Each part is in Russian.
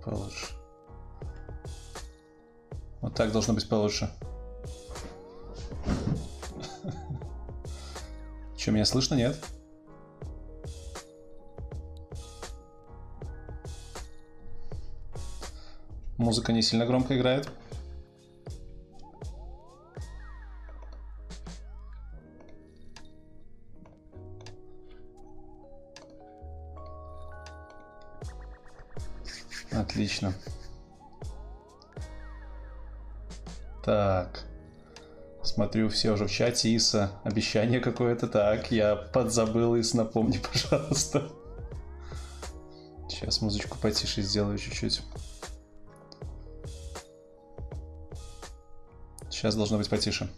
получше. Вот так должно быть получше. Че, меня слышно, нет? Музыка не сильно громко играет. Отлично. Так. Смотрю, все уже в чате. Иса, обещание какое-то. Так, я подзабыл, Ис, напомни, пожалуйста. Сейчас музычку потише сделаю чуть-чуть. Сейчас должно быть потише.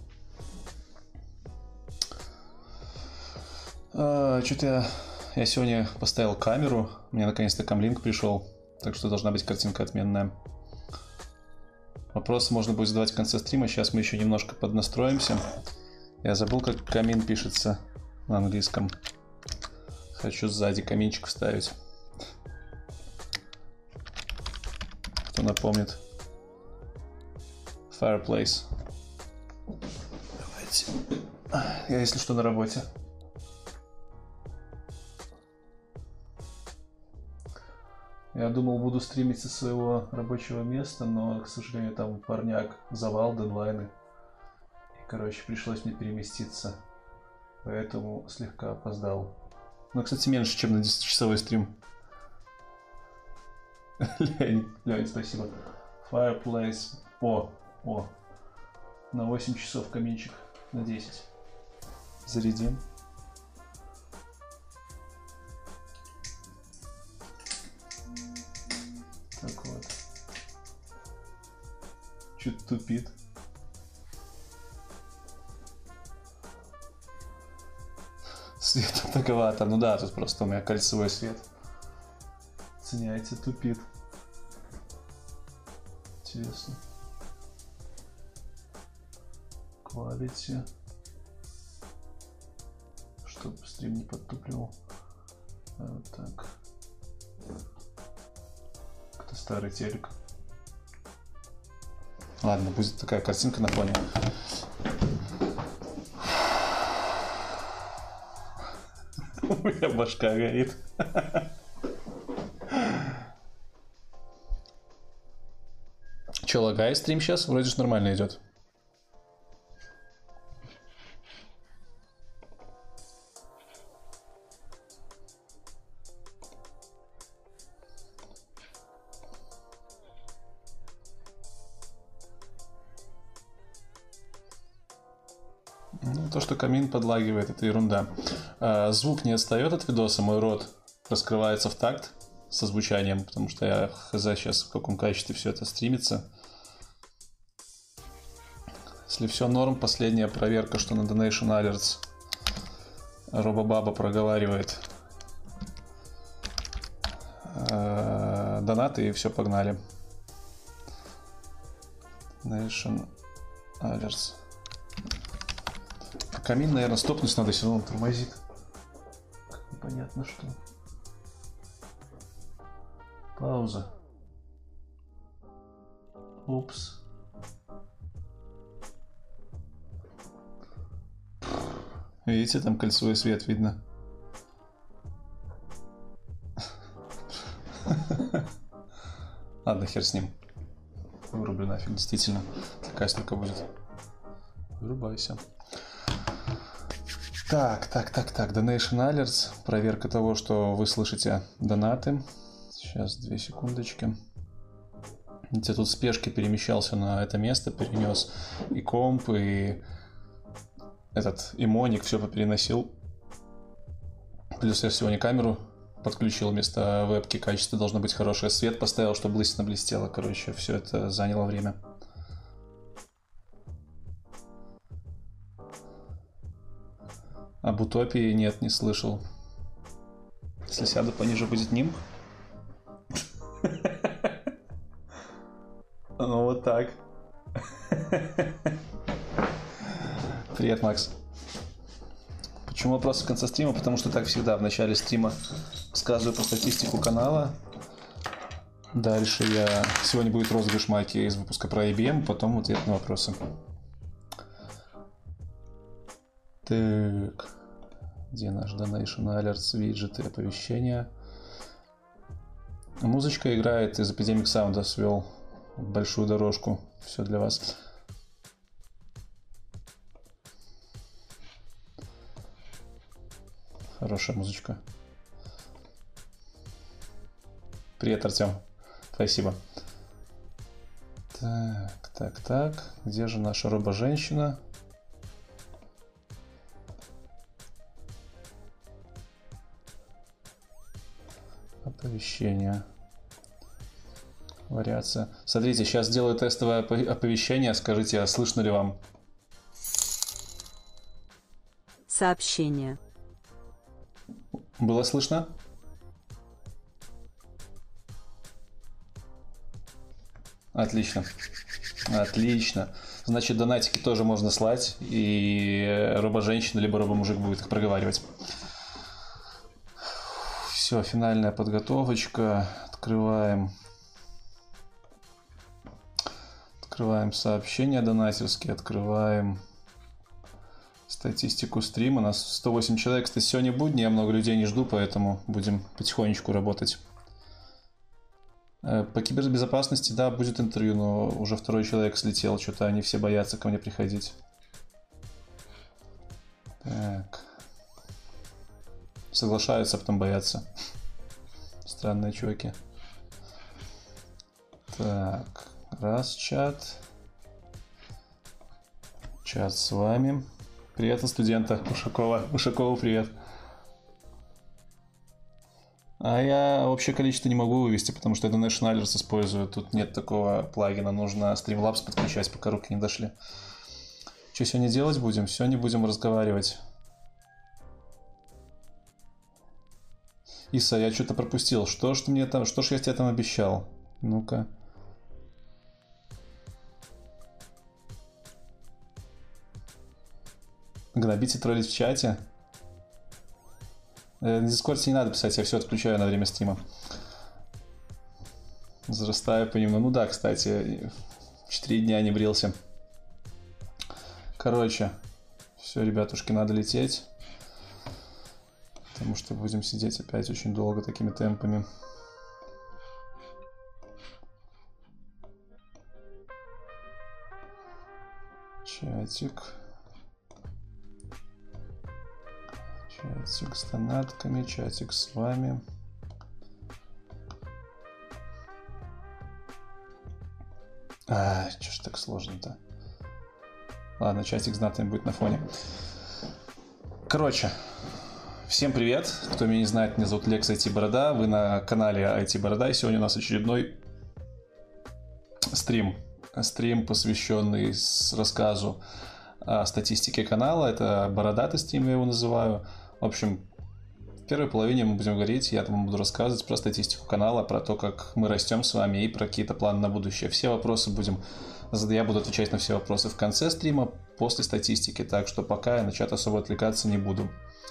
Что-то я сегодня поставил камеру. Мне наконец-то камлинк пришел. Так что должна быть картинка отменная. Вопросы можно будет задавать в конце стрима. Сейчас мы еще немножко поднастроимся. Я забыл, как камин пишется на английском. Хочу сзади каминчик вставить. Кто напомнит? Fireplace. Давайте. Я, если что, на работе. Я думал, буду стримить со своего рабочего места, но, к сожалению, там парняк, завал, дедлайны. И, короче, пришлось мне переместиться. Поэтому слегка опоздал. Ну, кстати, меньше, чем на 10-часовой стрим. Лень, спасибо. Fireplace. О. На 8 часов каминчик. На 10. Зарядим. Так вот. Чуть тупит. Света многовато. Ну да, тут просто у меня кольцевой свет. Оценяйте, тупит. Интересно. Quality. Чтобы стрим не подтупливал. Вот так. Это старый телек. Ладно, будет такая картинка на фоне. У меня башка горит. Че, лагает стрим сейчас? Вроде же нормально идет. То, что камин подлагивает, это ерунда. Звук не отстает от видоса, мой рот раскрывается в такт со звучанием, потому что я хз сейчас в каком качестве все это стримится. Если все норм, последняя проверка, что на Donation Alerts Робобаба проговаривает донаты, и все, погнали. Donation Alerts. Камин, наверное, стопнуть надо, все равно он тормозит. Непонятно что. Пауза. Упс. Видите, там кольцевой свет видно. Ладно, хер с ним. Вырублю нафиг, действительно. Такая столько будет. Вырубайся. Так. Donation Alerts. Проверка того, что вы слышите донаты. Сейчас, 2 секундочки. Я тут в спешке перемещался на это место, перенес и комп, и и моник, все попереносил. Плюс я сегодня камеру подключил вместо вебки. Качество должно быть хорошее. Свет поставил, чтобы лысина блестела. Короче, все это заняло время. Об утопии нет, не слышал. Если сяду пониже, будет нимб. Ну вот так. Привет, Макс. Почему вопрос в конце стрима? Потому что так всегда в начале стрима рассказываю про статистику канала. Дальше сегодня будет розыгрыш майки из выпуска про IBM, потом ответ на вопросы. Так, где наш Donation Alerts, виджеты, оповещения? Музычка играет, из Epidemic Sound свел большую дорожку. Все для вас. Хорошая музычка. Привет, Артем. Спасибо. Так. Где же наша робо-женщина? Оповещение. Вариация. Смотрите, сейчас сделаю тестовое оповещение. Скажите, а слышно ли вам? Сообщение. Было слышно? Отлично. Отлично. Значит, донатики тоже можно слать, и робо-женщина либо робо-мужик будет их проговаривать. Все, финальная подготовочка. Открываем сообщения донативские, открываем статистику стрима. У нас 108 человек. Кстати, сегодня будни, я много людей не жду, поэтому будем потихонечку работать. По кибербезопасности, да, будет интервью, но уже второй человек слетел, что-то они все боятся ко мне приходить. Так. Соглашаются, а потом боятся. Странные чуваки. Так, раз, чат. Чат с вами. Привет от студента Ушакова. Ушакову привет. А я общее количество не могу вывести, потому что это Donation Alerts использую. Тут нет такого плагина, нужно Streamlabs подключать, пока руки не дошли. Что сегодня делать будем? Сегодня будем разговаривать. Иса, я что-то пропустил. Что ж я тебе там обещал? Ну-ка. Гнобить и троллить в чате? На Дискорде не надо писать, я все отключаю на время стрима. Зарастаю понемногу. Ну да, кстати, 4 дня не брился. Короче, все, ребятушки, надо лететь. Потому что будем сидеть опять очень долго такими темпами. Чатик. Чатик с донатками, чатик с вами. Чё ж так сложно-то? Ладно, чатик с донатами будет на фоне. Короче, всем привет. Кто меня не знает, меня зовут Лекс IT Борода. Вы на канале IT Борода. И сегодня у нас очередной стрим. Стрим, посвященный рассказу о статистике канала. Это бородатый стрим, я его называю. В общем, в первой половине мы будем говорить, я там буду рассказывать про статистику канала, про то, как мы растем с вами и про какие-то планы на будущее. Все вопросы я буду отвечать на все вопросы в конце стрима, после статистики, так что пока я на чат особо отвлекаться не буду.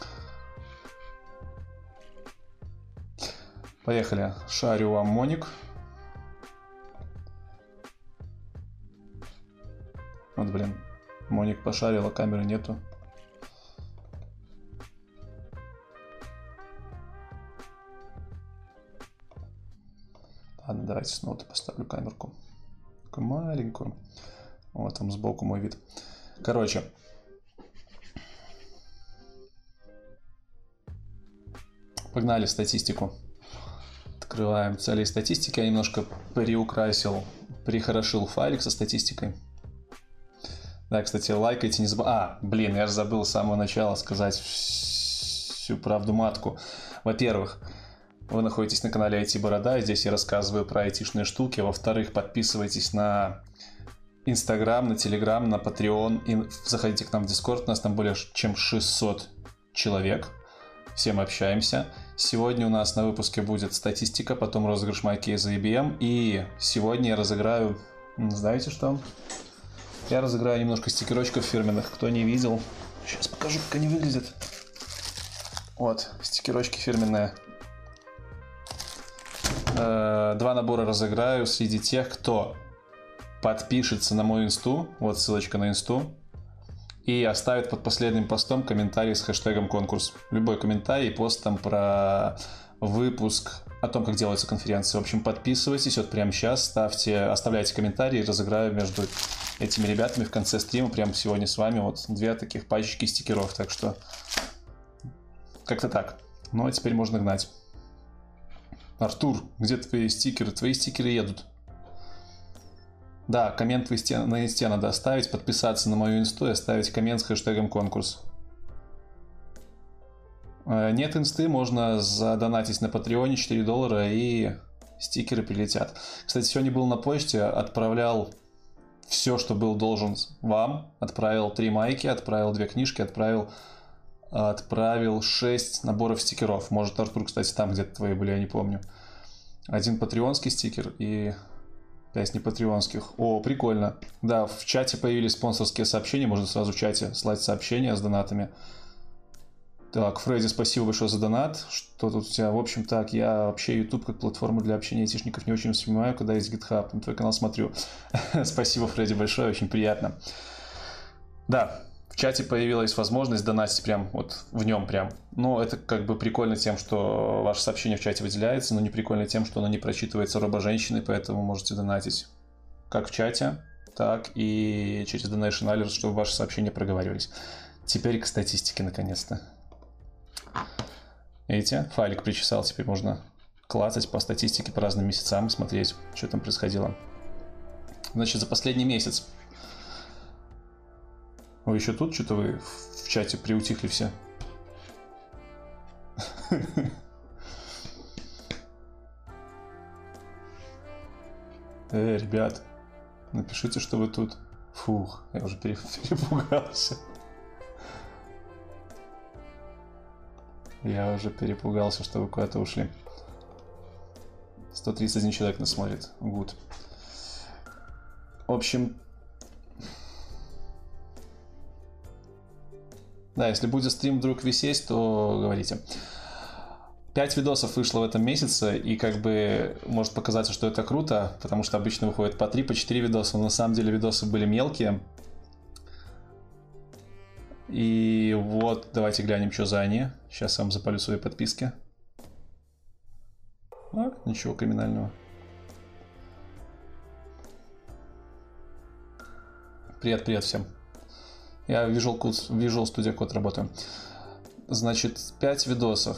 Поехали. Шарю вам моник. Вот, блин, моник пошарил, а камеры нету. Ладно, давайте снова поставлю камерку. Такую маленькую. Вот там сбоку мой вид. Короче. Погнали в статистику. Открываем цели статистики. Я немножко прихорошил файлик со статистикой. Да, кстати, лайкайте, не забывайте. Блин, я же забыл с самого начала сказать всю правду матку. Во-первых, вы находитесь на канале IT Борода, и здесь я рассказываю про айтишные штуки. Во-вторых, подписывайтесь на Инстаграм, на Телеграм, на Patreon. И заходите к нам в Дискорд, у нас там более чем 600 человек. Все мы общаемся. Сегодня у нас на выпуске будет статистика, потом розыгрыш майки из IBM. И сегодня я разыграю... Знаете что? Я разыграю немножко стикерочков фирменных. Кто не видел, сейчас покажу, как они выглядят. Вот, стикерочки фирменные. 2 набора разыграю среди тех, кто подпишется на мою инсту, вот ссылочка на инсту, и оставит под последним постом комментарий с хэштегом конкурс. Любой комментарий, пост там про выпуск, о том, как делается конференция. В общем, подписывайтесь вот прямо сейчас, оставляйте комментарии, разыграю между этими ребятами в конце стрима, прямо сегодня с вами, вот 2 таких пачечки стикеров, так что как-то так. Ну, а теперь можно гнать. Артур, где твои стикеры? Твои стикеры едут. Да, коммент на инсте надо оставить, подписаться на мою инсту и оставить коммент с хэштегом конкурс. Нет инсты, можно задонатить на Патреоне $4 и стикеры прилетят. Кстати, сегодня был на почте, отправлял все, что был должен вам. Отправил 3 майки, отправил 2 книжки, отправил 6 наборов стикеров. Может, Артур, кстати, там где-то твои были, я не помню. 1 патреонский стикер и 5 непатреонских. О, прикольно. Да, в чате появились спонсорские сообщения. Можно сразу в чате слать сообщения с донатами. Так, Фредди, спасибо большое за донат. Что тут у тебя? В общем, так, я вообще YouTube как платформу для общения айтишников не очень воспринимаю, когда есть GitHub. На твой канал смотрю. Спасибо, Фредди, большое, очень приятно. Да, в чате появилась возможность донатить прям вот в нем прям. Но это как бы прикольно тем, что ваше сообщение в чате выделяется, но не прикольно тем, что оно не прочитывается робо-женщиной, поэтому можете донатить как в чате, так и через Donation Alert, чтобы ваши сообщения проговаривались. Теперь к статистике наконец-то. Видите, файлик причесал, теперь можно клацать по статистике по разным месяцам и смотреть, что там происходило. Значит, за последний месяц. Вы еще тут? Что-то вы в чате приутихли все. Ребят, напишите, что вы тут. Фух, я уже перепугался. Я уже перепугался, что вы куда-то ушли. 131 человек нас смотрит. Good. В общем... Да, если будет стрим вдруг висеть, то говорите. 5 видосов вышло в этом месяце, и как бы может показаться, что это круто, потому что обычно выходит по 3, по 4 видоса, но на самом деле видосы были мелкие. И вот, давайте глянем, что за они. Сейчас я вам запалю свои подписки. Ничего криминального. Привет всем. Я в Visual Studio Code работаю. Значит, 5 видосов.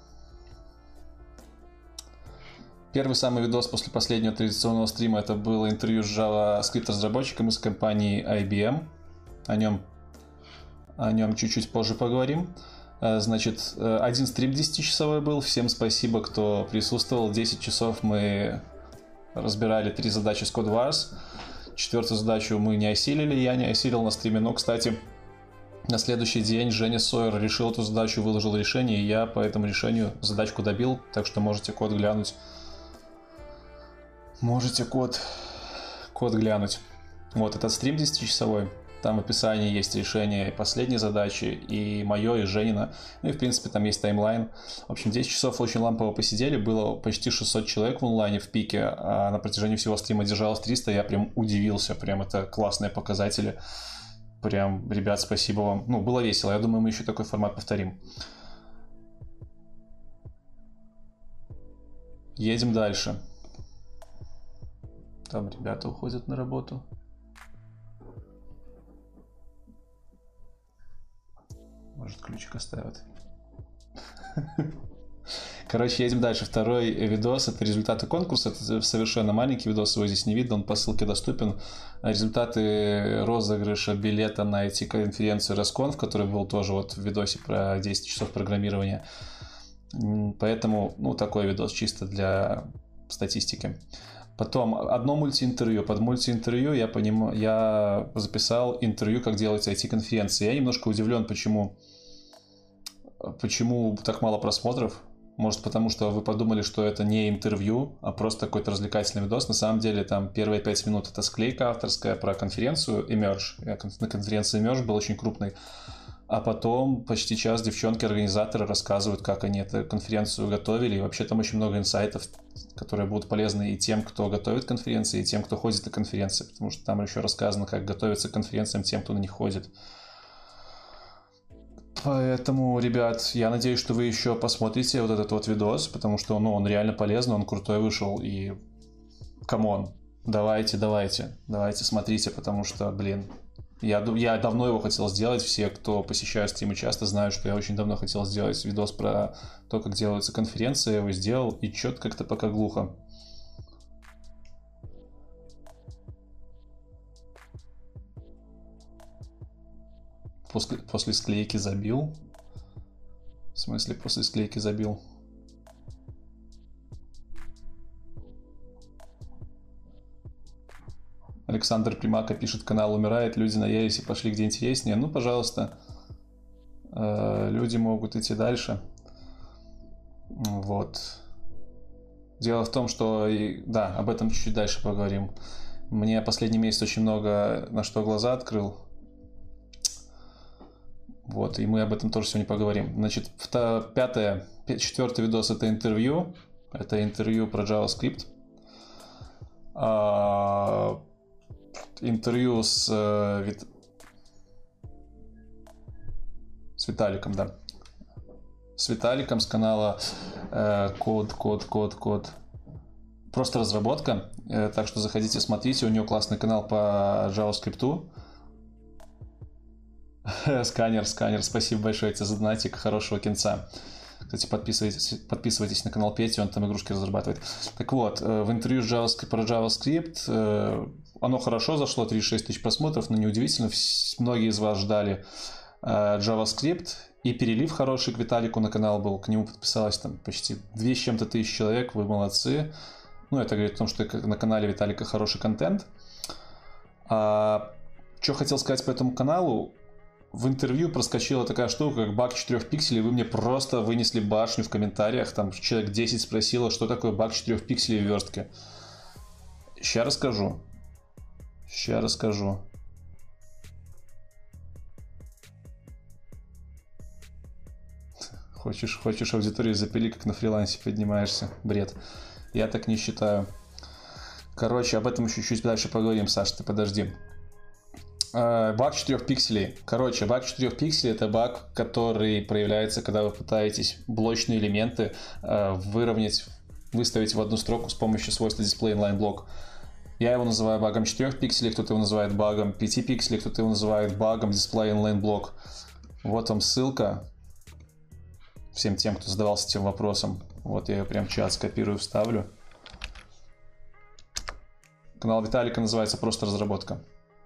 Первый самый видос после последнего традиционного стрима это было интервью с JavaScript разработчиком из компании IBM. О нем чуть-чуть позже поговорим. Значит, один стрим 10-часовой был. Всем спасибо, кто присутствовал. 10 часов мы разбирали 3 задачи с CodeWars. 4-ю задачу мы не осилили, я не осилил на стриме. Но, кстати, на следующий день Женя Сойер решил эту задачу, выложил решение, и я по этому решению задачку добил. Так что можете код глянуть. Можете код глянуть. Вот этот стрим 10-часовой. Там в описании есть решение последней задачи, и мое, и Женина. Ну и в принципе там есть таймлайн. В общем, 10 часов очень лампово посидели. Было почти 600 человек в онлайне в пике, а на протяжении всего стрима держалось 300. Я прям удивился. Прям это классные показатели. Прям, ребят, спасибо вам. Ну, было весело. Я думаю, мы еще такой формат повторим. Едем дальше. Там ребята уходят на работу. Может, ключик оставят. Короче, едем дальше. Второй видос — это результаты конкурса. Это совершенно маленький видос, его здесь не видно, он по ссылке доступен. Результаты розыгрыша билета на IT-конференцию Расconf, который был тоже вот в видосе про 10 часов программирования. Поэтому, ну, такой видос чисто для статистики. Потом одно мультиинтервью. Под мультиинтервью я записал интервью, как делать IT-конференции. Я немножко удивлен, почему так мало просмотров. Может, потому что вы подумали, что это не интервью, а просто какой-то развлекательный видос. На самом деле, там первые 5 минут это склейка авторская про конференцию Emerge. Я на конференции Emerge был очень крупной. А потом почти час девчонки-организаторы рассказывают, как они эту конференцию готовили. И вообще там очень много инсайтов, которые будут полезны и тем, кто готовит конференции, и тем, кто ходит на конференции. Потому что там еще рассказано, как готовиться к конференциям тем, кто на них ходит. Поэтому, ребят, я надеюсь, что вы еще посмотрите вот этот вот видос, потому что он реально полезный, он крутой вышел. И камон, давайте смотрите, потому что, блин, я давно его хотел сделать. Все, кто посещает стримы часто, знают, что я очень давно хотел сделать видос про то, как делаются конференции. Я его сделал, и что-то как-то пока глухо. После склейки забил. В смысле, после склейки забил? Александр Примака пишет: канал умирает, люди наелись и пошли где интереснее. Ну, пожалуйста, люди могут идти дальше. Вот. Дело в том, что, да, об этом чуть-чуть дальше поговорим. Мне последний месяц очень много на что глаза открыл. Вот, и мы об этом тоже сегодня поговорим. Значит, четвертый видос — это интервью. Это интервью про JavaScript. Интервью с Виталиком, да. С Виталиком с канала Код. Просто разработка. Так что заходите, смотрите. У него классный канал по JavaScript. Сканер, спасибо большое тебе за донатик, хорошего кинца. Кстати, подписывайтесь на канал Пети, он там игрушки разрабатывает. Так вот, в интервью про JavaScript оно хорошо зашло, 36 тысяч просмотров, но неудивительно, многие из вас ждали JavaScript, и перелив хороший к Виталику на канал был, к нему подписалось там почти 2 с чем-то тысяч человек, вы молодцы. Ну, это говорит о том, что на канале Виталика хороший контент. Что хотел сказать по этому каналу? В интервью проскочила такая штука, как баг 4 пикселей. Вы мне просто вынесли башню в комментариях. Там человек 10 спросило, что такое баг 4 пикселей в верстке. Сейчас расскажу. Хочешь аудиторию запили, как на фрилансе поднимаешься. Бред. Я так не считаю. Короче, об этом еще чуть дальше поговорим, Саш, ты подожди. Баг 4 пикселей. Короче, баг 4 пикселей — это баг, который проявляется, когда вы пытаетесь блочные элементы выставить в одну строку с помощью свойства Display Inline Block. Я его называю багом 4 пикселей, кто-то его называет багом 5 пикселей, кто-то его называет багом Display Inline Block. Вот вам ссылка всем тем, кто задавался этим вопросом. Вот я ее прям в чат скопирую, вставлю. Канал Виталика называется «Просто разработка».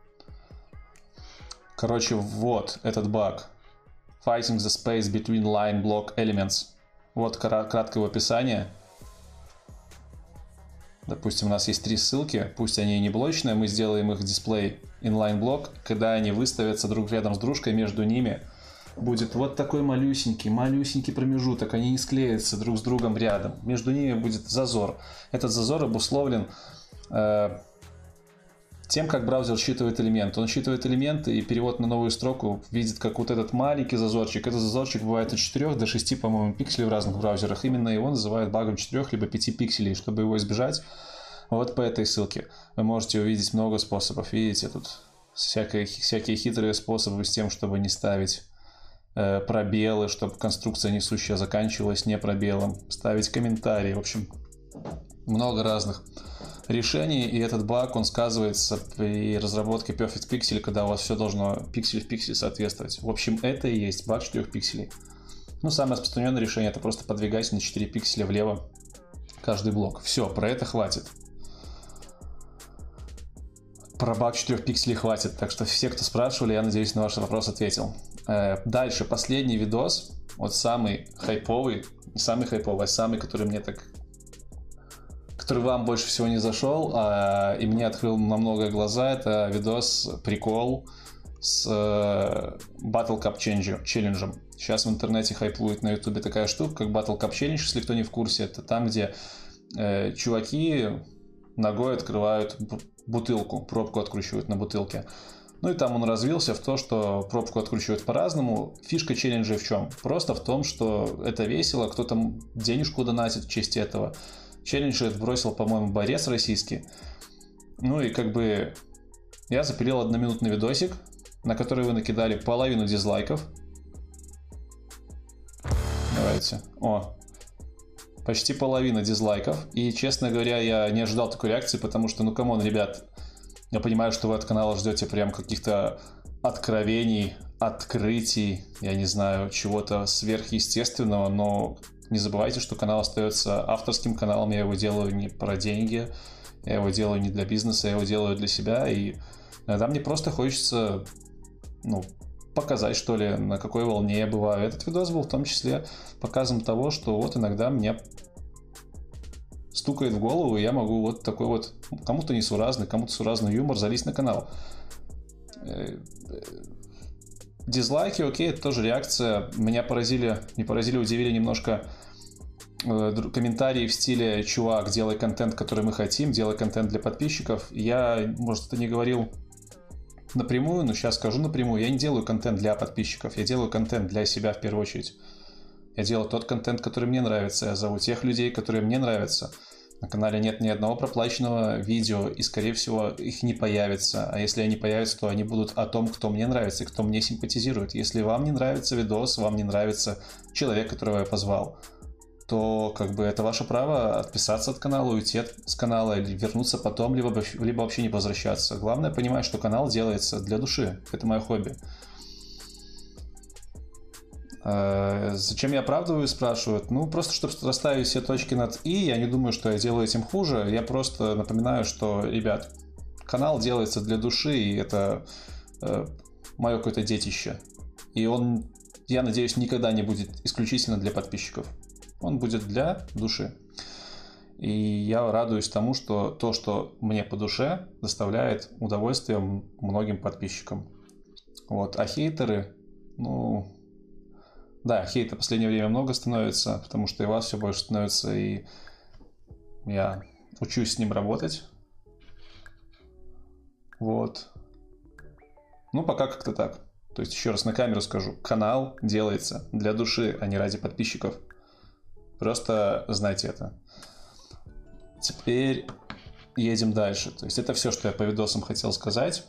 Короче, вот этот баг. Fighting the space between line block elements. Вот краткое его описание. Допустим, у нас есть 3 ссылки. Пусть они не блочные, мы сделаем их display inline block. Когда они выставятся друг рядом с дружкой, между ними будет вот такой малюсенький промежуток. Они не склеятся друг с другом рядом. Между ними будет зазор. Этот зазор обусловлен тем, как браузер считывает элементы. Он считывает элементы, и перевод на новую строку видит, как вот этот маленький зазорчик. Этот зазорчик бывает от 4 до 6, по-моему, пикселей в разных браузерах. Именно его называют багом 4 либо 5 пикселей. Чтобы его избежать, вот по этой ссылке вы можете увидеть много способов. Видите, тут всякие хитрые способы с тем, чтобы не ставить пробелы, чтобы конструкция несущая заканчивалась не пробелом. Ставить комментарии. В общем, много разных решений, и этот баг, он сказывается при разработке Perfect Pixel, когда у вас все должно пиксель в пиксель соответствовать. В общем, это и есть баг 4 пикселей. Ну, самое распространенное решение — это просто подвигать на 4 пикселя влево каждый блок. Все, про это хватит. Про баг 4 пикселей хватит, так что все, кто спрашивали, я надеюсь, на ваш вопрос ответил. Дальше, последний видос, вот самый хайповый, не самый хайповый, а самый, который мне так... который вам больше всего не зашел, и мне открыл на много глаза, это прикол с Battle Cup челленджем. Сейчас в интернете хайпует на ютубе такая штука, как Battle Cup Challenge, если кто не в курсе. Это там, где чуваки ногой открывают бутылку, пробку откручивают на бутылке. Ну и там он развился в то, что пробку откручивают по-разному. Фишка челленджа в чем? Просто в том, что это весело, кто-то денежку донатит в честь этого. Челлендж этот бросил, по-моему, борец российский. Ну и как бы я запилил одноминутный видосик, на который вы накидали половину дизлайков. Давайте. Почти половина дизлайков. И, честно говоря, я не ожидал такой реакции, потому что, ну, камон, ребят, я понимаю, что вы от канала ждете прям каких-то откровений, открытий, я не знаю, чего-то сверхъестественного, но не забывайте, что канал остается авторским каналом, я его делаю не про деньги, я его делаю не для бизнеса, я его делаю для себя, и иногда мне просто хочется, показать, что ли, на какой волне я бываю. Этот видос был в том числе показом того, что вот иногда мне стукает в голову, и я могу вот такой вот, кому-то несуразный юмор залезть на канал. Дизлайки, окей, это тоже реакция. Меня удивили немножко комментарии в стиле: чувак, делай контент, который мы хотим, делай контент для подписчиков. Я, может, это не говорил напрямую, но сейчас скажу напрямую. Я не делаю контент для подписчиков, я делаю контент для себя в первую очередь. Я делаю тот контент, который мне нравится, я зову тех людей, которые мне нравятся. На канале нет ни одного проплаченного видео, и, скорее всего, их не появится. А если они появятся, то они будут о том, кто мне нравится и кто мне симпатизирует. Если вам не нравится видос, вам не нравится человек, которого я позвал, то как бы это ваше право отписаться от канала, уйти с канала или вернуться потом, либо вообще не возвращаться. Главное понимать, что канал делается для души. Это мое хобби. Зачем я оправдываю, спрашивают? Просто чтобы расставить все точки над «и». Я не думаю, что я делаю этим хуже. Я просто напоминаю, что, ребят, канал делается для души, и это мое какое-то детище. И он, я надеюсь, никогда не будет исключительно для подписчиков. Он будет для души. И я радуюсь тому, что то, что мне по душе, доставляет удовольствие многим подписчикам. Вот. А хейтеры, да, хейта в последнее время много становится, потому что и вас все больше становится, и я учусь с ним работать. Вот. Пока как-то так. То есть, еще раз на камеру скажу, канал делается для души, а не ради подписчиков. Просто знайте это. Теперь едем дальше. То есть, это все, что я по видосам хотел сказать.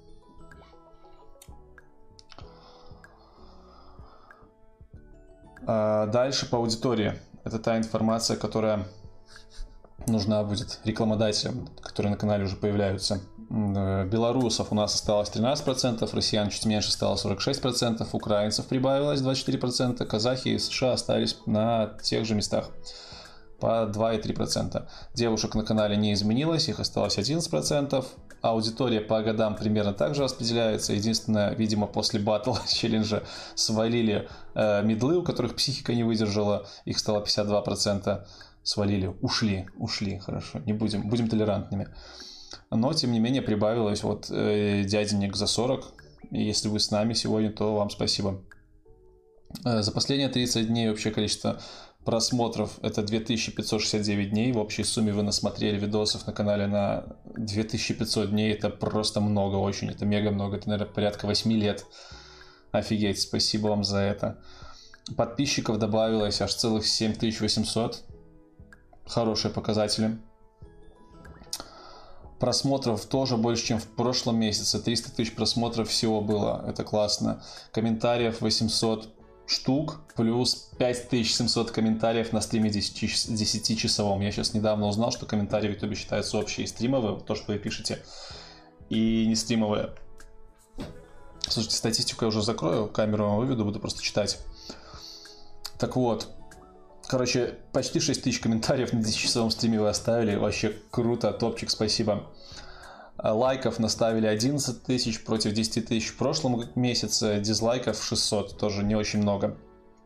Дальше по аудитории. Это та информация, которая нужна будет рекламодателям, которые на канале уже появляются. Белорусов у нас осталось 13%, россиян чуть меньше стало 46%, украинцев прибавилось 24%, казахи и США остались на тех же местах по 2,3%. Девушек на канале не изменилось, их осталось 11%. Аудитория по годам примерно так же распределяется. Единственное, видимо, после батл челленджа свалили мидлы, у которых психика не выдержала. Их стало 52%. Свалили, ушли, хорошо, не будем толерантными. Но, тем не менее, прибавилось дяденек за 40. И если вы с нами сегодня, то вам спасибо. За последние 30 дней общее количество просмотров — это 2569 дней. В общей сумме вы насмотрели видосов на канале на 2500 дней. Это просто много очень, это мега много. Это, наверное, порядка 8 лет. Офигеть, спасибо вам за это. Подписчиков добавилось аж целых 7800. Хорошие показатели. Просмотров тоже больше, чем в прошлом месяце. 300 тысяч просмотров всего было. Это классно. Комментариев 800 штук, плюс 5700 комментариев на стриме 10-часовом. Я сейчас недавно узнал, что комментарии в YouTube считаются общие и стримовые, то, что вы пишете, и не стримовые. Слушайте, статистику я уже закрою, камеру вам выведу, буду просто читать. Так вот, короче, почти 6000 комментариев на 10-часовом стриме вы оставили. Вообще круто, топчик, спасибо. Лайков наставили 11 тысяч против 10 тысяч в прошлом месяце. Дизлайков 600, тоже не очень много.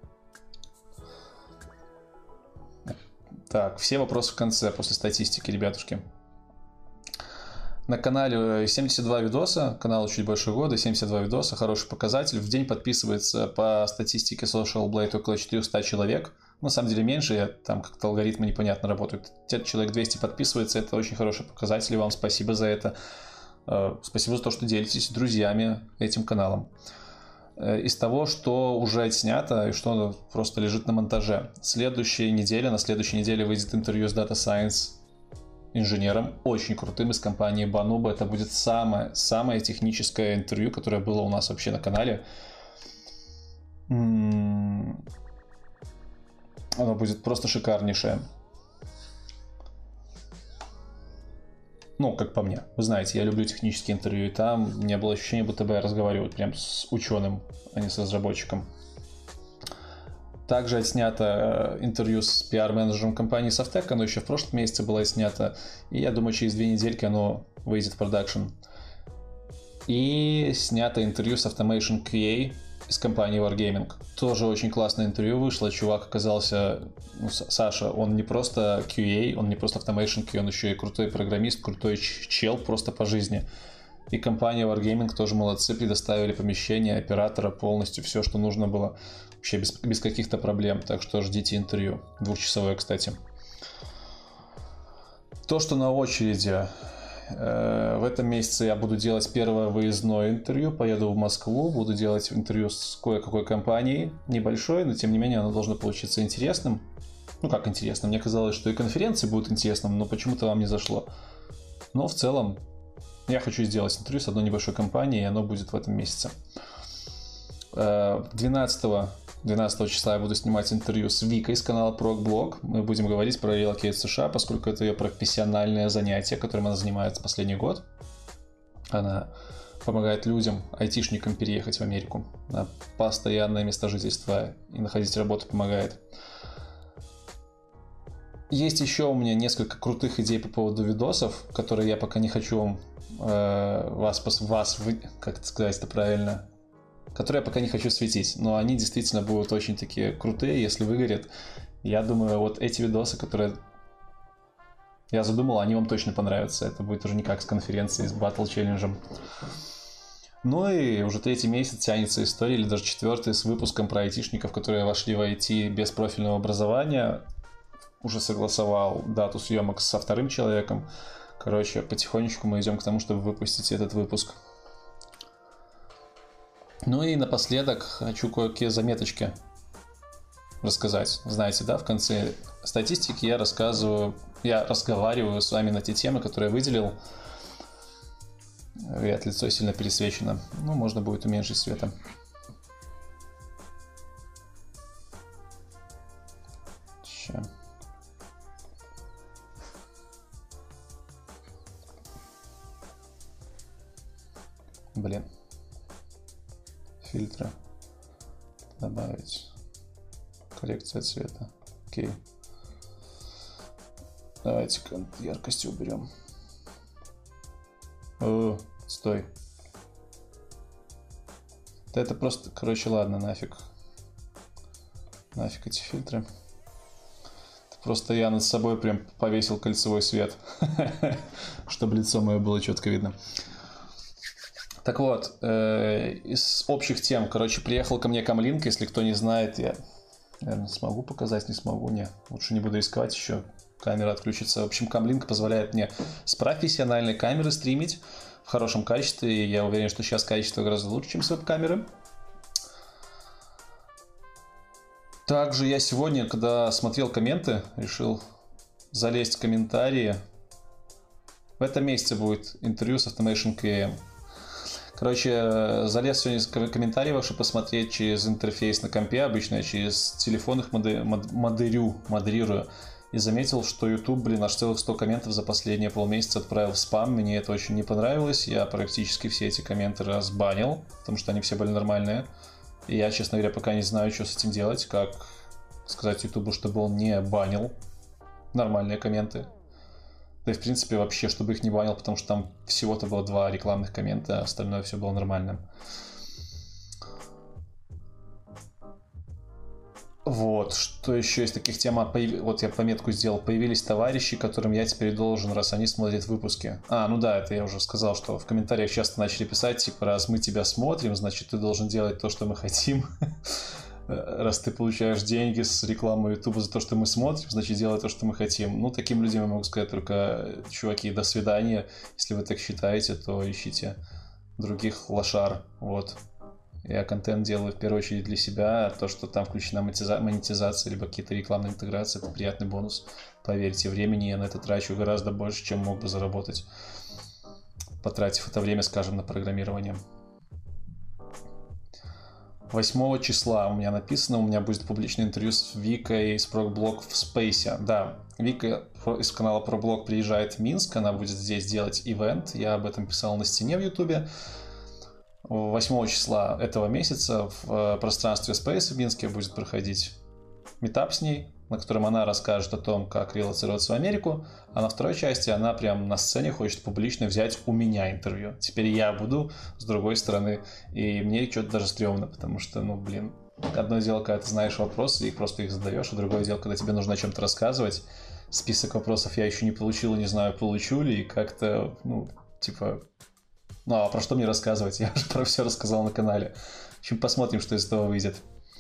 Так, все вопросы в конце, после статистики, ребятушки. На канале 72 видоса, каналу чуть больше года, 72 видоса, хороший показатель. В день подписывается по статистике Social Blade около 400 человек. На самом деле меньше, там как-то алгоритмы непонятно работают. Человек 200 подписывается, это очень хороший показатель, и вам спасибо за это. Спасибо за то, что делитесь с друзьями этим каналом. Из того, что уже отснято и что просто лежит на монтаже. На следующей неделе выйдет интервью с Data Science инженером, очень крутым, из компании Bonobo. Это будет самое техническое интервью, которое было у нас вообще на канале. Оно будет просто шикарнейшее. Ну, как по мне. Вы знаете, я люблю технические интервью, и там у меня было ощущение, будто бы я разговариваю прям с ученым, а не с разработчиком. Также отснято интервью с пиар-менеджером компании Softec, оно еще в прошлом месяце было снято, и я думаю, через 2 недельки оно выйдет в продакшн. И снято интервью с Automation QA из компании Wargaming. Тоже очень классное интервью вышло. Чувак оказался, Саша, он не просто QA, он не просто Automation QA, он еще и крутой программист, крутой чел просто по жизни. И компания Wargaming тоже молодцы, предоставили помещение, оператора, полностью все, что нужно было, вообще без каких-то проблем. Так что ждите интервью, 2-часовое, кстати. То, что на очереди. В этом месяце я буду делать первое выездное интервью, поеду в Москву, буду делать интервью с кое-какой компанией, небольшой, но тем не менее оно должно получиться интересным. Ну как интересным, мне казалось, что и конференции будут интересным, но почему-то вам не зашло. Но в целом я хочу сделать интервью с одной небольшой компанией, и оно будет в этом месяце. 12 числа я буду снимать интервью с Викой с канала ProgBlog. Мы будем говорить про Relocate США, поскольку это ее профессиональное занятие, которым она занимается последний год. Она помогает людям, айтишникам, переехать в Америку на постоянное место жительства и находить работу помогает. Есть еще у меня несколько крутых идей по поводу видосов, которые я пока не хочу как это сказать-то правильно, которые я пока не хочу светить, но они действительно будут очень такие крутые, если выгорят. Я думаю, вот эти видосы, которые я задумал, они вам точно понравятся. Это будет уже не как с конференцией, с батл челленджем. Ну и уже 3-й месяц тянется история, или даже 4-й, с выпуском про айтишников, которые вошли в IT без профильного образования. Уже согласовал дату съемок со 2-м человеком. Короче, потихонечку мы идем к тому, чтобы выпустить этот выпуск. Ну и напоследок хочу кое-какие заметочки рассказать. Знаете, да, в конце статистики я разговариваю с вами на те темы, которые я выделил. Вряд ли лицо сильно пересвечено. Ну, можно будет уменьшить света. Сейчас. Блин. Фильтры. Добавить. Коррекция цвета. Окей. Давайте-ка яркости уберем. О, стой. Да это просто, короче, ладно, нафиг. Нафиг эти фильтры. Это просто я над собой прям повесил кольцевой свет, чтобы лицо мое было четко видно. Так вот, из общих тем, короче, приехал ко мне Камлинк, если кто не знает, я, наверное, смогу показать, не смогу, не, лучше не буду рисковать, еще камера отключится. В общем, Камлинк позволяет мне с профессиональной камеры стримить в хорошем качестве, и я уверен, что сейчас качество гораздо лучше, чем с веб-камеры. Также я сегодня, когда смотрел комменты, решил залезть в комментарии. В этом месяце будет интервью с Automation QA. Короче, залез сегодня в комментарии ваши посмотреть через интерфейс на компе, обычно я через телефон их модерирую. И заметил, что YouTube, аж целых 100 комментов за последние полмесяца отправил в спам. Мне это очень не понравилось. Я практически все эти комменты разбанил, потому что они все были нормальные. И я, честно говоря, пока не знаю, что с этим делать. Как сказать YouTube, чтобы он не банил нормальные комменты. Да и, в принципе, вообще, чтобы их не банил, потому что там всего-то было 2 рекламных коммента, а остальное все было нормальным. Вот, что еще из таких тем? Вот я пометку сделал. Появились товарищи, которым я теперь должен, раз они смотрят выпуски. Ну да, это я уже сказал, что в комментариях часто начали писать, типа, раз мы тебя смотрим, значит, ты должен делать то, что мы хотим. раз ты получаешь деньги с рекламы Ютуба за то, что мы смотрим, значит, делай то, что мы хотим. Ну, таким людям я могу сказать только, чуваки, до свидания. Если вы так считаете, то ищите других лошар, вот. Я контент делаю в первую очередь для себя. То, что там включена монетизация, либо какие-то рекламные интеграции, это приятный бонус. Поверьте, времени я на это трачу гораздо больше, чем мог бы заработать, потратив это время, скажем, на программирование. 8 числа у меня написано, у меня будет публичное интервью с Викой из ProgBlog в Space. Да, Вика из канала ProgBlog приезжает в Минск, она будет здесь делать ивент. Я об этом писал на стене в Ютубе. 8 числа этого месяца в пространстве Space в Минске будет проходить митап с ней, на котором она расскажет о том, как релоцироваться в Америку, а на второй части она прямо на сцене хочет публично взять у меня интервью. Теперь я буду с другой стороны, и мне что-то даже стрёмно, потому что, одно дело, когда ты знаешь вопросы и просто их задаешь, а другое дело, когда тебе нужно о чем-то рассказывать. Список вопросов я еще не получил и не знаю, получу ли, и как-то, а про что мне рассказывать? Я уже про все рассказал на канале. В общем, посмотрим, что из этого выйдет.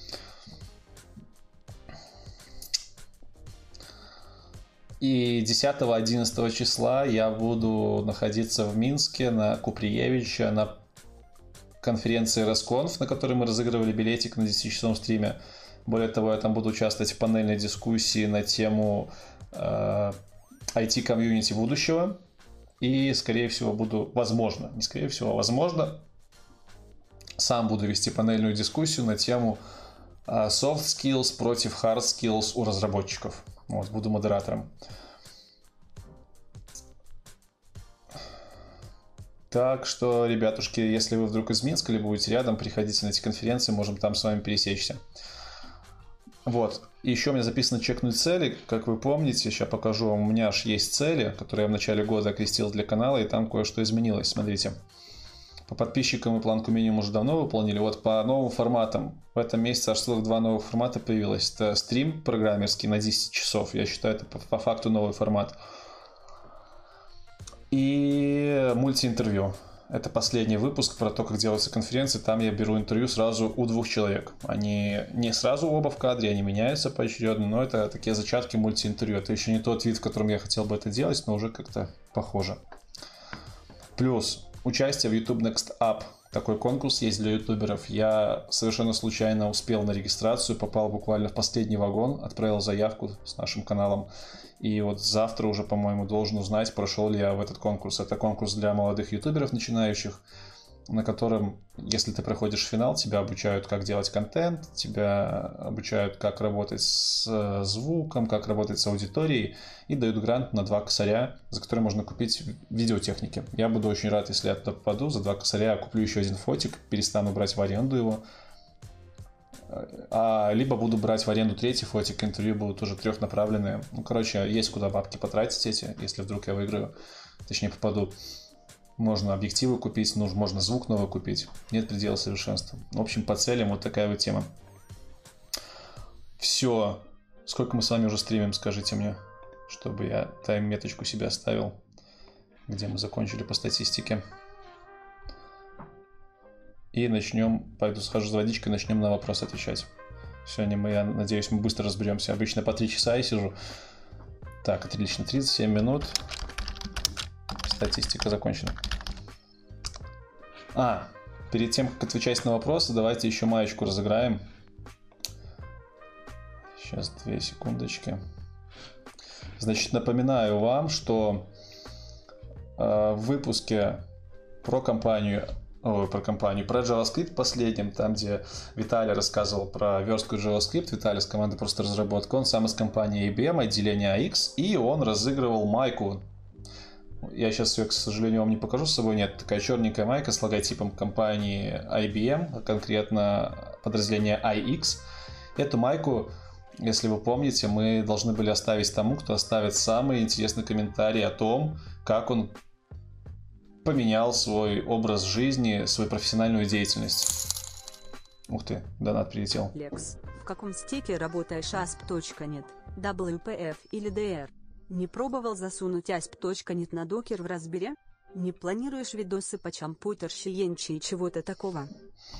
И 10-11 числа я буду находиться в Минске на Куприевича на конференции Росконф, на которой мы разыгрывали билетик на 10-часовом стриме. Более того, я там буду участвовать в панельной дискуссии на тему IT-комьюнити будущего. И, скорее всего, возможно, сам буду вести панельную дискуссию на тему soft skills против hard skills у разработчиков. Вот, буду модератором. Так что, ребятушки, если вы вдруг из Минска или будете рядом, приходите на эти конференции, можем там с вами пересечься. Вот. И еще у меня записано чекнуть цели. Как вы помните, сейчас покажу вам, у меня аж есть цели, которые я в начале года окрестил для канала, и там кое-что изменилось. Смотрите. По подписчикам мы планку минимум уже давно выполнили. Вот по новым форматам. В этом месяце аж целых 2 новых формата появилось. Это стрим программерский на 10 часов. Я считаю, это по факту новый формат. И мультиинтервью. Это последний выпуск про то, как делаются конференции. Там я беру интервью сразу у 2 человек. Они не сразу оба в кадре, они меняются поочередно, но это такие зачатки мультиинтервью. Это еще не тот вид, в котором я хотел бы это делать, но уже как-то похоже. Плюс участие в YouTube Next Up. Такой конкурс есть для ютуберов. Я совершенно случайно успел на регистрацию, попал буквально в последний вагон, отправил заявку с нашим каналом. И вот завтра уже, по-моему, должен узнать, прошел ли я в этот конкурс. Это конкурс для молодых ютуберов начинающих, на котором, если ты проходишь финал, тебя обучают, как делать контент, тебя обучают, как работать с звуком, как работать с аудиторией, и дают грант на 2 косаря, за которые можно купить видеотехники. Я буду очень рад, если я туда попаду. За 2 косаря я куплю еще один фотик, перестану брать в аренду его. Либо буду брать в аренду 3-й фотик, интервью будут уже 3-направленные. Есть куда бабки потратить эти, если вдруг я выиграю, точнее попаду. Можно объективы купить, можно звук новый купить. Нет предела совершенства. В общем, по целям вот такая вот тема. Все. Сколько мы с вами уже стримим, скажите мне, чтобы я тайм-меточку себе оставил, где мы закончили по статистике. И начнем, пойду схожу за водичкой, начнем на вопросы отвечать. Сегодня я надеюсь, мы быстро разберемся. Обычно по 3 часа я сижу. Так, отлично, 37 минут. Статистика закончена. Перед тем, как отвечать на вопросы, давайте еще маечку разыграем. Сейчас, 2 секундочки. Значит, напоминаю вам, что в выпуске про JavaScript последнем, там, где Виталий рассказывал про верстку JavaScript, Виталий с команды «Просто разработка», он сам из компании IBM, отделение AX, и он разыгрывал майку. Я сейчас ее, к сожалению, вам не покажу, с собой нет. Такая черненькая майка с логотипом компании IBM, конкретно подразделение IX. Эту майку, если вы помните, мы должны были оставить тому, кто оставит самый интересный комментарий о том, как он поменял свой образ жизни, свою профессиональную деятельность. Ух ты, донат прилетел. Лекс, в каком стеке работаешь ASP.NET, WPF или DR? Не пробовал засунуть ASP.NET на докер в Raspberry? Не планируешь видосы по чампутер, щиенчи и чего-то такого?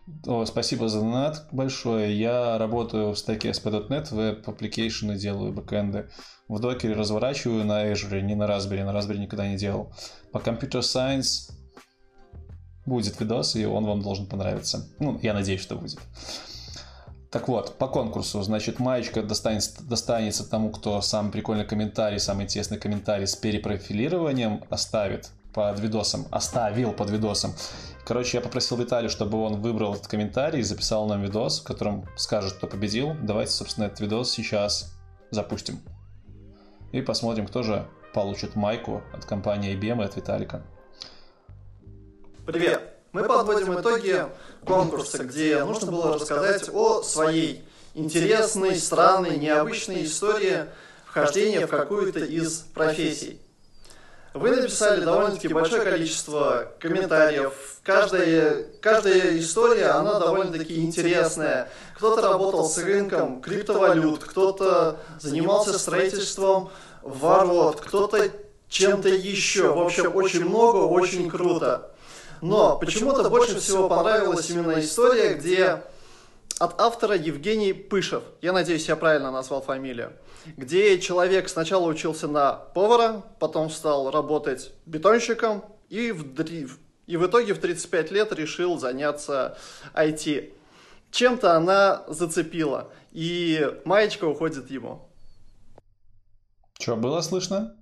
Спасибо за донат большое. Я работаю в стеке ASP.NET, веб-аппликейшены делаю, бэкэнды. В докере разворачиваю на Azure, не на Raspberry. На Raspberry никогда не делал. По Computer Science будет видос, и он вам должен понравиться. Ну, я надеюсь, что будет. Так вот, по конкурсу, значит, маечка достанется тому, кто самый прикольный комментарий, самый интересный комментарий с перепрофилированием оставил под видосом. Короче, я попросил Виталия, чтобы он выбрал этот комментарий и записал нам видос, в котором скажет, кто победил. Давайте, собственно, этот видос сейчас запустим. И посмотрим, кто же получит майку от компании IBM и от Виталика. Привет! Мы подводим итоги конкурса, где нужно было рассказать о своей интересной, странной, необычной истории вхождения в какую-то из профессий. Вы написали довольно-таки большое количество комментариев. Каждая история, она довольно-таки интересная. Кто-то работал с рынком криптовалют, кто-то занимался строительством ворот, кто-то чем-то еще. В общем, очень много, очень круто. Но почему-то больше всего понравилась именно история, где от автора Евгений Пышев, я надеюсь, я правильно назвал фамилию, где человек сначала учился на повара, потом стал работать бетонщиком и в итоге в 35 лет решил заняться IT. Чем-то она зацепила, и маечка уходит ему. Что, было слышно?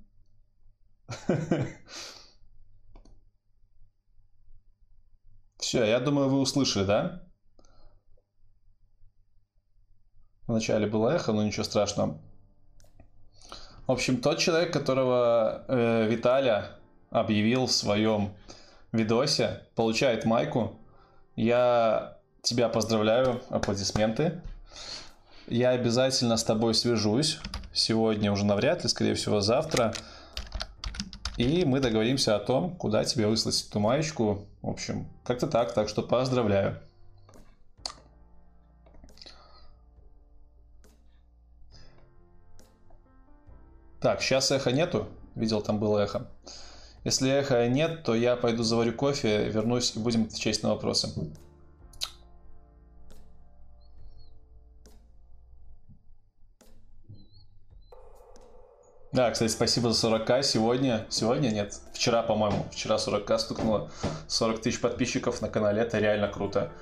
Все, я думаю, вы услышали, да? Вначале было эхо, но ничего страшного. В общем, тот человек, которого Виталя объявил в своем видосе, получает майку. Я тебя поздравляю, аплодисменты. Я обязательно с тобой свяжусь. Сегодня уже навряд ли, скорее всего, завтра. И мы договоримся о том, куда тебе выслать эту маечку. В общем, как-то так. Так что поздравляю. Так, сейчас эха нету. Видел, там было эхо. Если эха нет, то я пойду заварю кофе, вернусь и будем отвечать на вопросы. Да, кстати, спасибо за 40к сегодня. Сегодня нет, вчера, по-моему. Вчера 40к стукнуло. 40 тысяч подписчиков на канале. Это реально круто.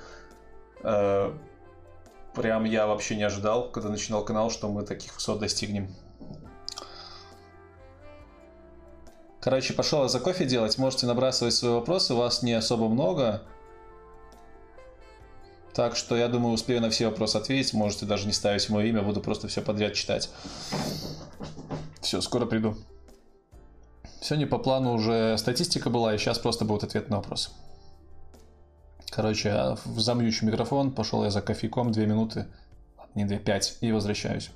Прям я вообще не ожидал, когда начинал канал, что мы таких высот достигнем. Короче, пошел я за кофе делать. Можете набрасывать свои вопросы. У вас не особо много. Так что я думаю, успею на все вопросы ответить. Можете даже не ставить мое имя. Буду просто все подряд читать. Все, скоро приду. Сегодня по плану уже статистика была. И сейчас просто будет ответ на вопрос. Короче, замьючу микрофон. Пошел я за кофейком. 2 минуты. Не 2, 5. И возвращаюсь.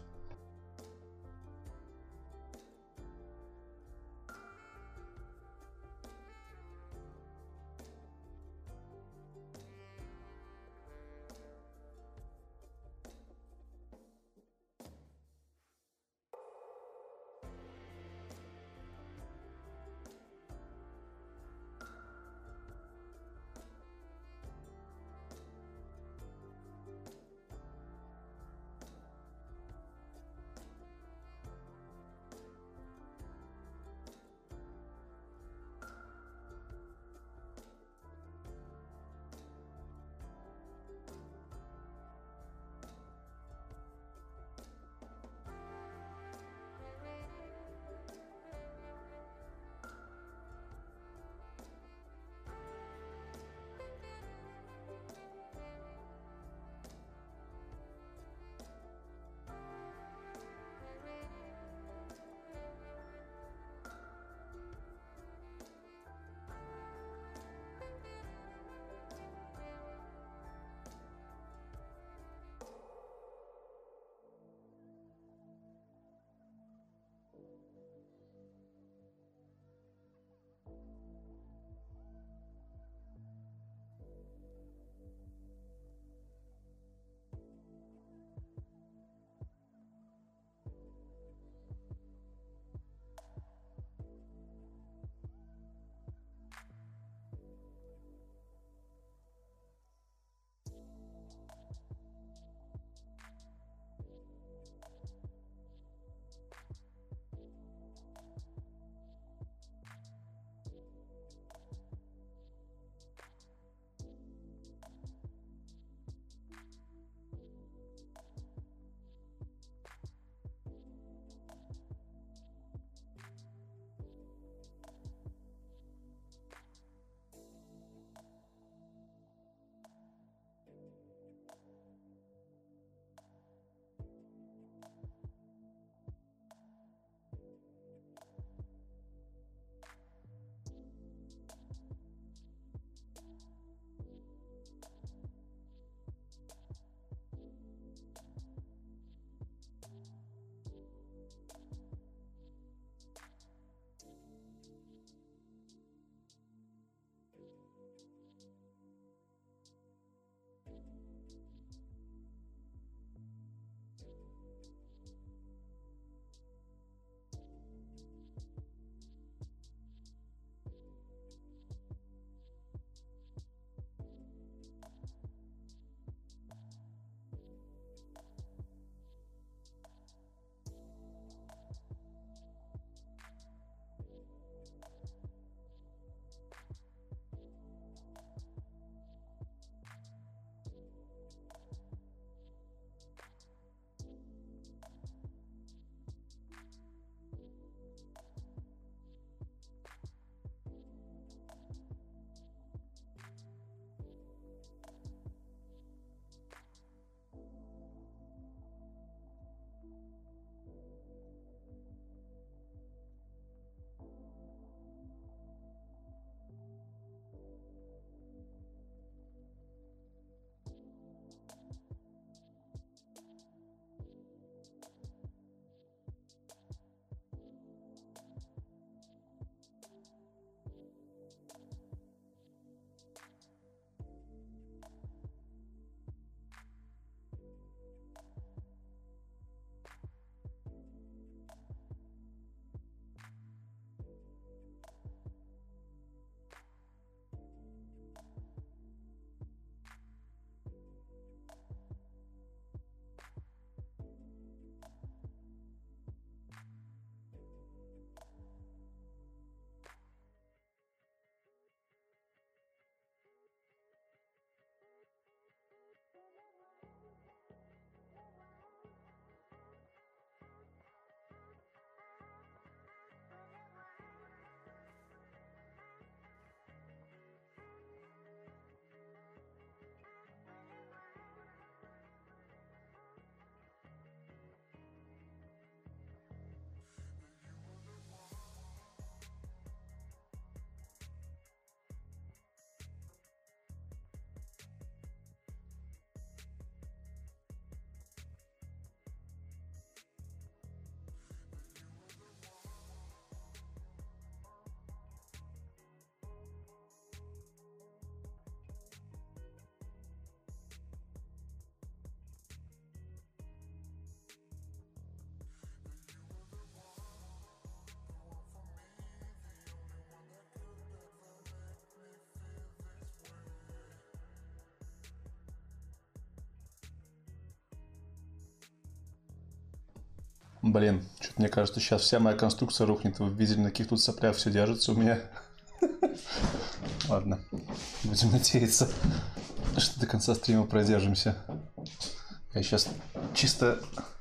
Блин, что-то мне кажется, сейчас вся моя конструкция рухнет. Вы видели, на каких тут соплях все держится у меня. Ладно, будем надеяться, что до конца стрима продержимся. Я сейчас чисто...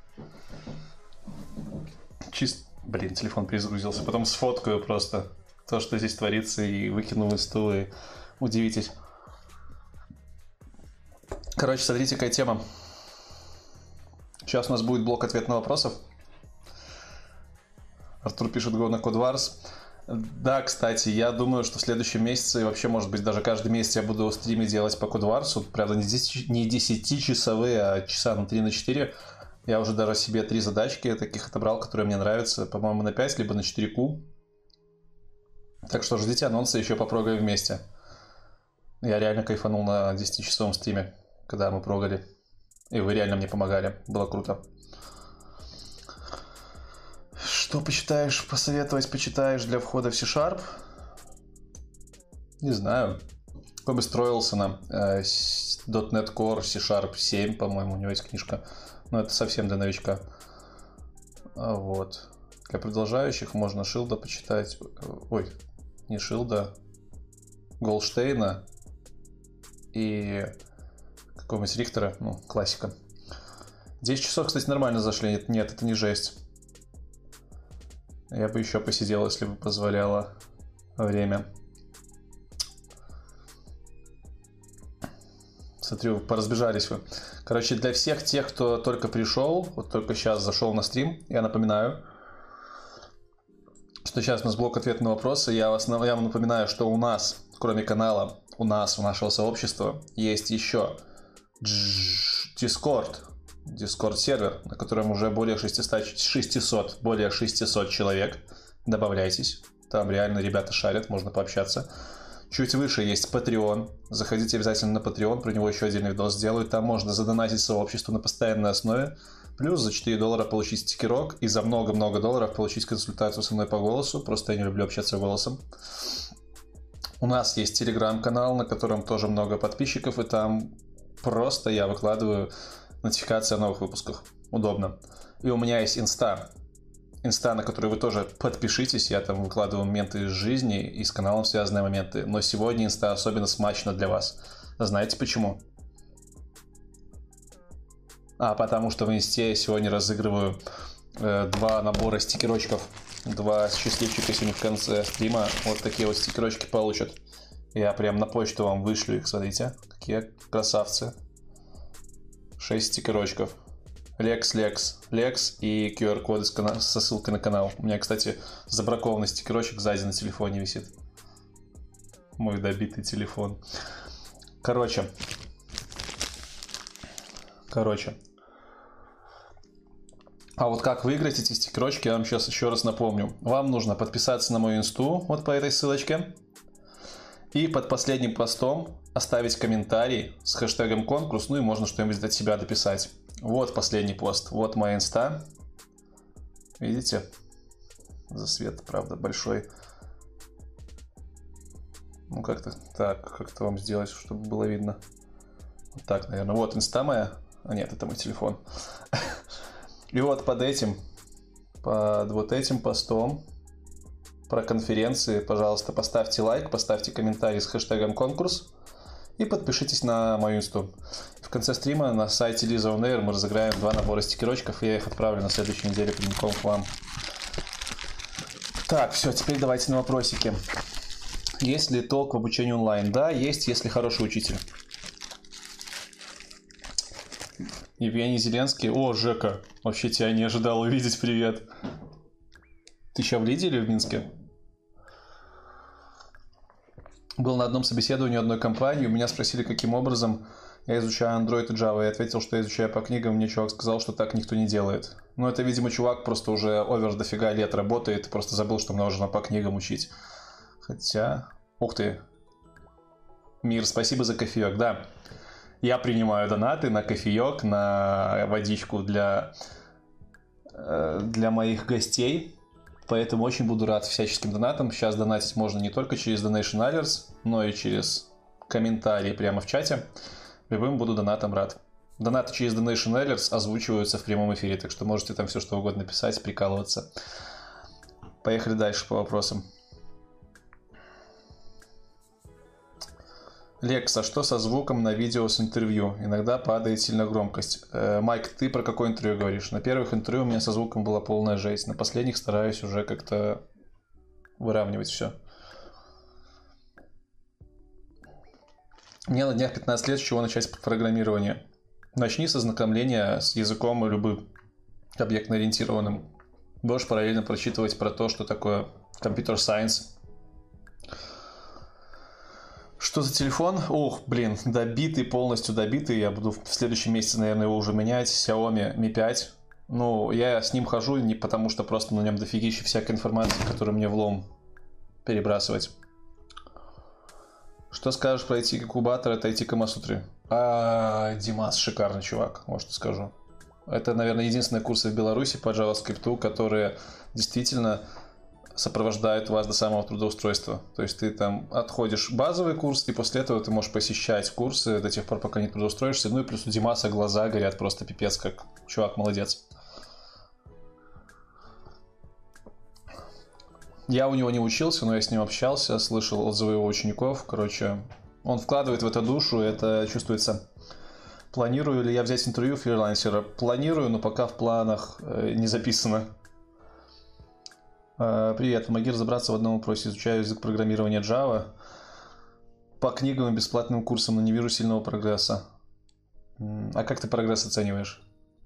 Блин, телефон перезагрузился. Потом сфоткаю просто то, что здесь творится, и выкину в инсту, и удивитесь. Короче, смотрите, какая тема. Сейчас у нас будет блок ответ на вопросов. Артур пишет Go на Code Wars. Да, кстати, я думаю, что в следующем месяце, и вообще, может быть, даже каждый месяц я буду стримы делать по Code Wars. Правда, не 10-часовые, а часа на 3-4. Я уже даже себе 3 задачки таких отобрал, которые мне нравятся. По-моему, на 5, либо на 4Q. Так что ждите анонсы, еще попрогаем вместе. Я реально кайфанул на 10-часовом стриме, когда мы прогали. И вы реально мне помогали. Было круто. Что почитаешь для входа в C-Sharp? Не знаю. Кто бы строился на .NET Core C-Sharp 7, по-моему, у него есть книжка. Но это совсем для новичка. Вот. Для продолжающих можно Шилда почитать. Ой, не Шилда. Голштейна. И какого-нибудь Рихтера. Ну, классика. 10 часов, кстати, нормально зашли. Нет, это не жесть. Я бы еще посидел, если бы позволяло время. Смотрю, поразбежались вы. Короче, для всех тех, кто только пришел, вот только сейчас зашел на стрим, я напоминаю, что сейчас у нас блок ответ на вопросы. Я вам напоминаю, что у нас, кроме канала, у нашего сообщества, есть еще Discord сервер, на котором уже более 600 человек. Добавляйтесь. Там реально ребята шарят, можно пообщаться. Чуть выше есть Patreon. Заходите обязательно на Patreon, про него еще отдельный видос сделаю. Там можно задонатить сообществу на постоянной основе. Плюс за $4 получить стикерок и за много-много долларов получить консультацию со мной по голосу. Просто я не люблю общаться голосом. У нас есть телеграм-канал, на котором тоже много подписчиков, и там просто я выкладываю нотификации о новых выпусках. Удобно. И у меня есть инста, на который вы тоже подпишитесь. Я там выкладываю моменты из жизни и с каналом связанные моменты. Но сегодня инста особенно смачно для вас. Знаете почему? Потому что в инсте я сегодня разыгрываю 2 набора стикерочков. 2 счастливчика сегодня в конце стрима. Вот такие вот стикерочки получат. Я прям на почту вам вышлю их, смотрите. Какие красавцы. 6 стикерочков. Lex и QR-коды со ссылкой на канал. У меня, кстати, забракованный стикерочек сзади на телефоне висит. Мой добитый телефон. Короче. А вот как выиграть эти стикерочки, я вам сейчас еще раз напомню. Вам нужно подписаться на мою инсту, вот по этой ссылочке. И под последним постом оставить комментарий с хэштегом конкурс, ну и можно что-нибудь от себя дописать. Вот последний пост, вот моя инста. Видите? Засвет, правда, большой. Ну как-то так, как-то вам сделать, чтобы было видно. Вот так, наверное. Вот инста моя. Нет, это мой телефон. И вот под вот этим постом про конференции, пожалуйста, поставьте лайк, поставьте комментарий с хэштегом конкурс и подпишитесь на мою инсту. В конце стрима на сайте Liza On Air мы разыграем 2 набора стикерочков, и я их отправлю на следующей неделе прямиком к вам. Так, все, теперь давайте на вопросики. Есть ли толк в обучении онлайн? Да, есть, если хороший учитель. Евгений Зеленский. О, Жека, вообще тебя не ожидал увидеть, привет. Ты сейчас в Лиде или в Минске? Был на одном собеседовании одной компании, у меня спросили, каким образом я изучаю Android и Java. Я ответил, что я изучаю по книгам, мне чувак сказал, что так никто не делает. Ну, это, видимо, чувак просто уже овер дофига лет работает, просто забыл, что мне нужно по книгам учить. Хотя... Ух ты. Мир, спасибо за кофеек, да. Я принимаю донаты на кофеек, на водичку для моих гостей. Поэтому очень буду рад всяческим донатам. Сейчас донатить можно не только через Donation Alerts, но и через комментарии прямо в чате. Любым буду донатом рад. Донаты через Donation Alerts озвучиваются в прямом эфире, так что можете там все что угодно писать, прикалываться. Поехали дальше по вопросам. Лекс, а что со звуком на видео с интервью? Иногда падает сильно громкость. Майк, ты про какое интервью говоришь? На первых интервью у меня со звуком была полная жесть. На последних стараюсь уже как-то выравнивать все. Мне на днях 15 лет, с чего начать программирование? Начни с ознакомления с языком любым объектно-ориентированным. Будешь параллельно прочитывать про то, что такое компьютер сайенс. Что за телефон? Ох, блин, добитый, полностью добитый. Я буду в следующем месяце, наверное, его уже менять. Xiaomi Mi 5. Ну, я с ним хожу не потому, что просто на нем дофигища всякой информации, которую мне влом перебрасывать. Что скажешь про IT-инкубатор? Это IT-камасутры. Димас шикарный чувак, вот что скажу. Это, наверное, единственные курсы в Беларуси по JavaScript, которые действительно сопровождают вас до самого трудоустройства. То есть ты там отходишь базовый курс, и после этого ты можешь посещать курсы до тех пор, пока не трудоустроишься. Ну и плюс у Димаса глаза горят просто пипец, как чувак молодец. Я у него не учился, но я с ним общался, слышал отзывы его учеников. Короче, он вкладывает в это душу, это чувствуется. Планирую ли я взять интервью фрилансера? Планирую, но пока в планах не записано. Привет, помоги разобраться в одном вопросе. Изучаю язык программирования Java. По книгам и бесплатным курсам, но не вижу сильного прогресса. А как ты прогресс оцениваешь?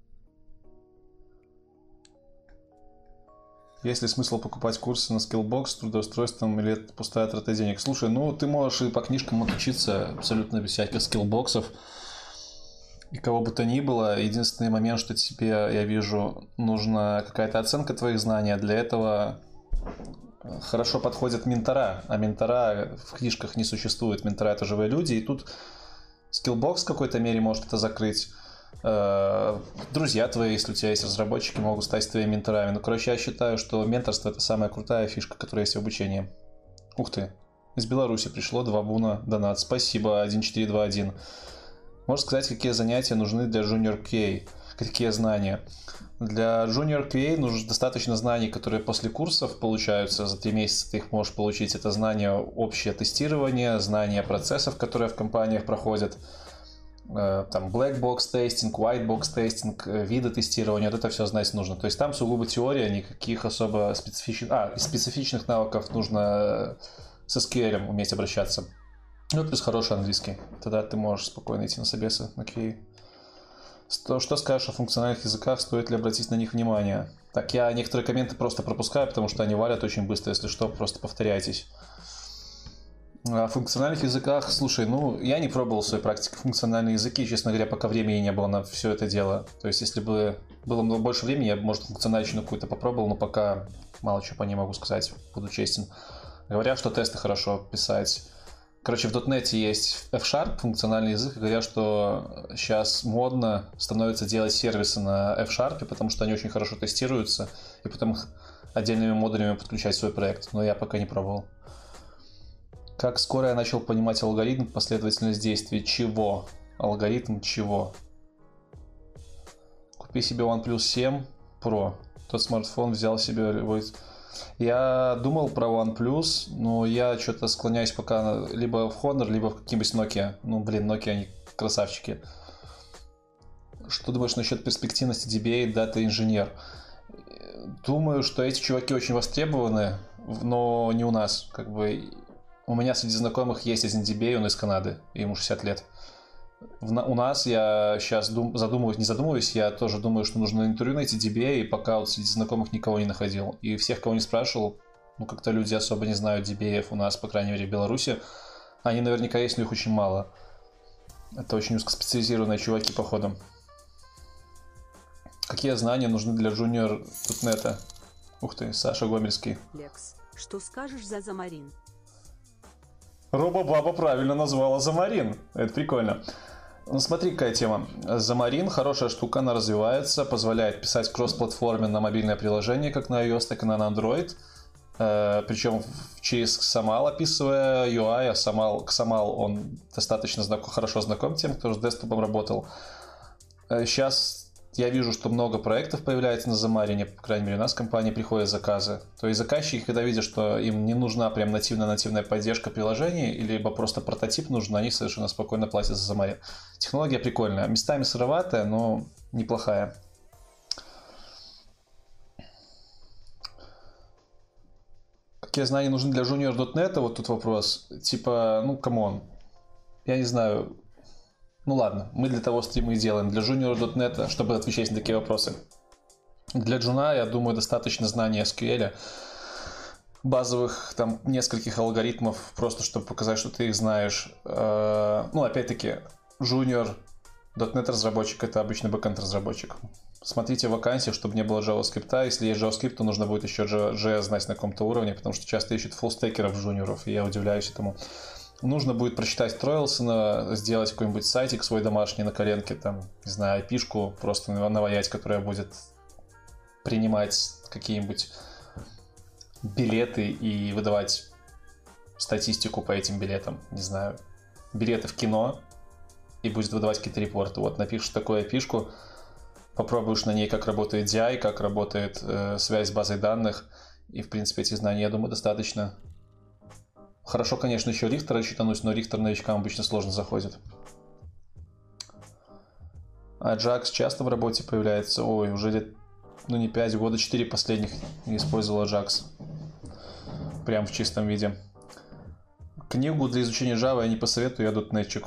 Есть ли смысл покупать курсы на Skillbox с трудоустройством или это пустая трата денег? Слушай, ну ты можешь и по книжкам отучиться абсолютно без всяких скиллбоксов. И кого бы то ни было, единственный момент, что тебе, я вижу, нужна какая-то оценка твоих знаний. Для этого хорошо подходят ментора, а ментора в книжках не существует. Ментора — это живые люди, и тут Skillbox в какой-то мере может это закрыть. Друзья твои, если у тебя есть разработчики, могут стать твоими менторами. Ну, короче, я считаю, что менторство — это самая крутая фишка, которая есть в обучении. Ух ты, из Беларуси пришло 2 буна донат. Спасибо, 1421. Можешь сказать, какие занятия нужны для Junior QA? Какие знания? Для Junior QA нужно достаточно знаний, которые после курсов получаются. За 3 месяца ты их можешь получить. Это знания общее тестирование, знания процессов, которые в компаниях проходят. Там black box тестинг, white box тестинг, виды тестирования. Вот это все знать нужно. То есть там сугубо теория, никаких особо из специфичных навыков нужно с SQL уметь обращаться. Ну, плюс хороший английский. Тогда ты можешь спокойно идти на собесы на QA. Что скажешь о функциональных языках? Стоит ли обратить на них внимание? Так, я некоторые комменты просто пропускаю, потому что они валят очень быстро. Если что, просто повторяйтесь. О функциональных языках, слушай, ну, я не пробовал в своей практике функциональные языки. Честно говоря, пока времени не было на все это дело. То есть, если бы было много больше времени, я бы, может, функциональщину какую-то попробовал, но пока мало чего по ней могу сказать, буду честен. Говорят, что тесты хорошо писать. Короче, в .NET есть F-Sharp, функциональный язык, и говорят, что сейчас модно становится делать сервисы на F-Sharp, потому что они очень хорошо тестируются, и потом их отдельными модулями подключать в свой проект. Но я пока не пробовал. Как скоро я начал понимать алгоритм, последовательность действий. Чего? Алгоритм чего? Купи себе OnePlus 7 Pro. Тот смартфон взял себе любой... Я думал про OnePlus, но я что-то склоняюсь пока либо в Honor, либо в какие-нибудь Nokia. Ну, блин, Nokia, они красавчики. Что думаешь насчет перспективности DBA Data Engineer? Думаю, что эти чуваки очень востребованы, но не у нас. Как бы у меня среди знакомых есть один DBA, он из Канады, ему 60 лет. У нас я сейчас не задумываюсь, я тоже думаю, что нужно интервью найти DBA, и пока вот среди знакомых никого не находил. И всех, кого не спрашивал, ну как-то люди особо не знают DBA у нас, по крайней мере, в Беларуси. Они наверняка есть, но их очень мало. Это очень узкоспециализированные чуваки, походу. Какие знания нужны для Junior .NET? Ух ты, Саша Гомельский. Лекс, что скажешь за Xamarin? Робобаба правильно назвала Xamarin. Это прикольно. Ну, смотри, какая тема. Xamarin хорошая штука, она развивается, позволяет писать кросс-платформе на мобильное приложение, как на iOS, так и на Android. Причем через Xamal описывая UI, а Xamal он достаточно хорошо знаком тем, кто с десктопом работал. Сейчас я вижу, что много проектов появляется на Xamarin, по крайней мере, у нас в компании приходят заказы. То есть заказчики, когда видят, что им не нужна прям нативная поддержка приложений, либо просто прототип нужен, они совершенно спокойно платят за Xamarin. Технология прикольная, местами сыроватая, но неплохая. Какие знания нужны для Junior.net? Вот тут вопрос. Типа, ну, камон. Я не знаю. Ну ладно, мы для того стримы и делаем. Для Junior.net, чтобы отвечать на такие вопросы. Для джуна, я думаю, достаточно знания SQL, базовых там нескольких алгоритмов, просто чтобы показать, что ты их знаешь. Ну, опять-таки, Junior.net разработчик — это обычно бэкэнд разработчик. Смотрите вакансии, чтобы не было JavaScript. Если есть JavaScript, то нужно будет еще JS знать на каком-то уровне, потому что часто ищут фуллстекеров джуниоров, и я удивляюсь этому. Нужно будет прочитать Троилсона, сделать какой-нибудь сайтик свой домашний на коленке, там, не знаю, IP-шку просто наваять, которая будет принимать какие-нибудь билеты и выдавать статистику по этим билетам. Не знаю, билеты в кино, и будет выдавать какие-то репорты. Вот напишешь такую IP-шку, попробуешь на ней, как работает DI, как работает связь с базой данных, и, в принципе, эти знания, я думаю, достаточно. Хорошо, конечно, еще Рихтера читануть, но Рихтер новичкам обычно сложно заходит. А Ajax часто в работе появляется. Ой, уже лет, ну не 5 года, 4 последних не использовал Ajax. Прям в чистом виде. Книгу для изучения Java я не посоветую, я дотнетчик.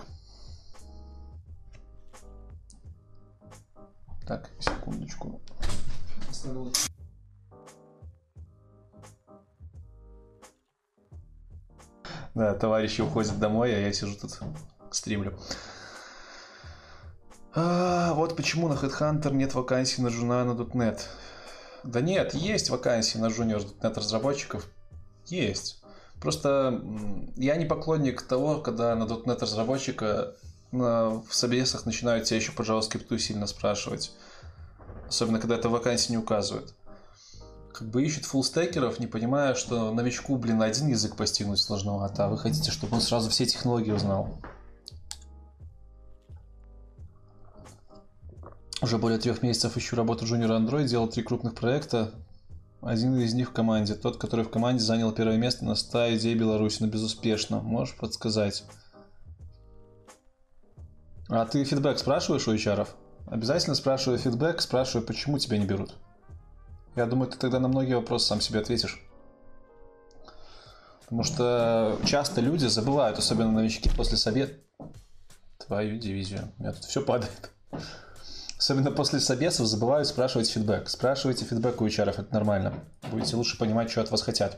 Так, секундочку. Да, товарищи уходят домой, а я сижу тут, стримлю. Вот почему на Headhunter нет вакансий на джуна на .NET. Да нет, есть вакансии на Junior.net разработчиков. Есть. Просто я не поклонник того, когда на .NET разработчика в собесах начинают тебя еще по JavaScript сильно спрашивать. Особенно, когда это вакансии не указывают. Как бы ищут фуллстекеров, не понимая, что новичку, на один язык постигнуть сложновато, а вы хотите, чтобы он сразу все технологии узнал. Уже более 3 месяцев ищу работу Junior Android, делал 3 крупных проекта. Один из них в команде. Тот, который в команде занял 1 место на 100 идей Беларуси, но безуспешно. Можешь подсказать? А ты фидбэк спрашиваешь у HR-ов? Обязательно спрашивай фидбэк, спрашивай, почему тебя не берут. Я думаю, ты тогда на многие вопросы сам себе ответишь. Потому что часто люди забывают, особенно новички, после совета... Твою дивизию. У меня тут все падает. Особенно после собесов забывают спрашивать фидбэк. Спрашивайте фидбэк у HR, это нормально. Будете лучше понимать, что от вас хотят.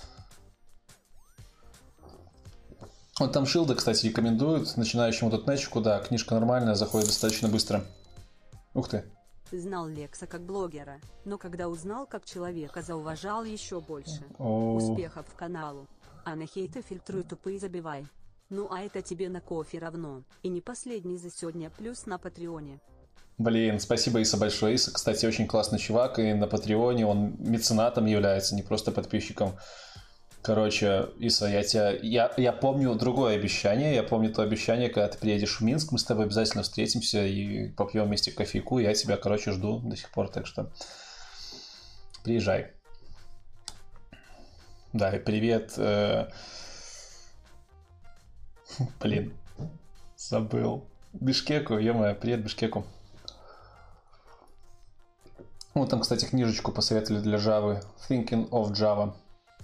Вот там Шилда, кстати, рекомендуют начинающему дотнетчику. Да, книжка нормальная, заходит достаточно быстро. Ух ты. Знал Лекса как блогера, но когда узнал как человека, зауважал еще больше. Успехов каналу. А на хейты фильтруй, тупые забивай. Ну а это тебе на кофе равно. И не последний за сегодня, плюс на Патреоне. Блин, спасибо, Иса, большое. Иса, кстати, очень классный чувак, и на Патреоне он меценатом является, не просто подписчиком. Короче, Иса, я помню другое обещание. Я помню то обещание, когда ты приедешь в Минск, мы с тобой обязательно встретимся и попьем вместе кофейку. Я тебя, короче, жду до сих пор, так что приезжай. Да, и привет. Блин, забыл. Бишкеку, ё-моё, привет Бишкеку. Вот там, кстати, книжечку посоветовали для Java. Thinking of Java.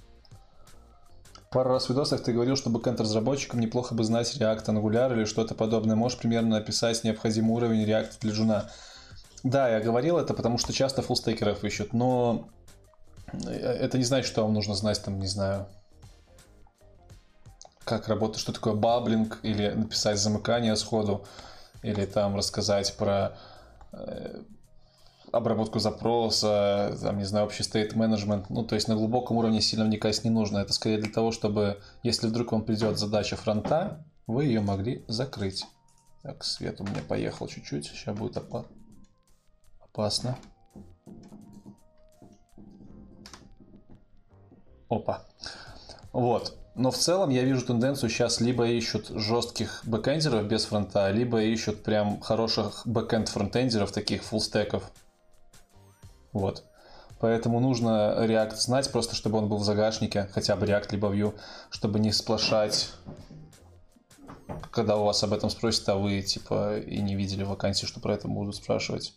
Пару раз в видосах ты говорил, что бэкэнд-разработчикам неплохо бы знать React, Angular или что-то подобное. Можешь примерно описать необходимый уровень React для джуна? Да, я говорил это, потому что часто фуллстекеров ищут, но это не значит, что вам нужно знать, там, не знаю, как работать, что такое баблинг, или написать замыкание сходу, или там рассказать про обработку запроса, там, не знаю, общий state management. Ну, то есть на глубоком уровне сильно вникать не нужно. Это скорее для того, чтобы, если вдруг вам придет задача фронта, вы ее могли закрыть. Так, свет у меня поехал чуть-чуть. Сейчас будет опасно. Опа. Вот. Но в целом я вижу тенденцию, сейчас либо ищут жестких бэкэндеров без фронта, либо ищут прям хороших бэкэнд-фронтендеров, таких фуллстеков. Вот. Поэтому нужно React знать, просто чтобы он был в загашнике, хотя бы React либо Vue, чтобы не сплошать, когда у вас об этом спросят, а вы типа и не видели вакансии, что про это будут спрашивать.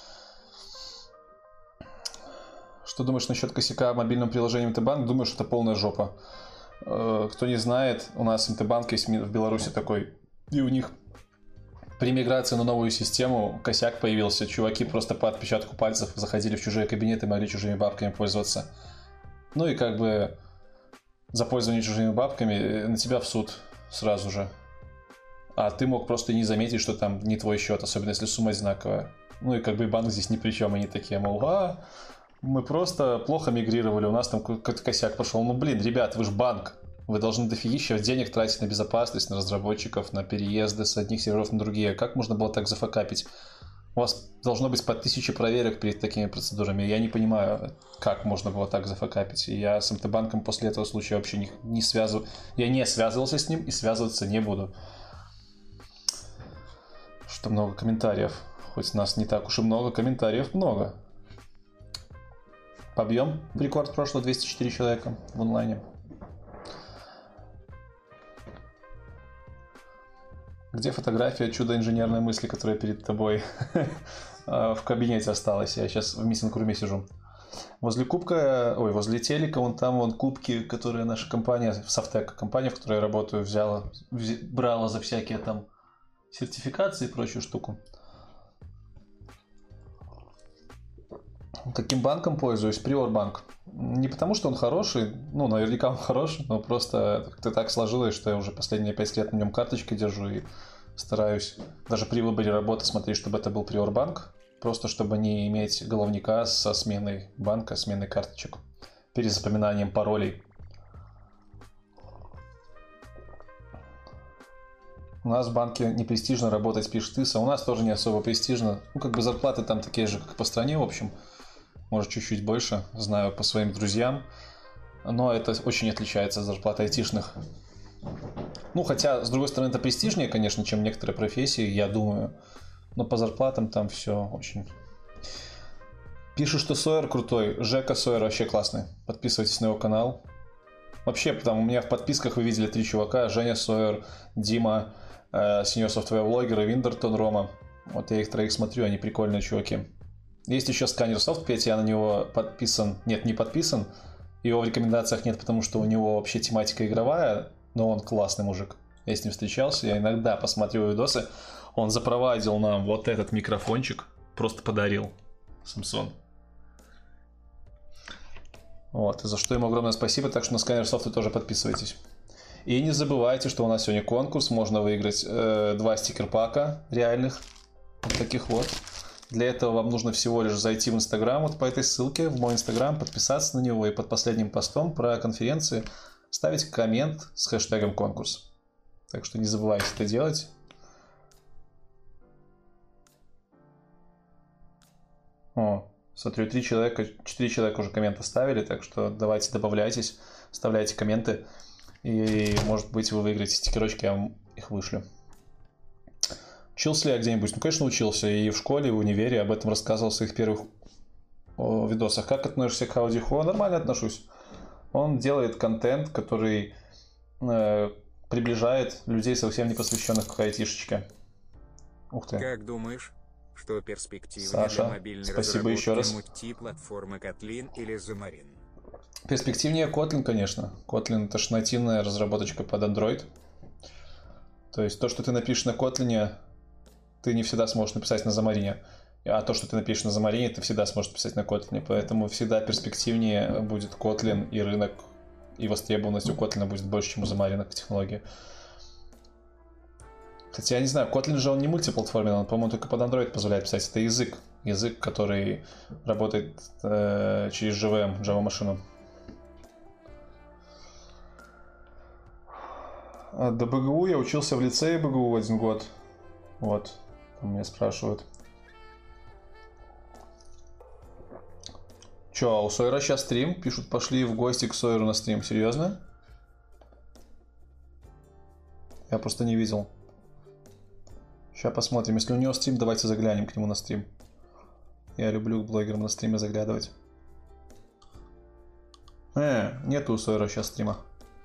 Что думаешь насчет косяка мобильным приложением МТ-банк? Думаю, что это полная жопа. Кто не знает, у нас МТ-банк есть в Беларуси такой, и у них при миграции на новую систему косяк появился. Чуваки просто по отпечатку пальцев заходили в чужие кабинеты и могли чужими бабками пользоваться. Ну и как бы за пользование чужими бабками на тебя в суд сразу же. А ты мог просто не заметить, что там не твой счет, особенно если сумма одинаковая. Ну и как бы банк здесь ни при чем, они такие, мол, мы просто плохо мигрировали, у нас там какой-то косяк пошел. Ну блин, ребят, вы же банк. Вы должны дофигища денег тратить на безопасность, на разработчиков, на переезды с одних серверов на другие. Как можно было так зафакапить? У вас должно быть по 1000 проверок перед такими процедурами. Я не понимаю, как можно было так зафакапить. И я с МТ-банком после этого случая вообще не связываю. Я не связывался с ним и связываться не буду. Что много комментариев. Хоть нас не так уж и много, комментариев много. Побьем рекорд прошлого, 204 человека в онлайне. Где фотография чудо инженерной мысли, которая перед тобой в кабинете осталась? Я сейчас в миссинг-руме сижу. Возле возле телека, вон кубки, которые наша компания, Софтек, компания, в которой я работаю, брала за всякие там сертификации и прочую штуку. Таким банком пользуюсь, Приорбанк. Не потому, что он хороший, ну, наверняка он хороший, но просто как-то так сложилось, что я уже последние 5 лет на нем карточки держу и стараюсь даже при выборе работы смотреть, чтобы это был Приорбанк, просто чтобы не иметь головника со сменой банка, сменой карточек, перезапоминанием паролей. У нас в банке не престижно работать, пишет Иса, у нас тоже не особо престижно. Ну, как бы зарплаты там такие же, как по стране, в общем. Может, чуть-чуть больше, знаю по своим друзьям. Но это очень отличается от зарплат айтишных. Ну, хотя, с другой стороны, это престижнее, конечно, чем некоторые профессии, я думаю. Но по зарплатам там все очень... Пишут, что Сойер крутой. Жека Сойер вообще классный. Подписывайтесь на его канал. Вообще, там у меня в подписках вы видели 3 чувака. Женя Сойер, Дима, Senior Software Blogger и Виндертон Рома. Вот я их 3 смотрю, они прикольные чуваки. Есть еще Сканер Софт 5, я на него подписан. Нет, не подписан. Его в рекомендациях нет, потому что у него вообще тематика игровая, но он классный мужик. Я с ним встречался, я иногда посмотрю видосы. Он запровадил нам вот этот микрофончик, просто подарил. Самсон. Вот, за что ему огромное спасибо, так что на Сканер Софт вы тоже подписывайтесь. И не забывайте, что у нас сегодня конкурс, можно выиграть 2 стикер-пака реальных, вот таких вот. Для этого вам нужно всего лишь зайти в Инстаграм, вот по этой ссылке, в мой Инстаграм, подписаться на него и под последним постом про конференции ставить коммент с хэштегом конкурс. Так что не забывайте это делать. О, смотрю, 4 человека уже комменты ставили, так что давайте добавляйтесь, оставляйте комменты, и может быть вы выиграете стикерочки, я вам их вышлю. Учился ли я где-нибудь? Ну, конечно, учился. И в школе, и в универе об этом рассказывал в своих первых видосах. Как относишься к Хаудихо? Нормально отношусь. Он делает контент, который приближает людей, совсем не посвященных к айтишечке. Ух ты. Как думаешь, что перспективнее Саша, для мобильной спасибо еще раз. мультиплатформы Kotlin или Xamarin? Перспективнее Kotlin, конечно. Kotlin — это ж нативная разработочка под Android. То есть то, что ты напишешь на Kotlin, ты не всегда сможешь написать на Xamarin. А то, что ты напишешь на Xamarin, ты всегда сможешь написать на Kotlin. Поэтому всегда перспективнее будет Kotlin, и рынок, и востребованность у Kotlin будет больше, чем у Xamarin как технологии. Хотя я не знаю, Kotlin же он не мультиплатформенный, он, по-моему, только под Android позволяет писать. Это язык, который работает через JVM, Java-машину. До БГУ я учился в лицее БГУ 1 год. Вот, там меня спрашивают. Че, у Сойера сейчас стрим? Пишут, пошли в гости к Сойеру на стрим. Серьезно? Я просто не видел. Сейчас посмотрим. Если у него стрим, давайте заглянем к нему на стрим. Я люблю к блогерам на стриме заглядывать. Нету у Сойера сейчас стрима.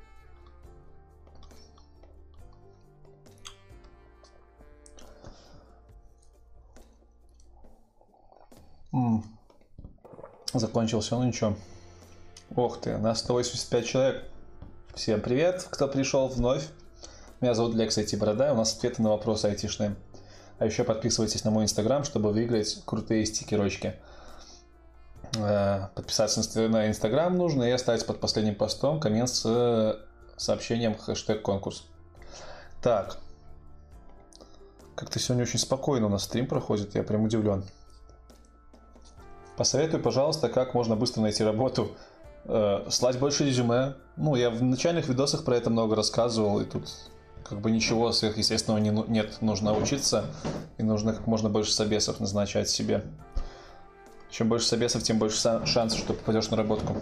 Закончился, ну ничего. Ох ты, нас 185 человек. Всем привет, кто пришел вновь. Меня зовут Лекс IT-борода, у нас ответы на вопросы айтишные. А еще подписывайтесь на мой инстаграм, чтобы выиграть крутые стикерочки. Подписаться на инстаграм нужно и оставить под последним постом коммент с сообщением хэштег конкурс. Так. Как-то сегодня очень спокойно у нас стрим проходит, я прям удивлен. Посоветуй, пожалуйста, как можно быстро найти работу. Слать больше резюме. Ну, я в начальных видосах про это много рассказывал, и тут как бы ничего сверхъестественного нет. Нужно учиться, и нужно как можно больше собесов назначать себе. Чем больше собесов, тем больше шансов, что попадешь на работку.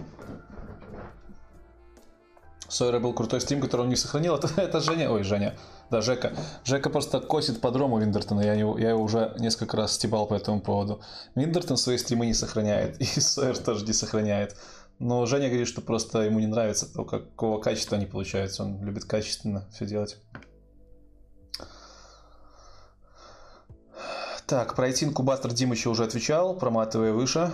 Сойера был крутой стрим, который он не сохранил. Это Женя. Ой, Женя. Да, Жека. Жека просто косит под Рому Виндертона. Я его уже несколько раз стебал по этому поводу. Виндертон свои стримы не сохраняет. И Сойер тоже не сохраняет. Но Женя говорит, что просто ему не нравится то, какого качества они получаются. Он любит качественно все делать. Так, про IT-инкубатор Димыча уже отвечал. Проматывая выше.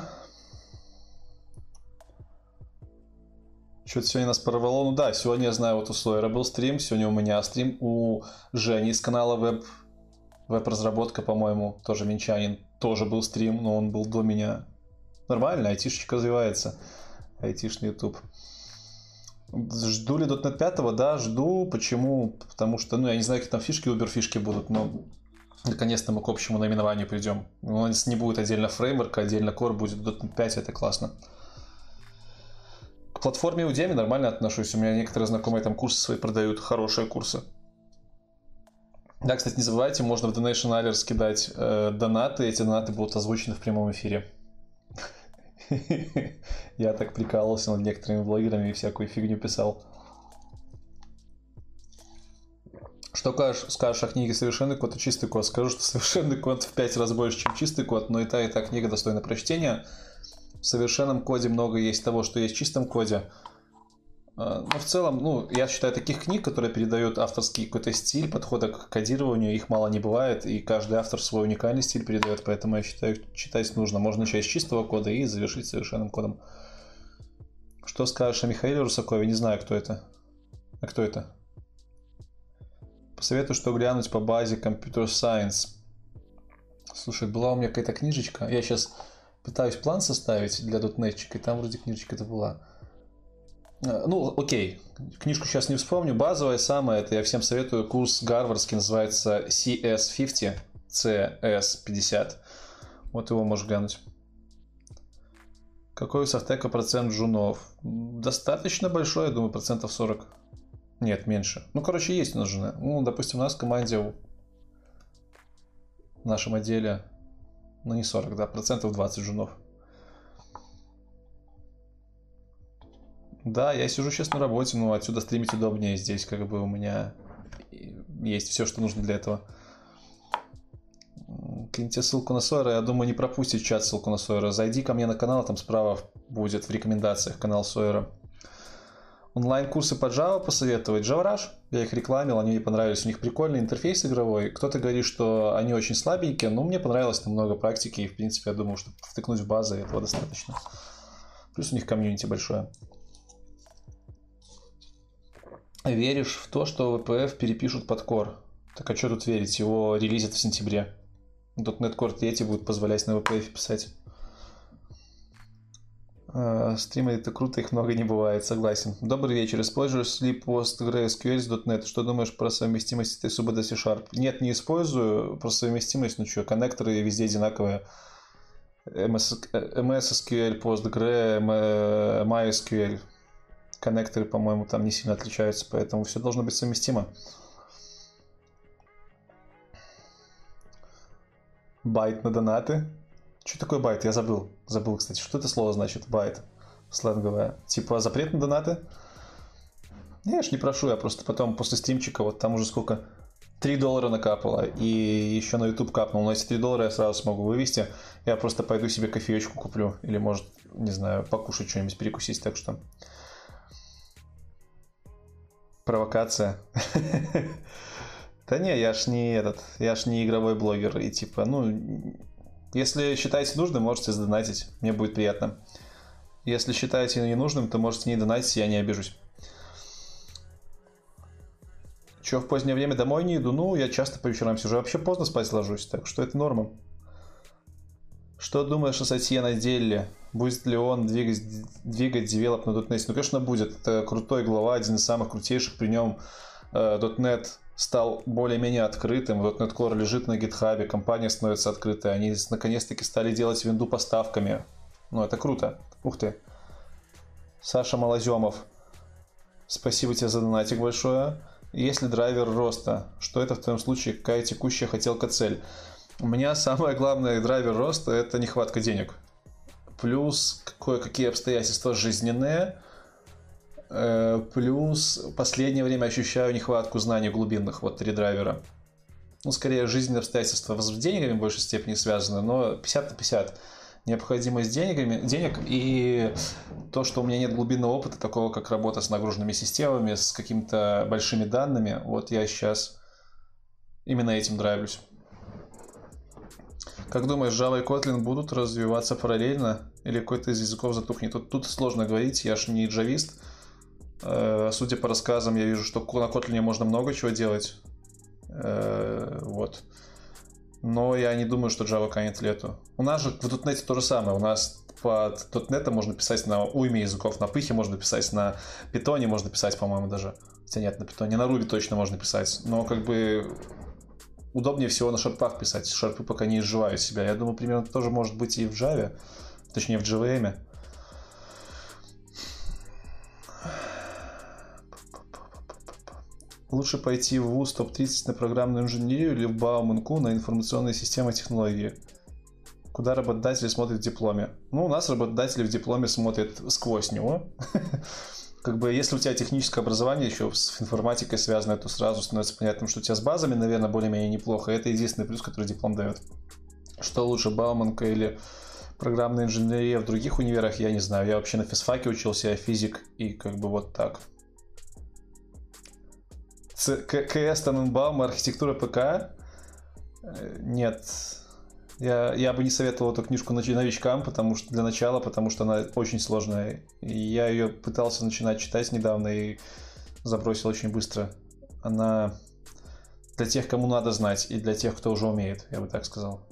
Что-то сегодня нас порвало. Ну да, сегодня, я знаю, вот у Сойера был стрим, сегодня у меня стрим, у Жени из канала веб-разработка, по-моему, тоже минчанин, тоже был стрим, но он был до меня. Нормально, айтишечка развивается. Айтишный YouTube. Жду ли .NET 5? Да, жду. Почему? Потому что, ну, я не знаю, какие там фишки, убер-фишки будут, но наконец-то мы к общему наименованию придем. У нас не будет отдельно фреймворка, отдельно core, будет .NET 5, это классно. К платформе Udemy нормально отношусь. У меня некоторые знакомые там курсы свои продают, хорошие курсы. Да, кстати, не забывайте, можно в Donation Alerts кидать донаты. Эти донаты будут озвучены в прямом эфире. Я так прикалывался над некоторыми блогерами и всякую фигню писал. Что скажешь о книге «Совершенный код» и «Чистый код»? Скажу, что «Совершенный код» в 5 раз больше, чем «Чистый код», но и та книга достойна прочтения. В совершенном коде много есть того, что есть в чистом коде. Но в целом, ну, я считаю, таких книг, которые передают авторский какой-то стиль подхода к кодированию, их мало не бывает, и каждый автор свой уникальный стиль передает, поэтому я считаю, читать нужно. Можно начать с чистого кода и завершить совершенным кодом. Что скажешь о Михаиле Русакове? Не знаю, кто это. А кто это? Посоветую, что глянуть по базе Computer Science. Слушай, была у меня какая-то книжечка. Я сейчас пытаюсь план составить для дотнетчика, и там вроде книжечка-то была. Ну, окей. Книжку сейчас не вспомню. Базовая самая, это я всем советую. Курс гарвардский, называется CS50. CS50. Вот его можешь глянуть. Какой у Софтека процент джунов? Достаточно большой, я думаю, 40%. Нет, меньше. Ну, короче, есть у нас жены. Ну, допустим, у нас в команде, в нашем отделе, ну, не 40, да, 20% джунов. Да, я сижу сейчас на работе, но отсюда стримить удобнее. Здесь как бы у меня есть все, что нужно для этого. Киньте ссылку на Сойера. Я думаю, не пропустить в чат ссылку на Сойера. Зайди ко мне на канал, там справа будет в рекомендациях канал Сойера. Онлайн-курсы по Java посоветовать. JavaRush, я их рекламил, они мне понравились. У них прикольный интерфейс игровой. Кто-то говорит, что они очень слабенькие, но мне понравилось там много практики. И, в принципе, я думаю, что втыкнуть в базы этого достаточно. Плюс у них комьюнити большое. Веришь в то, что WPF перепишут под Core? Так а что тут верить? Его релизят в сентябре. .NET Core 3 будет позволять на WPF писать. Стримы это круто, их много не бывает, согласен. Добрый вечер. Используешь ли PostgreSQL с .NET? Что думаешь про совместимость этой субботы C#? Нет, не использую. Про совместимость, ну что, коннекторы везде одинаковые. MS SQL, Postgre, MySQL. Коннекторы, по-моему, там не сильно отличаются, поэтому все должно быть совместимо. Байт на донаты. Что такое байт? Я забыл. Забыл, кстати. Что это слово значит? Байт. Сленговое. Типа запрет на донаты? Я ж не прошу, я просто потом после стримчика, вот там уже сколько... $3 накапало, и еще на YouTube капнул. Но эти $3 я сразу смогу вывести. Я просто пойду себе кофеечку куплю. Или, может, не знаю, покушать что-нибудь, перекусить. Так что... Провокация. Да не, я ж не игровой блогер. И типа, если считаете нужным, можете задонатить. Мне будет приятно. Если считаете ненужным, то можете не донатить, я не обижусь. Че, в позднее время домой не иду? Я часто по вечерам сижу. Вообще поздно спать ложусь, так что это норма. Что думаешь о статье на деле? Будет ли он двигать девелоп на .NET? Конечно, будет. Это крутой глава, один из самых крутейших. При нем .NET стал более-менее открытым. .NET Core лежит на GitHub, компания становится открытой. Они наконец-таки стали делать винду поставками. Это круто. Ух ты. Саша Малоземов. Спасибо тебе за донатик большое. Есть ли драйвер роста? Что это в твоем случае? Какая текущая хотелка-цель? У меня самое главное драйвер роста – это нехватка денег. Плюс кое-какие обстоятельства жизненные. Плюс в последнее время ощущаю нехватку знаний глубинных. Вот 3 драйвера. Скорее, жизненные обстоятельства с деньгами в большей степени связаны, но 50 на 50. Необходимость денег и то, что у меня нет глубинного опыта, такого как работа с нагруженными системами, с какими-то большими данными. Вот я сейчас именно этим драйвлюсь. Как думаешь, Java и Kotlin будут развиваться параллельно или какой-то из языков затухнет? Тут сложно говорить, я ж не джавист. Судя по рассказам, я вижу, что на Kotlin можно много чего делать. Вот. Но я не думаю, что Java канет лету. У нас же в .NET то же самое. У нас под .NET можно писать на уйме языков. На Python можно писать, на Python можно писать, по-моему, даже. Хотя нет, на Python, на Ruby точно можно писать. Но удобнее всего на шарпах писать. Шарпы пока не изживают себя. Я думаю, примерно тоже может быть и в Java. Точнее, в JVM. Лучше пойти в ВУЗ топ-30 на программную инженерию или в Бауманку на информационные системы и технологии? Куда работодатели смотрят в дипломе? У нас работодатели в дипломе смотрят сквозь него. Если у тебя техническое образование еще с информатикой связанное, то сразу становится понятным, что у тебя с базами, наверное, более-менее неплохо. Это единственный плюс, который диплом дает. Что лучше, Бауманка или программная инженерия в других универах, я не знаю. Я вообще на физфаке учился, я физик, и вот так. КС Таненбаум, архитектура ПК? Нет. Я бы не советовал эту книжку новичкам, потому что она очень сложная. И я ее пытался начинать читать недавно и забросил очень быстро. Она для тех, кому надо знать, и для тех, кто уже умеет, я бы так сказал.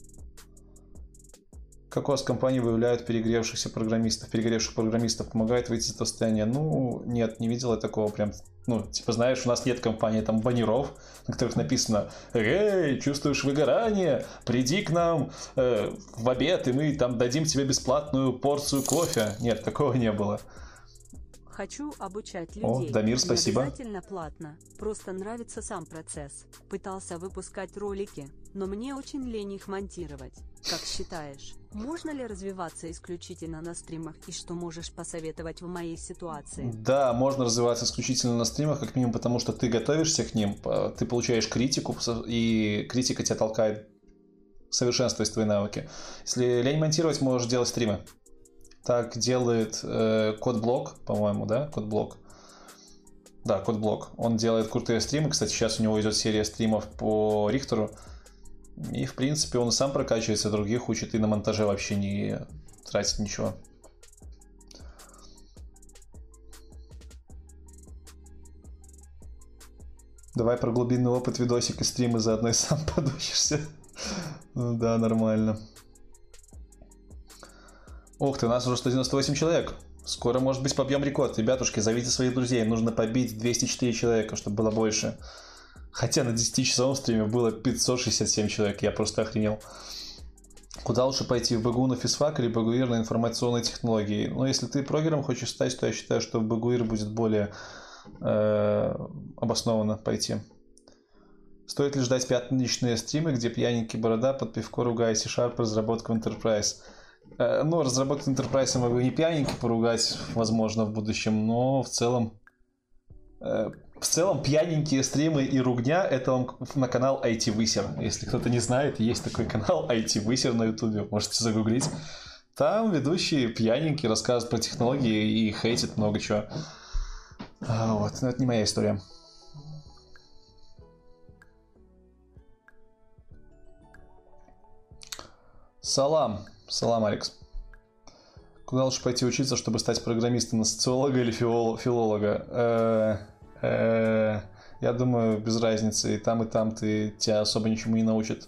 Как у вас компании выявляют перегревших программистов? Помогает выйти из этого состояния? Нет, не видел я такого прям. Знаешь, у нас нет компаний, там, баннеров, на которых написано: «Эй, чувствуешь выгорание? Приди к нам в обед, и мы там дадим тебе бесплатную порцию кофе». Нет, такого не было. Хочу обучать людей. Дамир, спасибо. Не обязательно платно, просто нравится сам процесс. Пытался выпускать ролики, но мне очень лень их монтировать. Как считаешь, можно ли развиваться исключительно на стримах, и что можешь посоветовать в моей ситуации? Да, можно развиваться исключительно на стримах, как минимум потому, что ты готовишься к ним, ты получаешь критику, и критика тебя толкает совершенствовать твои навыки. Если лень монтировать, можешь делать стримы. Так делает Кодблок, по-моему, да? Кодблок. Да, Кодблок. Он делает крутые стримы. Кстати, сейчас у него идет серия стримов по Рихтеру. И, в принципе, он и сам прокачивается, других учит, и на монтаже вообще не тратит ничего. Давай про глубинный опыт, видосик и стримы, заодно и сам подучишься. Да, нормально. Ух ты, у нас уже 198 человек. Скоро, может быть, побьем рекорд. Ребятушки, зовите своих друзей. Нужно побить 204 человека, чтобы было больше. Хотя на 10-часовом стриме было 567 человек. Я просто охренел. Куда лучше пойти? В БГУ на физфак или БГУИР на информационные технологии? Если ты прогером хочешь стать, то я считаю, что в БГУИР будет более обоснованно пойти. Стоит ли ждать пятничные стримы, где пьяненький борода под пивко ругает C# разработку Enterprise? Разработку Enterprise я могу не пьяненько поругать, возможно, в будущем, но в целом В целом, пьяненькие стримы и ругня — это он на канал IT-Высер. Если кто-то не знает, есть такой канал IT-Высер на ютубе, можете загуглить. Там ведущие пьяненькие рассказывают про технологии и хейтят много чего. Вот, но это не моя история. Салам, Алекс. Куда лучше пойти учиться, чтобы стать программистом? На социолога или филолога? Я думаю, без разницы. И там тебя особо ничему не научат.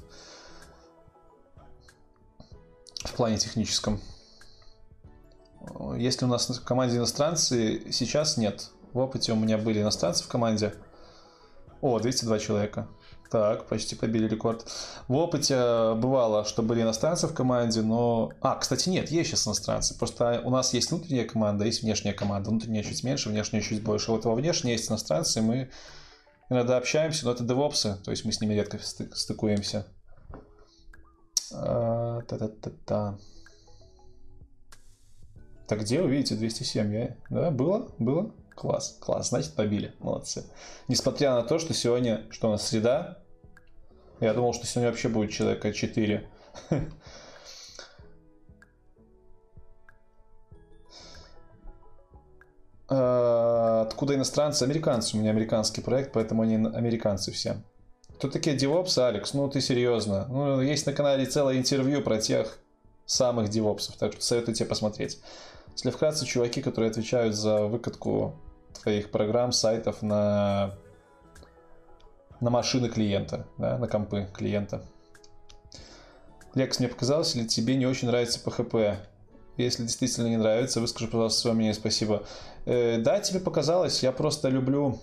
В плане техническом. Если у нас в команде иностранцы, сейчас нет. В опыте у меня были иностранцы в команде. 202 человека. Так, почти побили рекорд. В опыте бывало, что были иностранцы в команде, но... кстати, нет, есть сейчас иностранцы. Просто у нас есть внутренняя команда, есть внешняя команда. Внутренняя чуть меньше, внешняя чуть больше. Вот во внешней есть иностранцы, мы иногда общаемся, но это девопсы, то есть мы с ними редко стыкуемся. Так, где вы видите 207? Да, было? Класс, значит побили, молодцы. Несмотря на то, что сегодня, что у нас среда, я думал, что сегодня вообще будет человека 4. Откуда иностранцы? Американцы. У меня американский проект, поэтому они американцы все. Кто такие девопсы, Алекс? Ну ты серьезно. Есть на канале целое интервью про тех самых девопсов, так что советую тебе посмотреть. Если вкратце, чуваки, которые отвечают за выкатку твоих программ, сайтов на машины клиента, да, на компы клиента. Лекс, мне показалось, или тебе не очень нравится PHP? Если действительно не нравится, выскажи, пожалуйста, свое мнение, спасибо. Да, тебе показалось, я просто люблю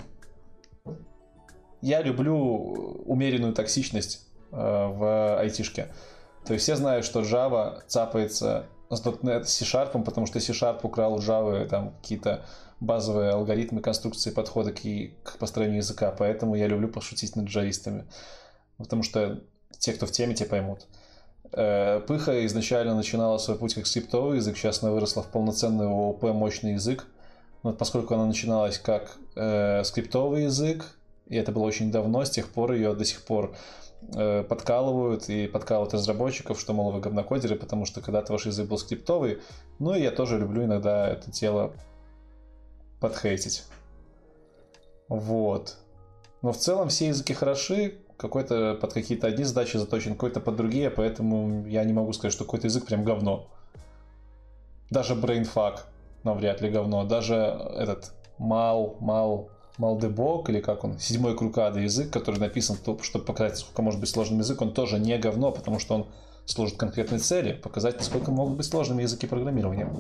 умеренную токсичность в айтишке. То есть все знают, что Java цапается с .NET C-Sharp, потому что C-Sharp украл у Java там какие-то базовые алгоритмы, конструкции, подхода к построению языка. Поэтому я люблю пошутить над джавистами. Потому что те, кто в теме, те поймут. Пыха изначально начинала свой путь как скриптовый язык, сейчас она выросла в полноценный ООП мощный язык. Но поскольку она начиналась как скриптовый язык, и это было очень давно, с тех пор ее до сих пор подкалывают разработчиков, что, мол, вы говнокодеры, потому что когда-то ваш язык был скриптовый. Ну и я тоже люблю иногда это дело подхейтить. Вот. Но в целом все языки хороши, какой-то под какие-то одни задачи заточен, какой-то под другие, поэтому я не могу сказать, что какой-то язык прям говно. Даже BrainFuck навряд ли говно. Даже этот Мaldebok, или как он, 7-й Крукада язык, который написан, чтобы показать, насколько может быть сложным язык, он тоже не говно, потому что он служит конкретной цели, показать, насколько могут быть сложными языки программирования.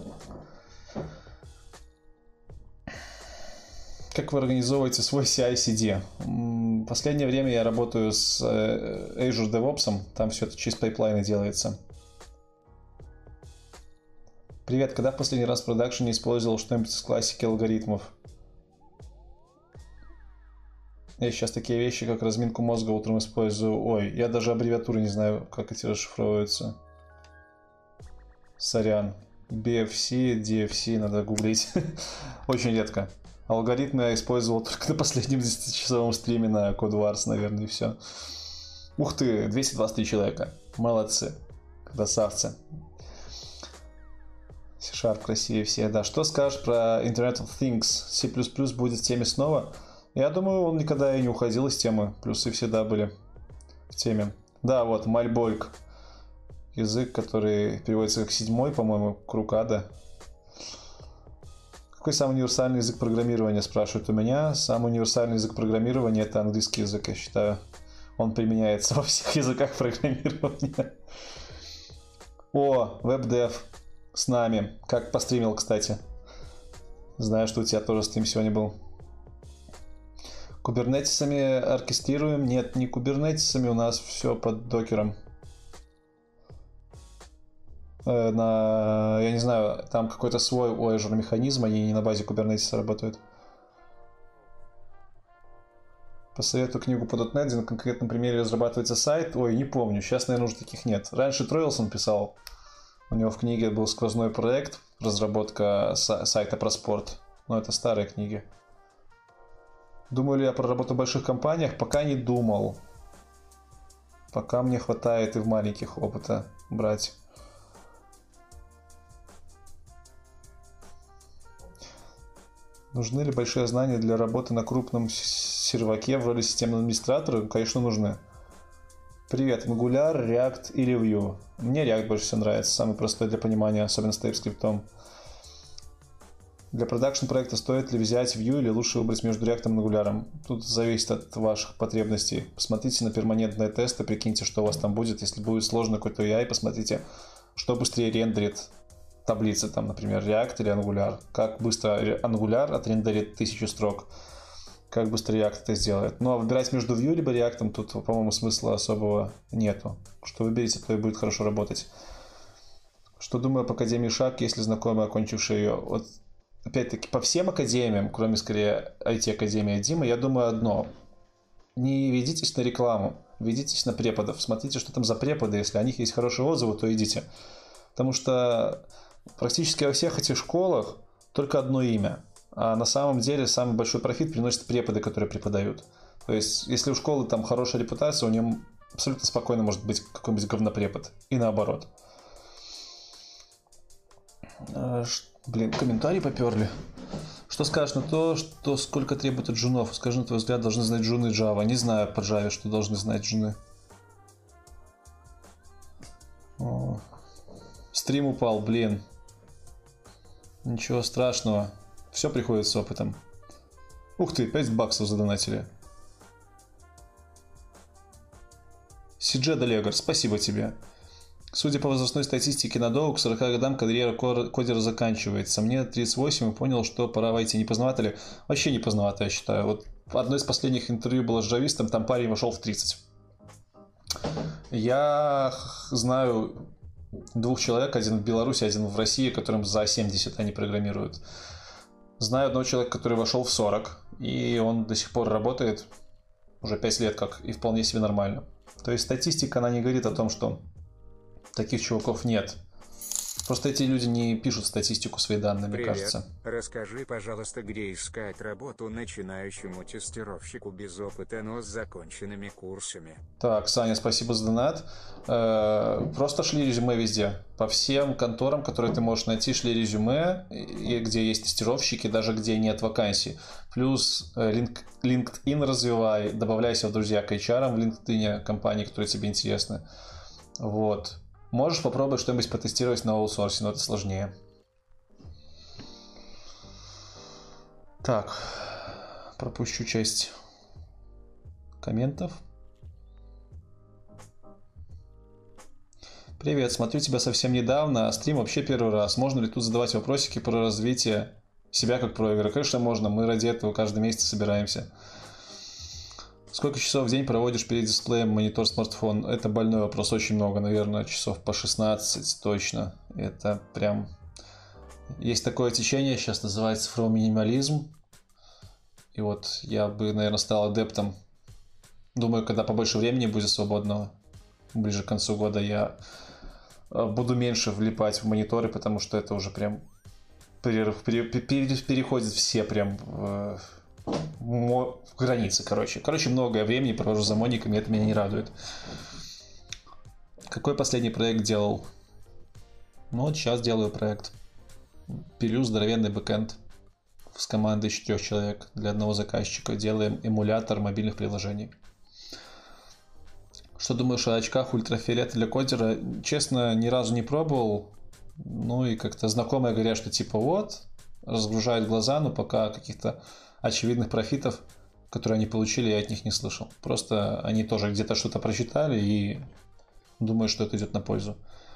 Как вы организовываете свой CI/CD? В последнее время я работаю с Azure DevOps, там все это через пайплайны делается. Привет, когда в последний раз в продакшене использовал что-нибудь из классики алгоритмов? Я сейчас такие вещи, как разминку мозга утром использую. Ой, я даже аббревиатуры не знаю, как эти расшифровываются. Сорян. BFC, DFC, надо гуглить. Очень редко. Алгоритмы я использовал только на последнем 10-часовом стриме на Code Wars, наверное, и все. Ух ты, 223 человека. Молодцы. Красавцы. C-Sharp красивее все. Да, что скажешь про Internet of Things? C++ будет в теме снова? Я думаю, он никогда и не уходил из темы. Плюсы всегда были в теме. Да, вот, Мальбольк. Язык, который переводится как 7-й, по-моему, Крукада. Какой самый универсальный язык программирования, спрашивают у меня. Самый универсальный язык программирования — это английский язык, я считаю. Он применяется во всех языках программирования. О, WebDev с нами. Как постримил, кстати. Знаю, что у тебя тоже стрим сегодня был. Кубернетисами оркестрируем? Нет, не кубернетисами, у нас все под докером. Я не знаю, там какой-то свой у Azure механизм, они не на базе Kubernetes работают. Посоветую книгу по .NET, где на конкретном примере разрабатывается сайт. Ой, не помню, сейчас, наверное, уже таких нет. Раньше Троилсон писал, у него в книге был сквозной проект, разработка сайта про спорт. Но это старые книги. Думаю ли я про работу в больших компаниях? Пока не думал. Пока мне хватает и в маленьких опыта брать. Нужны ли большие знания для работы на крупном серваке в роли системного администратора? Конечно, нужны. Привет, Angular, React или Vue? Мне React больше всего нравится, самый простой для понимания, особенно с TypeScript. Для продакшн проекта стоит ли взять Vue или лучше выбрать между React и Angular? Тут зависит от ваших потребностей. Посмотрите на перманентные тесты, прикиньте, что у вас там будет. Если будет сложный какой-то UI, посмотрите, что быстрее рендерит таблицы, там, например, React или Angular. Как быстро Angular отрендерит 1000 строк, как быстро React это сделает. Ну а выбирать между Vue либо React тут, по-моему, смысла особого нету. Что выберете, то и будет хорошо работать. Что думаю об Академии Шаг, если знакомые, окончившие ее? Вот, опять-таки, по всем академиям, кроме, скорее, IT-академии Дима, я думаю одно. Не ведитесь на рекламу, ведитесь на преподов. Смотрите, что там за преподы. Если о них есть хорошие отзывы, то идите. Потому что практически во всех этих школах только одно имя. А на самом деле самый большой профит приносят преподы, которые преподают. То есть, если у школы там хорошая репутация, у нее абсолютно спокойно может быть какой-нибудь говнопрепод. И наоборот. Блин, комментарии поперли. Что скажешь на то, что сколько требует от джунов? Скажи, на твой взгляд, должны знать джуны Java. Не знаю по Java, что должны знать джуны. Стрим упал, блин. Ничего страшного. Все приходит с опытом. Ух ты, 5 баксов задонатили. Сиджи Далегор, спасибо тебе. Судя по возрастной статистике на Доу, к 40 годам карьера кодера заканчивается. Мне 38 и понял, что пора войти. Не поздновато ли? Вообще не поздновато, я считаю. Вот одно из последних интервью было с джавистом, там парень вошел в 30. Я знаю 2 человек, один в Беларуси, один в России, которым за 70 они программируют. Знаю одного человека, который вошел в 40, и он до сих пор работает уже 5 лет как, и вполне себе нормально. То есть статистика, она не говорит о том, что таких чуваков нет. Просто эти люди не пишут статистику свои данные, мне кажется. Расскажи, пожалуйста, где искать работу начинающему тестировщику без опыта, но с законченными курсами. Так, Саня, спасибо за донат. Просто шли резюме везде. По всем конторам, которые ты можешь найти, шли резюме, и где есть тестировщики, даже где нет вакансий. Плюс LinkedIn развивай, добавляйся в друзья к HR в LinkedIn компании, которые тебе интересны. Вот. Можешь попробовать что-нибудь потестировать на аутсорсе, но это сложнее. Так, пропущу часть комментов. Привет, смотрю тебя совсем недавно, а стрим вообще первый раз. Можно ли тут задавать вопросики про развитие себя как проигрыша? Конечно, можно, мы ради этого каждый месяц собираемся. Сколько часов в день проводишь перед дисплеем монитор смартфон? Это больной вопрос, очень много, наверное, часов по 16 точно. Это прям... Есть такое течение, сейчас называется цифровой минимализм. И вот я бы, наверное, стал адептом. Думаю, когда побольше времени будет свободного, ближе к концу года, я буду меньше влипать в мониторы, потому что это уже прям переходит все прям... границы, короче. Многое времени провожу за мониками, это меня не радует. Какой последний проект делал? Ну, вот сейчас делаю проект. Пилю здоровенный бэкэнд с командой 4 человек для одного заказчика. Делаем эмулятор мобильных приложений. Что думаешь о очках ультрафиолета для кодера? Честно, ни разу не пробовал. Ну и как-то знакомые говорят, что типа вот, разгружают глаза, но пока каких-то очевидных профитов, которые они получили, я от них не слышал. Просто они тоже где-то что-то прочитали и думают, что это идет на пользу.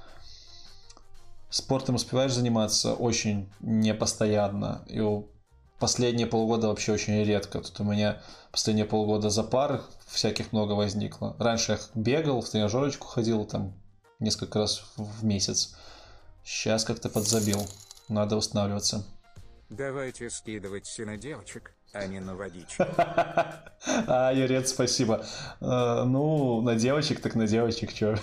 Спортом успеваешь заниматься? Очень непостоянно. И последние полгода вообще очень редко. Тут у меня последние полгода запар всяких много возникло. Раньше я бегал, в тренажерочку ходил там несколько раз в месяц. Сейчас как-то подзабил. Надо восстанавливаться. Давайте скидывать все на девочек, а не на водичку. Юрец, спасибо. Ну, на девочек, так на девочек, чё.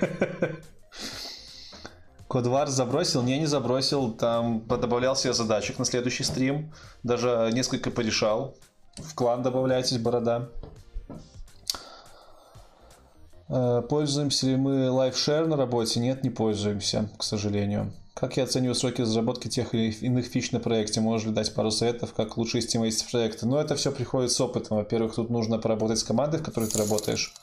Кодвар забросил? Не забросил. Там добавлял себе задачек на следующий стрим. Даже несколько порешал. В клан добавляйтесь, борода. Пользуемся ли мы LiveShare на работе? Нет, не пользуемся, к сожалению. Как я оцениваю сроки разработки тех или иных фич на проекте? Можешь ли дать пару советов, как лучше эстимировать проекты? Но это все приходит с опытом. Во-первых, тут нужно поработать с командой, в которой ты работаешь.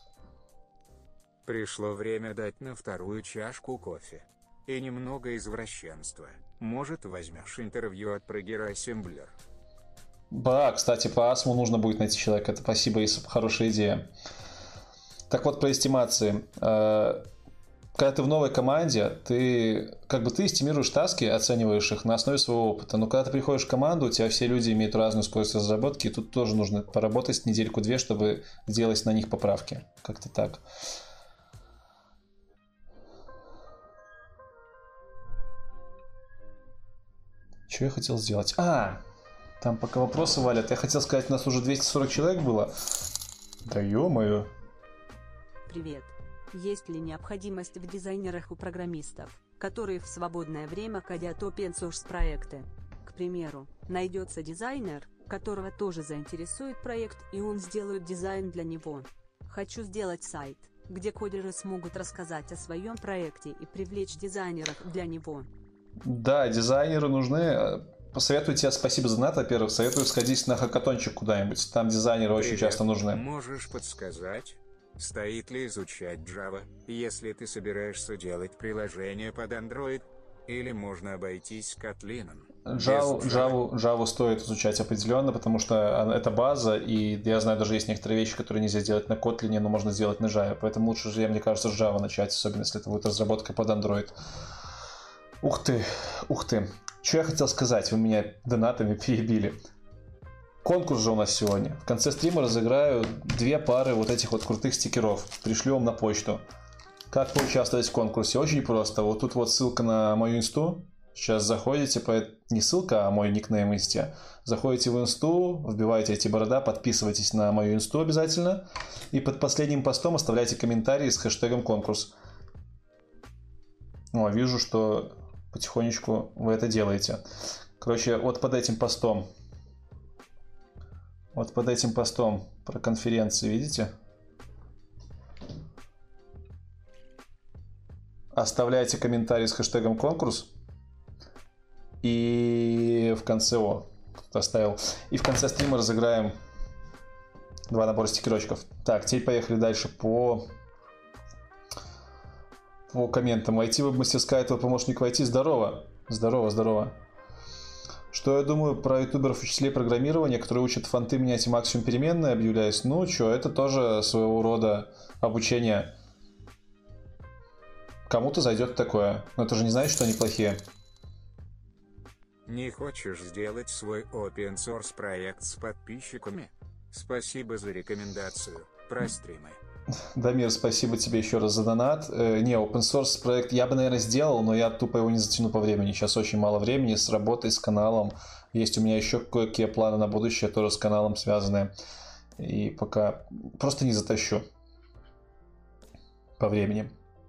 Пришло время дать на вторую чашку кофе. И немного извращенства. Может, возьмешь интервью от Prager Assembler? Да, кстати, по АСМу нужно будет найти человека. Это спасибо, и хорошая идея. Так вот, про эстимации. Когда ты в новой команде, ты эстимируешь таски, оцениваешь их на основе своего опыта. Но когда ты приходишь в команду, у тебя все люди имеют разную скорость разработки, и тут тоже нужно поработать недельку-две, чтобы сделать на них поправки. Как-то так. Что я хотел сделать? Там пока вопросы валят. Я хотел сказать, у нас уже 240 человек было. Да ё-моё. Привет. Есть ли необходимость в дизайнерах у программистов, которые в свободное время кодят open source проекты? К примеру, найдется дизайнер, которого тоже заинтересует проект, и он сделает дизайн для него. Хочу сделать сайт, где кодеры смогут рассказать о своем проекте и привлечь дизайнеров для него. Да, дизайнеры нужны. Посоветую тебе, спасибо за донат, во-первых. Советую сходить на хакатончик куда-нибудь. Там дизайнеры очень часто нужны. Можешь подсказать, стоит ли изучать Java, если ты собираешься делать приложение под Android? Или можно обойтись Kotlin? Java стоит изучать определенно, потому что это база, и я знаю, даже есть некоторые вещи, которые нельзя сделать на Kotlin, но можно сделать на Java. Поэтому лучше, мне кажется, с Java начать, особенно если это будет разработка под Android. Ух ты. Что я хотел сказать? Вы меня донатами перебили. Конкурс же у нас сегодня. В конце стрима разыграю 2 пары вот этих вот крутых стикеров. Пришлю вам на почту. Как поучаствовать в конкурсе? Очень просто. Вот тут вот ссылка на мою инсту. Сейчас заходите, не ссылка, а мой никнейм в инсте. Заходите в инсту, вбиваете эти борода, подписывайтесь на мою инсту обязательно. И под последним постом оставляйте комментарии с хэштегом конкурс. Вижу, что потихонечку вы это делаете. Короче, вот под этим постом про конференции, видите? Оставляйте комментарий с хэштегом конкурс. И в конце... кто-то оставил. И в конце стрима разыграем 2 набора стикерочков. Так, теперь поехали дальше по комментам. IT веб-мастерская, твой помощник в IT. Здорово. Что я думаю про ютуберов учителей программирования, которые учат фонты менять и максимум переменные, объявляясь? Это тоже своего рода обучение. Кому-то зайдет такое. Но это же не значит, что они плохие. Не хочешь сделать свой open source проект с подписчиками? Спасибо за рекомендацию. Про стримы. Дамир, спасибо тебе еще раз за донат. Open source проект я бы, наверное, сделал, но я тупо его не затяну по времени. Сейчас очень мало времени с работой, с каналом. Есть у меня еще кое-какие планы на будущее, тоже с каналом связанные. И пока просто не затащу по времени.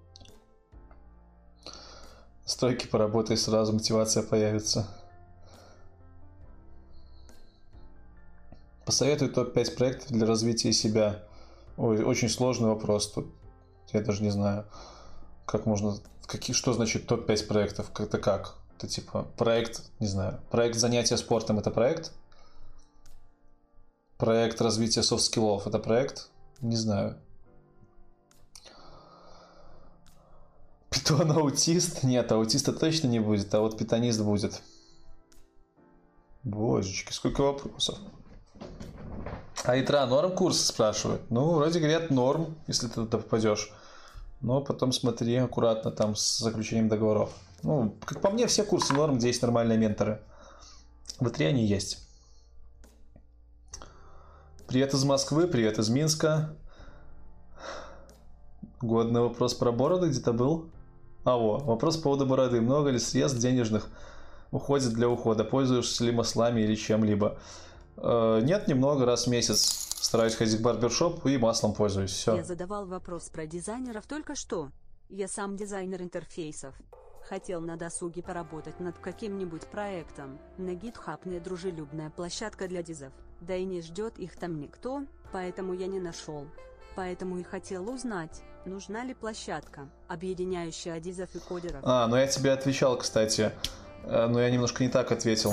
Стройки поработай, сразу мотивация появится. Посоветуй топ-5 проектов для развития себя. Ой, очень сложный вопрос тут. Я даже не знаю, как можно... Что значит топ-5 проектов? Это как? Это типа проект, не знаю. Проект занятия спортом — это проект? Проект развития софт-скиллов — это проект? Не знаю. Питон-аутист? Нет, аутиста точно не будет, а вот питонист будет. Божечки, сколько вопросов. Айтра, норм курс, спрашивают? Вроде говорят норм, если ты туда попадешь. Но потом смотри аккуратно там с заключением договоров. Как по мне, все курсы норм, где есть нормальные менторы. В Итре они есть. Привет из Москвы, привет из Минска. Годный вопрос про бороду где-то был. Вопрос по поводу бороды. Много ли средств денежных уходит для ухода? Пользуешься ли маслами или чем-либо? Нет, немного, раз в месяц стараюсь ходить в барбершоп и маслом пользуюсь. Все. Я задавал вопрос про дизайнеров только что. Я сам дизайнер интерфейсов. Хотел на досуге поработать над каким-нибудь проектом. На GitHub недружелюбная площадка для дизов. Да и не ждет их там никто, поэтому я не нашел. Поэтому и хотел узнать, нужна ли площадка, объединяющая адизов и кодеров. Ну я тебе отвечал, кстати, но я немножко не так ответил.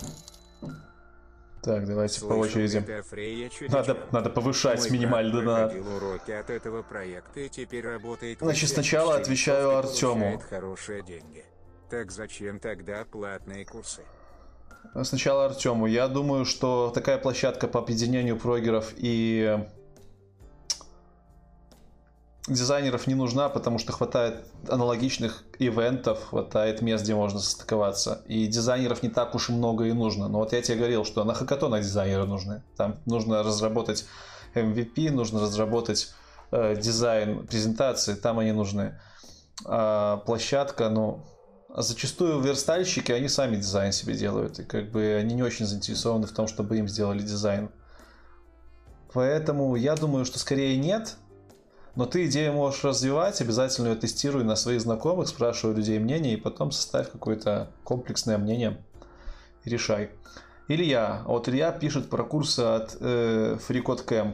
Так, давайте по очереди. Надо повышать минимальный донат. От этого проекта и теперь работает. Значит, сначала отвечаю Артему. Хорошие деньги. Так зачем тогда платные курсы? Сначала Артему. Я думаю, что такая площадка по объединению прогеров и дизайнеров не нужна, потому что хватает аналогичных ивентов, хватает мест, где можно состыковаться. И дизайнеров не так уж и много и нужно. Но вот я тебе говорил, что на хакатонах дизайнеры нужны. Там нужно разработать MVP, нужно разработать дизайн презентации, там они нужны. А площадка, зачастую верстальщики, они сами дизайн себе делают. И как бы они не очень заинтересованы в том, чтобы им сделали дизайн. Поэтому я думаю, что скорее нет. Но ты идею можешь развивать, обязательно ее тестируй на своих знакомых, спрашивай людей мнение, и потом составь какое-то комплексное мнение и решай. Илья. Вот Илья пишет про курсы от FreeCode Camp.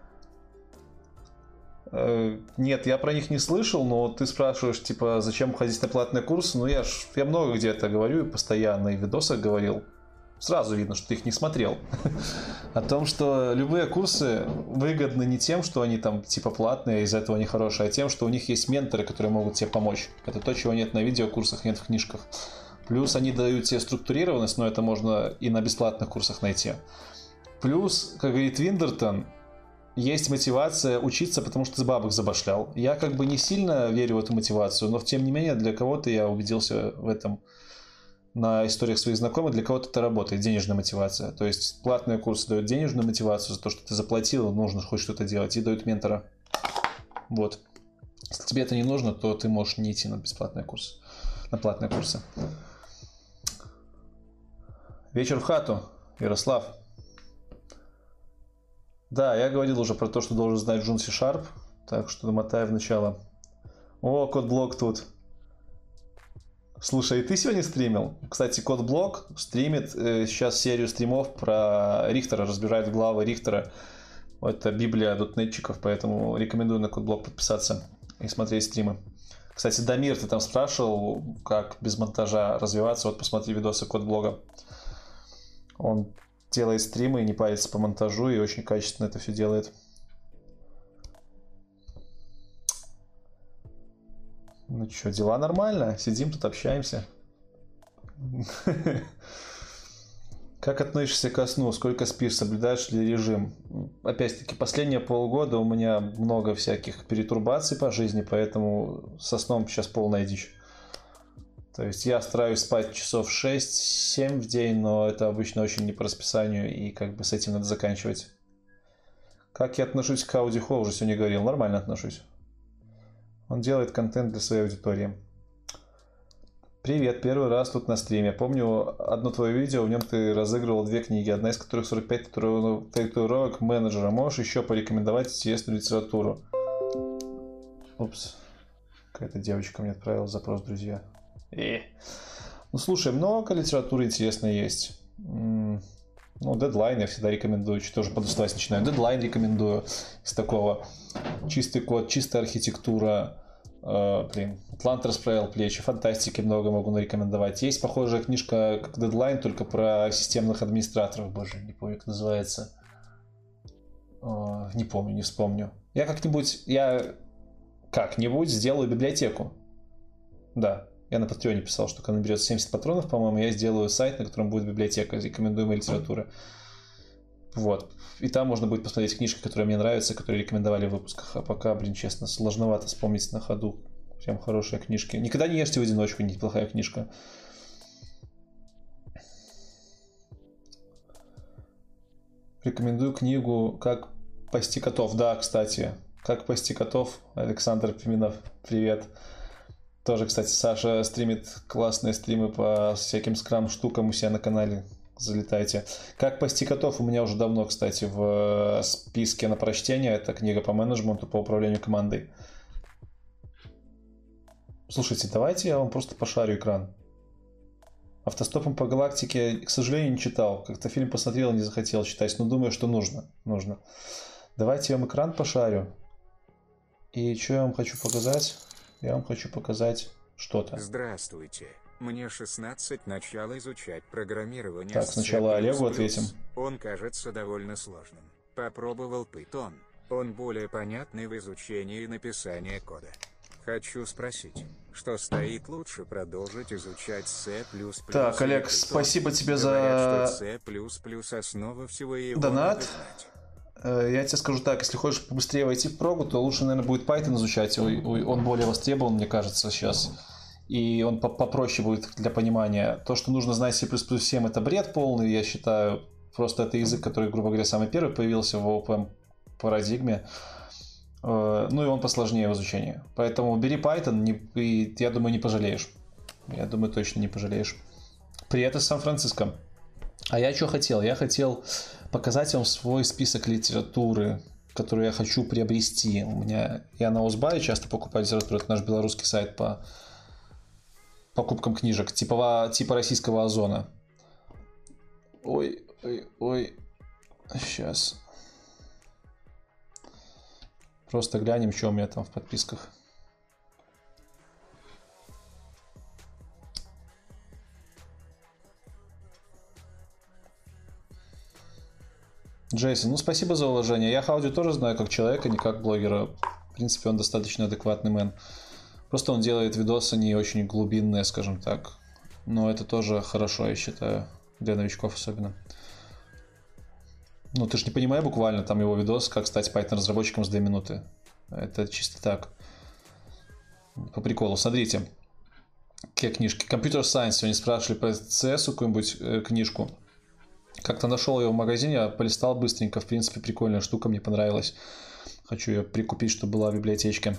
Нет, я про них не слышал, но ты спрашиваешь, типа, зачем ходить на платные курсы? Я много где это говорю, и постоянно и в видосах говорил. Сразу видно, что ты их не смотрел. О том, что любые курсы выгодны не тем, что они там типа платные, из-за этого они хорошие, а тем, что у них есть менторы, которые могут тебе помочь. Это то, чего нет на видеокурсах, нет в книжках. Плюс они дают тебе структурированность, но это можно и на бесплатных курсах найти. Плюс, как говорит Виндертон, есть мотивация учиться, потому что ты бабок забашлял. Я как бы не сильно верю в эту мотивацию, но тем не менее для кого-то я убедился в этом на историях своих знакомых, для кого-то это работает, денежная мотивация. То есть платные курсы дают денежную мотивацию за то, что ты заплатил, нужно хоть что-то делать, и дают ментора. Вот. Если тебе это не нужно, то ты можешь не идти на бесплатные курсы, на платные курсы. Вечер в хату, Ярослав. Да, я говорил уже про то, что должен знать June C#, так что домотай в начало. О, CodeBlock тут. Слушай, ты сегодня стримил? Кстати, CodeBlock стримит сейчас серию стримов про Рихтера, разбирает главы Рихтера. Это библия дотнетчиков, поэтому рекомендую на CodeBlock подписаться и смотреть стримы. Кстати, Дамир, ты там спрашивал, как без монтажа развиваться. Вот посмотри видосы CodeBlock. Он делает стримы и не парится по монтажу, и очень качественно это все делает. Ну что, дела нормально? Сидим тут, общаемся. Как относишься ко сну? Сколько спишь? Соблюдаешь ли режим? Опять-таки, последние полгода у меня много всяких перетурбаций по жизни, поэтому со сном сейчас полная дичь. То есть я стараюсь спать часов 6-7 в день, но это обычно очень не по расписанию, и как бы с этим надо заканчивать. Как я отношусь к Ауди Холл, уже сегодня говорил. Нормально отношусь. Он делает контент для своей аудитории. Привет, первый раз тут на стриме. Помню одно твое видео, в нем ты разыгрывал 2 книги, одна из которых 45 татуировок менеджера. Можешь еще порекомендовать интересную литературу? Упс. Какая-то девочка мне отправила запрос, друзья. Ну, слушай, много литературы интересной есть. Дедлайн я всегда рекомендую. Что тоже подуставать начинаю. Дедлайн рекомендую. Из такого. Чистый код, чистая архитектура. Атлант расправил плечи. Фантастики много могу нарекомендовать. Есть похожая книжка, как Дедлайн, только про системных администраторов. Боже, не помню, как называется. Не помню, не вспомню. Я как-нибудь сделаю библиотеку. Да. Я на Патреоне писал, что когда наберется 70 патронов, по-моему, я сделаю сайт, на котором будет библиотека рекомендуемой литературы. Вот. И там можно будет посмотреть книжки, которые мне нравятся, которые рекомендовали в выпусках. А пока, честно, сложновато вспомнить на ходу. Прям хорошие книжки. «Никогда не ешьте в одиночку», неплохая книжка. Рекомендую книгу «Как пасти котов». Да, кстати, «Как пасти котов». Александр Пименов, привет. Тоже, кстати, Саша стримит классные стримы по всяким скрам-штукам у себя на канале. Залетайте. «Как пасти котов» у меня уже давно, кстати, в списке на прочтение. Это книга по менеджменту, по управлению командой. Слушайте, давайте я вам просто пошарю экран. «Автостопом по галактике», к сожалению, не читал. Как-то фильм посмотрел и не захотел читать, но думаю, что нужно. Давайте я вам экран пошарю. И что я вам хочу показать? Я вам хочу показать что-то. Здравствуйте. Мне 16, начало изучать программирование. Так, сначала Олегу ответим. Он кажется довольно сложным. Попробовал Python. Он более понятный в изучении и написании кода. Хочу спросить, что стоит лучше продолжить изучать C++? Так, Олег, спасибо тебе за C++ основа всего его донат. Я тебе скажу так, если хочешь побыстрее войти в прогу, то лучше, наверное, будет Python изучать. Он более востребован, мне кажется, сейчас. И он попроще будет для понимания. То, что нужно знать C++ всем, это бред полный, я считаю. Просто это язык, который, грубо говоря, самый первый появился в OPM парадигме. Ну и он посложнее в изучении. Поэтому бери Python, и я думаю, не пожалеешь. Я думаю, точно не пожалеешь. Привет из Сан-Франциско. А я что хотел? Я хотел показать вам свой список литературы, которую я хочу приобрести. Я на Озбае часто покупаю литературу. Это наш белорусский сайт по покупкам книжек. Типа российского Озона. Ой. Сейчас. Просто глянем, что у меня там в подписках. Джейсон, спасибо за уважение. Я Хауди тоже знаю как человека, не как блогера. В принципе, он достаточно адекватный мэн. Просто он делает видосы не очень глубинные, скажем так. Но это тоже хорошо, я считаю. Для новичков особенно. Ты же не понимаешь буквально там его видос, как стать Python-разработчиком за 2 минуты. Это чисто так. По приколу. Смотрите. Какие книжки. Computer Science. Сегодня спрашивали по CS какую-нибудь книжку. Как-то нашел ее в магазине, полистал быстренько. В принципе, прикольная штука, мне понравилась. Хочу ее прикупить, чтобы была в библиотечке.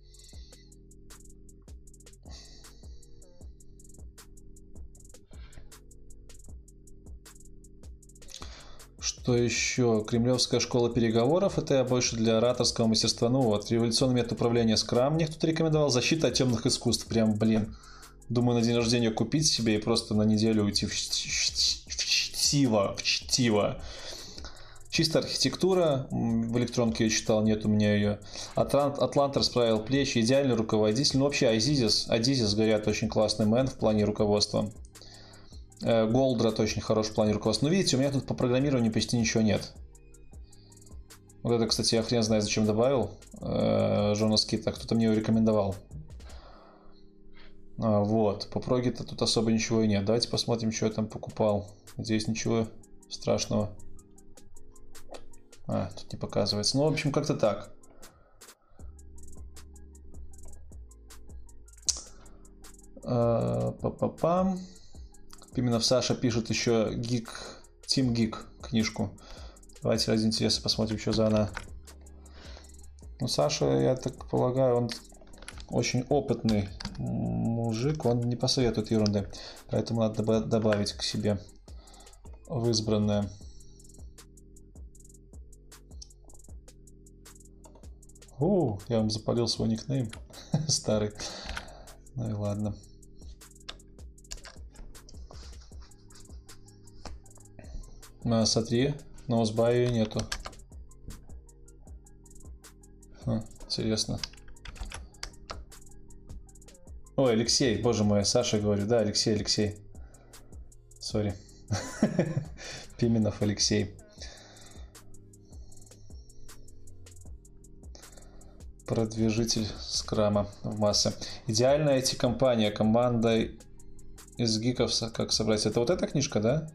Что еще? Кремлевская школа переговоров. Это я больше для ораторского мастерства. Революционный метод управления Scrum мне кто-то рекомендовал. Защита от темных искусств. Прям, думаю, на день рождения купить себе и просто на неделю уйти в чтиво. Чисто архитектура. В электронке я читал, нет у меня ее. Атлант расправил плечи. Идеальный руководитель. Вообще, Адизис, говорят, очень классный мэн в плане руководства. Голдрат очень хорош в плане руководства. Видите, у меня тут по программированию почти ничего нет. Вот это, кстати, я хрен знает, зачем добавил. Джона Скитта. Кто-то мне его рекомендовал. По проге-то тут особо ничего и нет. Давайте посмотрим, что я там покупал. Надеюсь, ничего страшного. Тут не показывается. В общем, как-то так. Па-па-пам. Именно Саша пишет еще Team Geek книжку. Давайте ради интереса посмотрим, что за она. Саша, я так полагаю, он очень опытный мужик, он не посоветует ерунды. Поэтому надо добавить к себе в избранное. Я вам запалил свой никнейм старый. Ну и ладно. Смотри, на Озбае нету. Интересно. Ой, Алексей, боже мой, Саша говорю, да, Алексей. Сори. Пименов Алексей. Продвижитель скрама в массы. Идеальная IT-компания, команда из гиков, как собрать. Это вот эта книжка, да?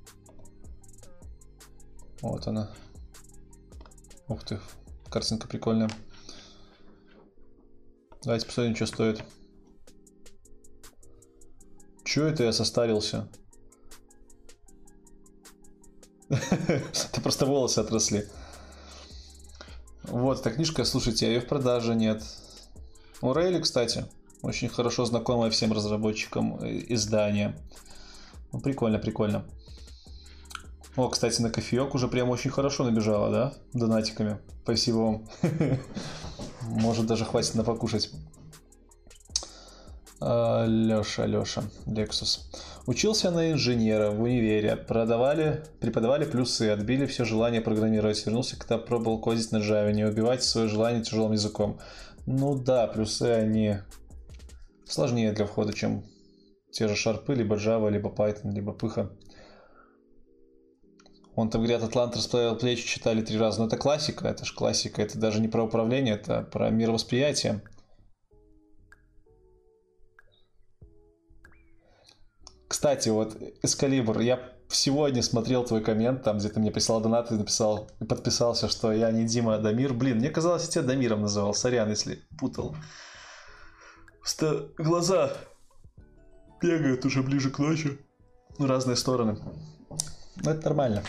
Вот она. Ух ты, картинка прикольная. Давайте посмотрим, что стоит. Чё это я состарился? Это просто волосы отросли. Вот эта книжка, слушайте, ее в продаже нет. У Рейли, кстати, очень хорошо знакомое всем разработчикам издание. Прикольно. Кстати, на кофеек уже прям очень хорошо набежало, да? Донатиками. Спасибо вам. Может, даже хватит на покушать. Леша, Lexus. Учился на инженера в универе, преподавали плюсы, отбили все желание программировать, вернулся, когда пробовал кодить на Java, не убивать свое желание тяжелым языком. Ну да, плюсы, они сложнее для входа, чем те же шарпы, либо Java, либо Python, либо Python. Он там говорят, Атлант расправил плечи, читали 3 раза. Но это классика, это же классика, это даже не про управление, это про мировосприятие. Кстати, вот, Эскалибр, я сегодня смотрел твой коммент, там, где ты мне прислал донат и написал, и подписался, что я не Дима, а Дамир. Блин, мне казалось, я тебя Дамиром называл, сорян, если путал. Просто глаза бегают уже ближе к ночи. В разные стороны. Но это нормально.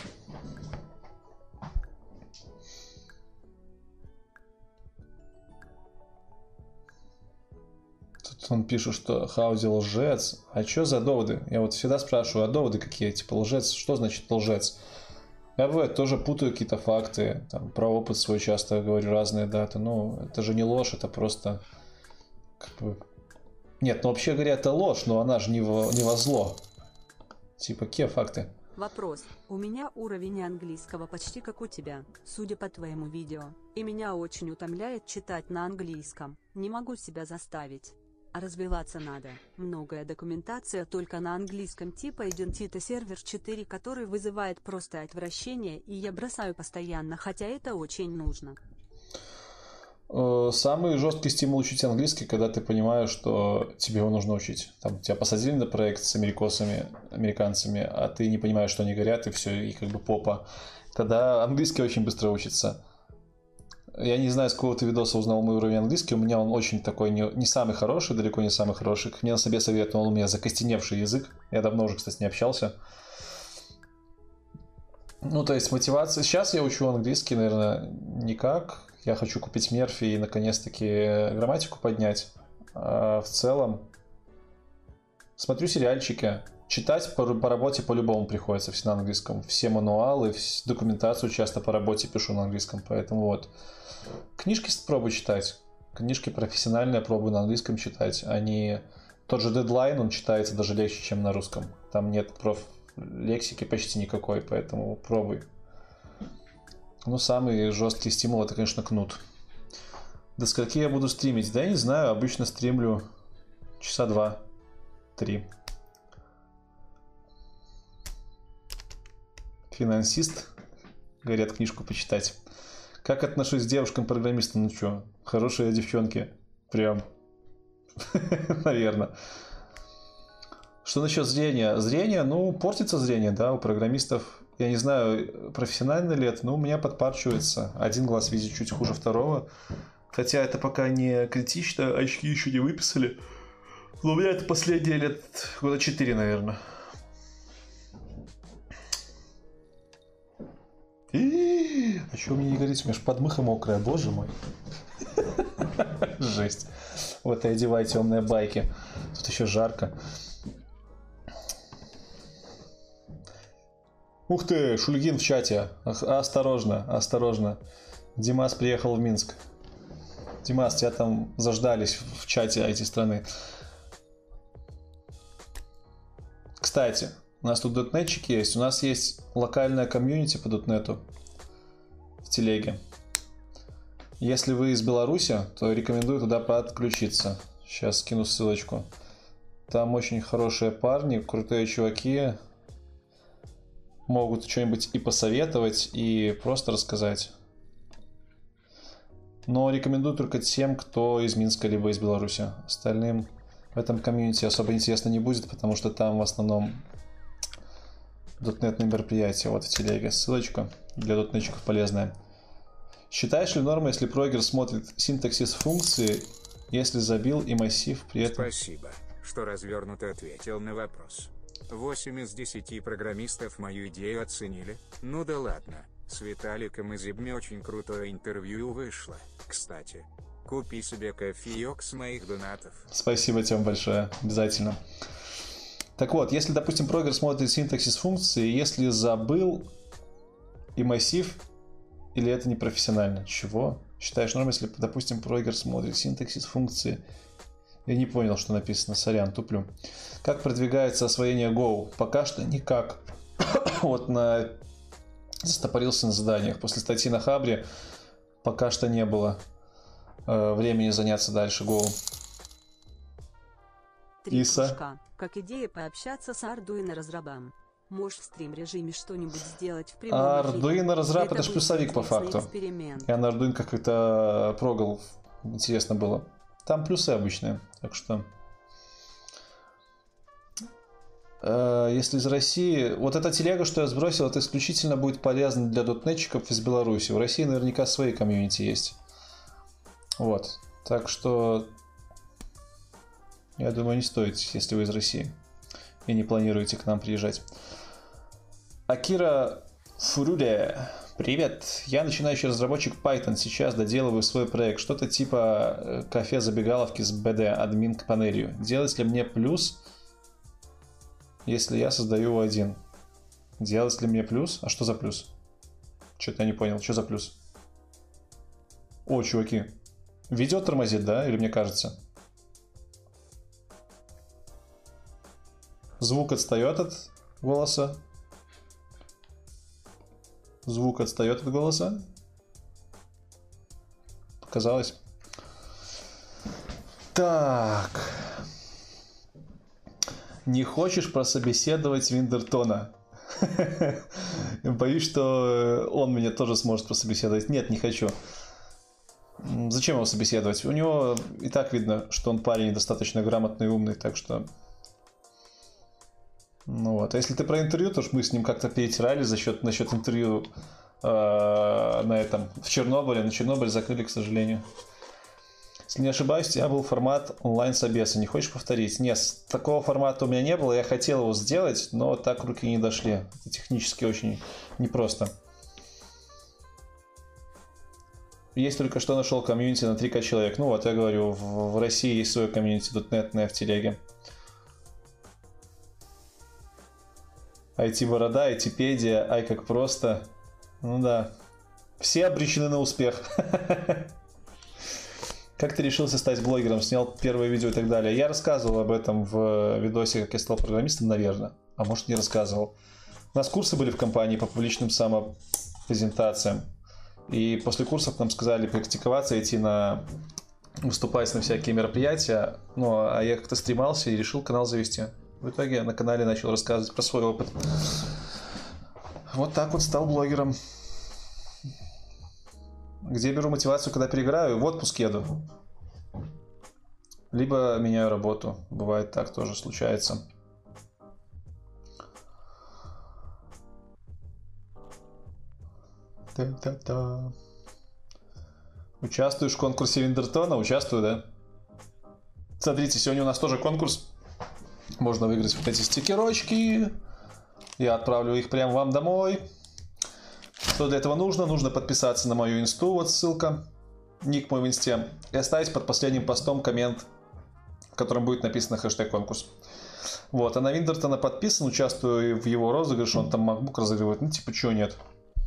Он пишет, что Хаузи лжец. А что за доводы? Я вот всегда спрашиваю, а доводы какие? Типа лжец, что значит лжец? Я бывает тоже путаю какие-то факты. Там, про опыт свой часто говорю разные даты. Ну, это же не ложь, это просто... Как бы... Нет, ну вообще говоря, это ложь, но она же не во зло. Типа, какие факты? Вопрос. У меня уровень английского почти как у тебя, судя по твоему видео. И меня очень утомляет читать на английском. Не могу себя заставить. А развиваться надо. Многое документация только на английском типа Identity Server 4, который вызывает просто отвращение, и я бросаю постоянно, хотя это очень нужно. Самый жесткий стимул учить английский, когда ты понимаешь, что тебе его нужно учить. Там тебя посадили на проект с американцами, а ты не понимаешь, что они говорят, и все, и как бы попа. Тогда английский очень быстро учится. Я не знаю, с какого ты видоса узнал мой уровень английский. У меня он очень такой не самый хороший, далеко не самый хороший. Как мне на себе советовал, он у меня закостеневший язык. Я давно уже, кстати, не общался. Ну, то есть мотивация. Сейчас я учу английский, наверное, никак. Я хочу купить Мерфи и, наконец-таки, грамматику поднять. А в целом, смотрю сериальчики. Читать по работе по-любому приходится все на английском. Все мануалы, документацию часто по работе пишу на английском. Поэтому вот. Книжки пробую читать. Книжки профессиональные пробую на английском читать. Они... Тот же Deadline, он читается даже легче, чем на русском. Там нет лексики почти никакой, поэтому пробуй. Ну, самый жесткий стимул — это, конечно, кнут. До скольки я буду стримить? Да я не знаю, обычно стримлю часа 2-3. Финансист. Говорят, книжку почитать. Как отношусь к девушкам-программистам? Ну что, хорошие девчонки. Прям. Наверное. Что насчет зрения? Зрение, ну, портится зрение, да, у программистов. Я не знаю, профессионально ли это, но у меня подпарчивается. Один глаз видит чуть хуже второго. Хотя это пока не критично, очки еще не выписали. Но у меня это последние лет, года 4, наверное. А что мне не говорить? У меня же подмыха мокрая, боже мой. Жесть. Вот и одевай темные байки. Тут еще жарко. Ух ты, Шульгин в чате. Осторожно, осторожно. Димас приехал в Минск. Димас, тебя там заждались в чате IT-страны. Кстати, у нас тут дотнетчик есть. У нас есть локальная комьюнити по дотнету в телеге. Если вы из Беларуси, то рекомендую туда подключиться. Сейчас скину ссылочку. Там очень хорошие парни, крутые чуваки. Могут что-нибудь и посоветовать, и просто рассказать. Но рекомендую только тем, кто из Минска либо из Беларуси. Остальным в этом комьюнити особо интересно не будет, потому что там в основном дотнетные мероприятия. Вот в телеге ссылочка для дотнетчиков полезная. Считаешь ли нормой, если прогер смотрит синтаксис функции, если забил и массив при этом... Спасибо, что развернуто ответил на вопрос. 8 из 10 программистов мою идею оценили. Ну да ладно, с Виталиком из Ибми очень крутое интервью вышло. Кстати, купи себе кофеек с моих донатов. Спасибо, Тём, большое, обязательно. Так вот, если, допустим, прогер смотрит синтаксис функции, если забыл и массив, или это непрофессионально? Чего? Считаешь нормой, если, допустим, прогер смотрит синтаксис функции, Я не понял, что написано, сорян, туплю. Как продвигается освоение Go? Пока что никак. Вот застопорился на заданиях. После статьи на Хабре пока что не было времени заняться дальше Go. Иса. Как идея пообщаться с Arduino разрабом. Можешь в стрим-режиме что-нибудь сделать в прямом режиме. Arduino разраб это ж плюсовик по факту. Я на Arduino как-то прогал. Интересно было. Там плюсы обычные. Так что... Если из России... Вот эта телега, что я сбросил, это исключительно будет полезно для дотнетчиков из Беларуси. В России наверняка свои комьюнити есть. Вот. Так что... Я думаю, не стоит, если вы из России и не планируете к нам приезжать. Акира Фуруле. Привет. Я начинающий разработчик Python. Сейчас доделываю свой проект. Что-то типа кафе-забегаловки с BD, админ к панелью. Делать ли мне плюс, если я создаю один? Делать ли мне плюс? А что за плюс? Что-то я не понял. Что за плюс? О, чуваки. Видео тормозит, да? Или мне кажется? Звук отстает от голоса. Звук отстает от голоса. Показалось. Так. Не хочешь прособеседовать Виндертона? Боюсь, что он меня тоже сможет прособеседовать. Нет, не хочу. Зачем его собеседовать? У него и так видно, что он парень достаточно грамотный и умный, так что... Ну вот. А если ты про интервью, то мы с ним как-то перетирали насчет интервью в Чернобыле. На Чернобыль закрыли, к сожалению. Если не ошибаюсь, у тебя был формат онлайн-собеса. Не хочешь повторить? Нет, такого формата у меня не было. Я хотел его сделать, но так руки не дошли. Это технически очень непросто. Есть только что нашел комьюнити на 3К человек. Ну вот, я говорю, в России есть свое комьюнити .NET в телеге. IT-борода, IT-педия, ай как просто. Ну да. Все обречены на успех. Как ты решился стать блогером? Снял первое видео и так далее. Я рассказывал об этом в видосе, как я стал программистом, наверное. А может, не рассказывал. У нас курсы были в компании по публичным самопрезентациям. И после курсов нам сказали практиковаться, выступать на всякие мероприятия. Ну, а я как-то стремался и решил канал завести. В итоге я на канале начал рассказывать про свой опыт. Вот так вот стал блогером. Где беру мотивацию, когда перегораю? В отпуск еду. Либо меняю работу. Бывает так, тоже случается. Та-та-та. Участвуешь в конкурсе Виндертона? Участвую, да? Смотрите, сегодня у нас тоже конкурс. Можно выиграть вот эти стикерочки. Я отправлю их прямо вам домой. Что для этого нужно? Нужно подписаться на мою инсту. Вот ссылка. Ник мой в инсте. И оставить под последним постом коммент, в котором будет написано хэштег конкурс. Вот. А на Виндертона подписан. Участвую в его розыгрыше. Он там MacBook разыгрывает. Ну типа чего нет.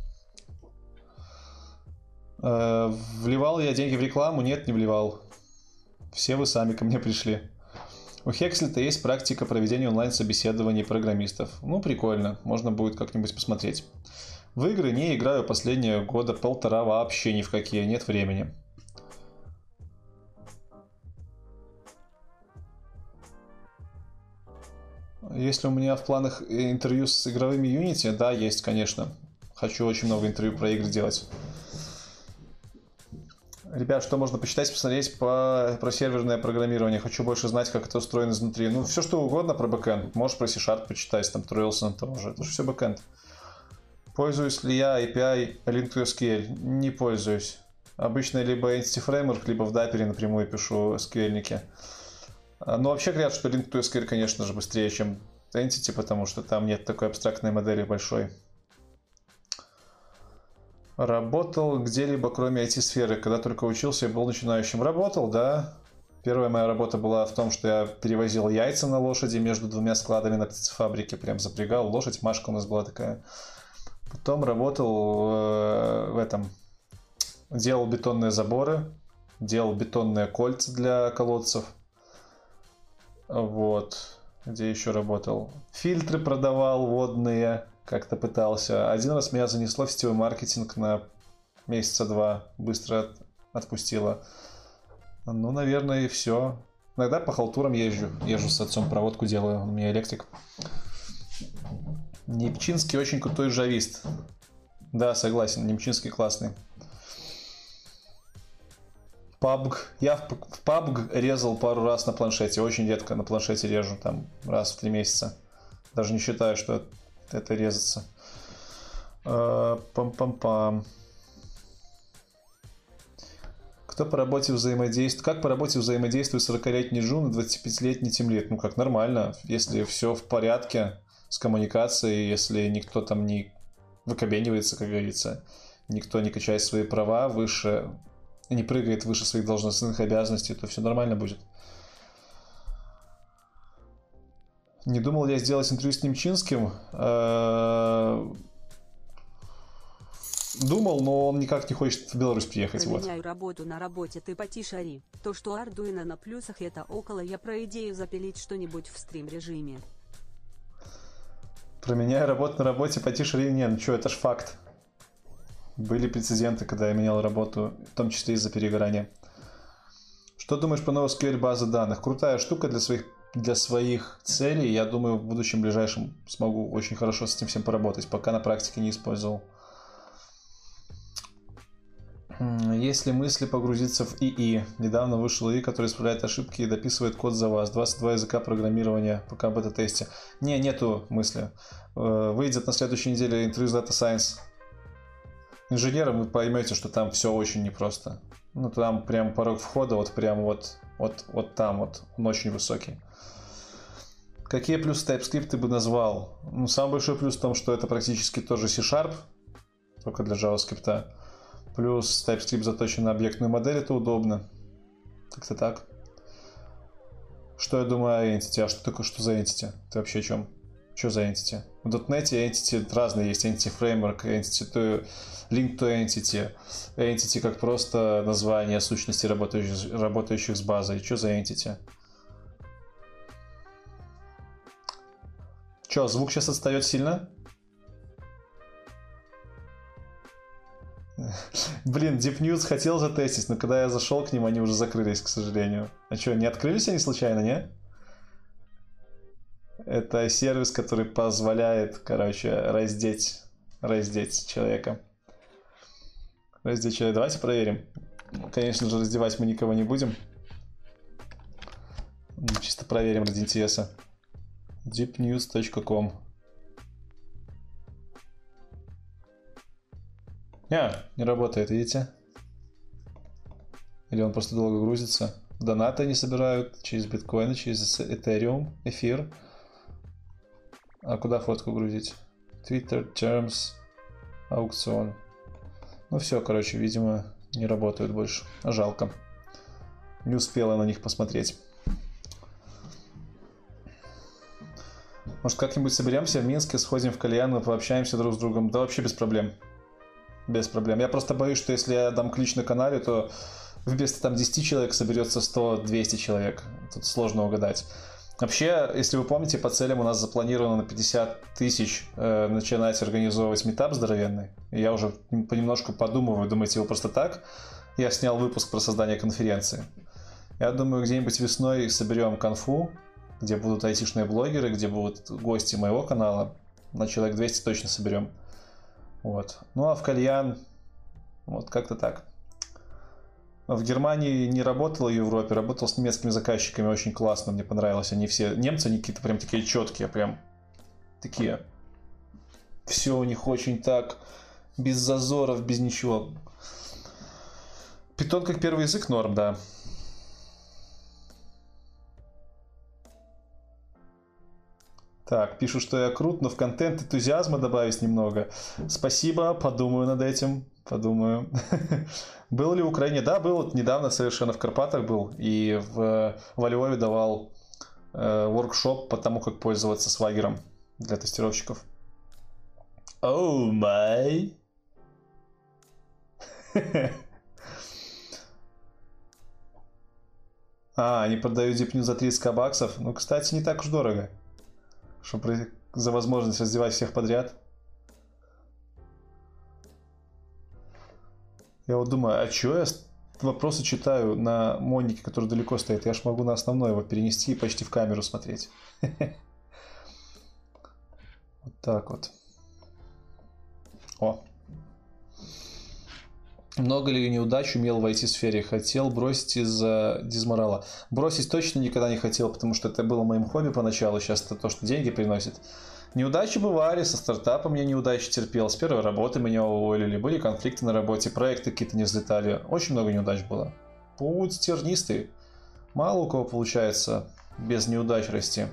Вливал я деньги в рекламу? Нет, не вливал. Все вы сами ко мне пришли. У Хекслита есть практика проведения онлайн-собеседований программистов. Ну, прикольно. Можно будет как-нибудь посмотреть. В игры не играю последние года полтора вообще ни в какие. Нет времени. Если у меня в планах интервью с игровыми Unity, да, есть, конечно. Хочу очень много интервью про игры делать. Ребят, что можно почитать, посмотреть про серверное программирование. Хочу больше знать, как это устроено изнутри. Ну, все что угодно про бэкэнд. Можешь про C# почитать, там, Троилсон тоже. Это же все бэкэнд. Пользуюсь ли я API Link2SQL? Не пользуюсь. Обычно либо Entity Framework, либо в Dapper напрямую пишу SQL-ники. Но вообще говорят, что Link2SQL, конечно же, быстрее, чем Entity, потому что там нет такой абстрактной модели большой. Работал где-либо, кроме IT-сферы. Когда только учился, я был начинающим. Работал, да. Первая моя работа была в том, что я перевозил яйца на лошади между двумя складами на птицефабрике. Прям запрягал лошадь. Машка у нас была такая. Потом работал делал бетонные заборы, делал бетонные кольца для колодцев. Вот. Где еще работал? Фильтры продавал водные. Как-то пытался. Один раз меня занесло в сетевой маркетинг на месяца 2. Быстро отпустило. Ну, наверное, и все. Иногда по халтурам езжу. Езжу с отцом, проводку делаю. У меня электрик. Немчинский очень крутой джавист. Да, согласен. Немчинский классный. PUBG. Я в PUBG резал пару раз на планшете. Очень редко на планшете режу. Там раз в 3 месяца. Даже не считаю, что это резаться. Пам-пам-пам. Кто по работе взаимодействует? Как по работе взаимодействует 40-летний Джун и 25-летний Тимлит? Ну как, нормально. Если все в порядке с коммуникацией, если никто там не выкобенивается, как говорится, никто не качает свои права выше, не прыгает выше своих должностных обязанностей, то все нормально будет. Не думал я сделать интервью с Немчинским. Думал, но он никак не хочет в Беларусь приехать. Променяю работу на работе, ты потише ори. То, что Ардуино на плюсах, это около. Я про идею запилить что-нибудь в стрим режиме. Променяю работу на работе, потише ори. Не, ну что, это ж факт. Были прецеденты, когда я менял работу, в том числе из-за перегорания. Что думаешь по NoSQL базы данных? Крутая штука для своих целей. Я думаю, в будущем ближайшем смогу очень хорошо с этим всем поработать. Пока на практике не использовал. Есть ли мысли погрузиться в ИИ? Недавно вышел ИИ, который исправляет ошибки и дописывает код за вас. 22 языка программирования, пока в бета-тесте. Нету мысли. Выйдет на следующей неделе интервью с Data Science инженером, вы поймете, что там все очень непросто. Ну, там прям порог входа, вот там, он очень высокий. Какие плюсы TypeScript ты бы назвал? Ну, самый большой плюс в том, что это практически тоже C#, только для JavaScript. Плюс TypeScript заточен на объектную модель, это удобно. Как-то так. Что я думаю о Entity? А что такое, что за Entity? Ты вообще о чем? Что за Entity? В .NET Entity разные есть. Entity Framework, Entity Link to Entity. Entity как просто название сущности, работающих с базой. Что за Entity? Че, звук сейчас отстает сильно? Блин, Deep News хотел затестить, но когда я зашел к ним, они уже закрылись, к сожалению. А что, не открылись они случайно, не? Это сервис, который позволяет, короче, раздеть человека. Раздеть человека. Давайте проверим. Конечно же, раздевать мы никого не будем. Чисто проверим ради интереса. deepnews.com. Не работает, видите? Или он просто долго грузится. Донаты они собирают через биткоины, через Ethereum, эфир. А куда фотку грузить? Twitter, Terms, аукцион. Ну все, короче, видимо, не работают больше. Жалко. Не успела на них посмотреть. Может, как-нибудь соберемся в Минске, сходим в кальян, пообщаемся друг с другом? Да вообще без проблем. Без проблем. Я просто боюсь, что если я дам клич на канале, то вместо там 10 человек соберется 100-200 человек. Тут сложно угадать. Вообще, если вы помните, по целям у нас запланировано на 50 тысяч начинать организовывать митап здоровенный. И я уже понемножку подумываю, думаете, его просто так? Я снял выпуск про создание конференции. Я думаю, где-нибудь весной соберем конфу, где будут айтишные блогеры, где будут гости моего канала. На человек 200 точно соберем. Вот. Ну а в кальян, вот как-то так. В Германии не работал, в Европе, работал с немецкими заказчиками, очень классно, мне понравилось. Они все, немцы, они какие-то прям такие четкие, прям такие. Все у них очень так, без зазоров, без ничего. Питон как первый язык норм, да. Так, пишут, что я крут, но в контент энтузиазма добавить немного. Спасибо, подумаю над этим, подумаю. Был ли в Украине? Да, был. Вот недавно совершенно в Карпатах был. И во Львове давал воркшоп по тому, как пользоваться свагером для тестировщиков. Оу май! Они продают Deep за 30 баксов. Ну, кстати, не так уж дорого. Чтобы за возможность раздевать всех подряд. Я вот думаю, а чё я вопросы читаю на монике, который далеко стоит? Я ж могу на основной его перенести и почти в камеру смотреть. Вот так вот. О. Много ли неудач умел в IT-сфере? Хотел бросить из-за дизморала. Бросить точно никогда не хотел, потому что это было моим хобби поначалу. Сейчас это то, что деньги приносит. Неудачи бывали, со стартапом я неудачи терпел. С первой работы меня уволили, были конфликты на работе, проекты какие-то не взлетали. Очень много неудач было. Путь тернистый. Мало у кого получается без неудач расти.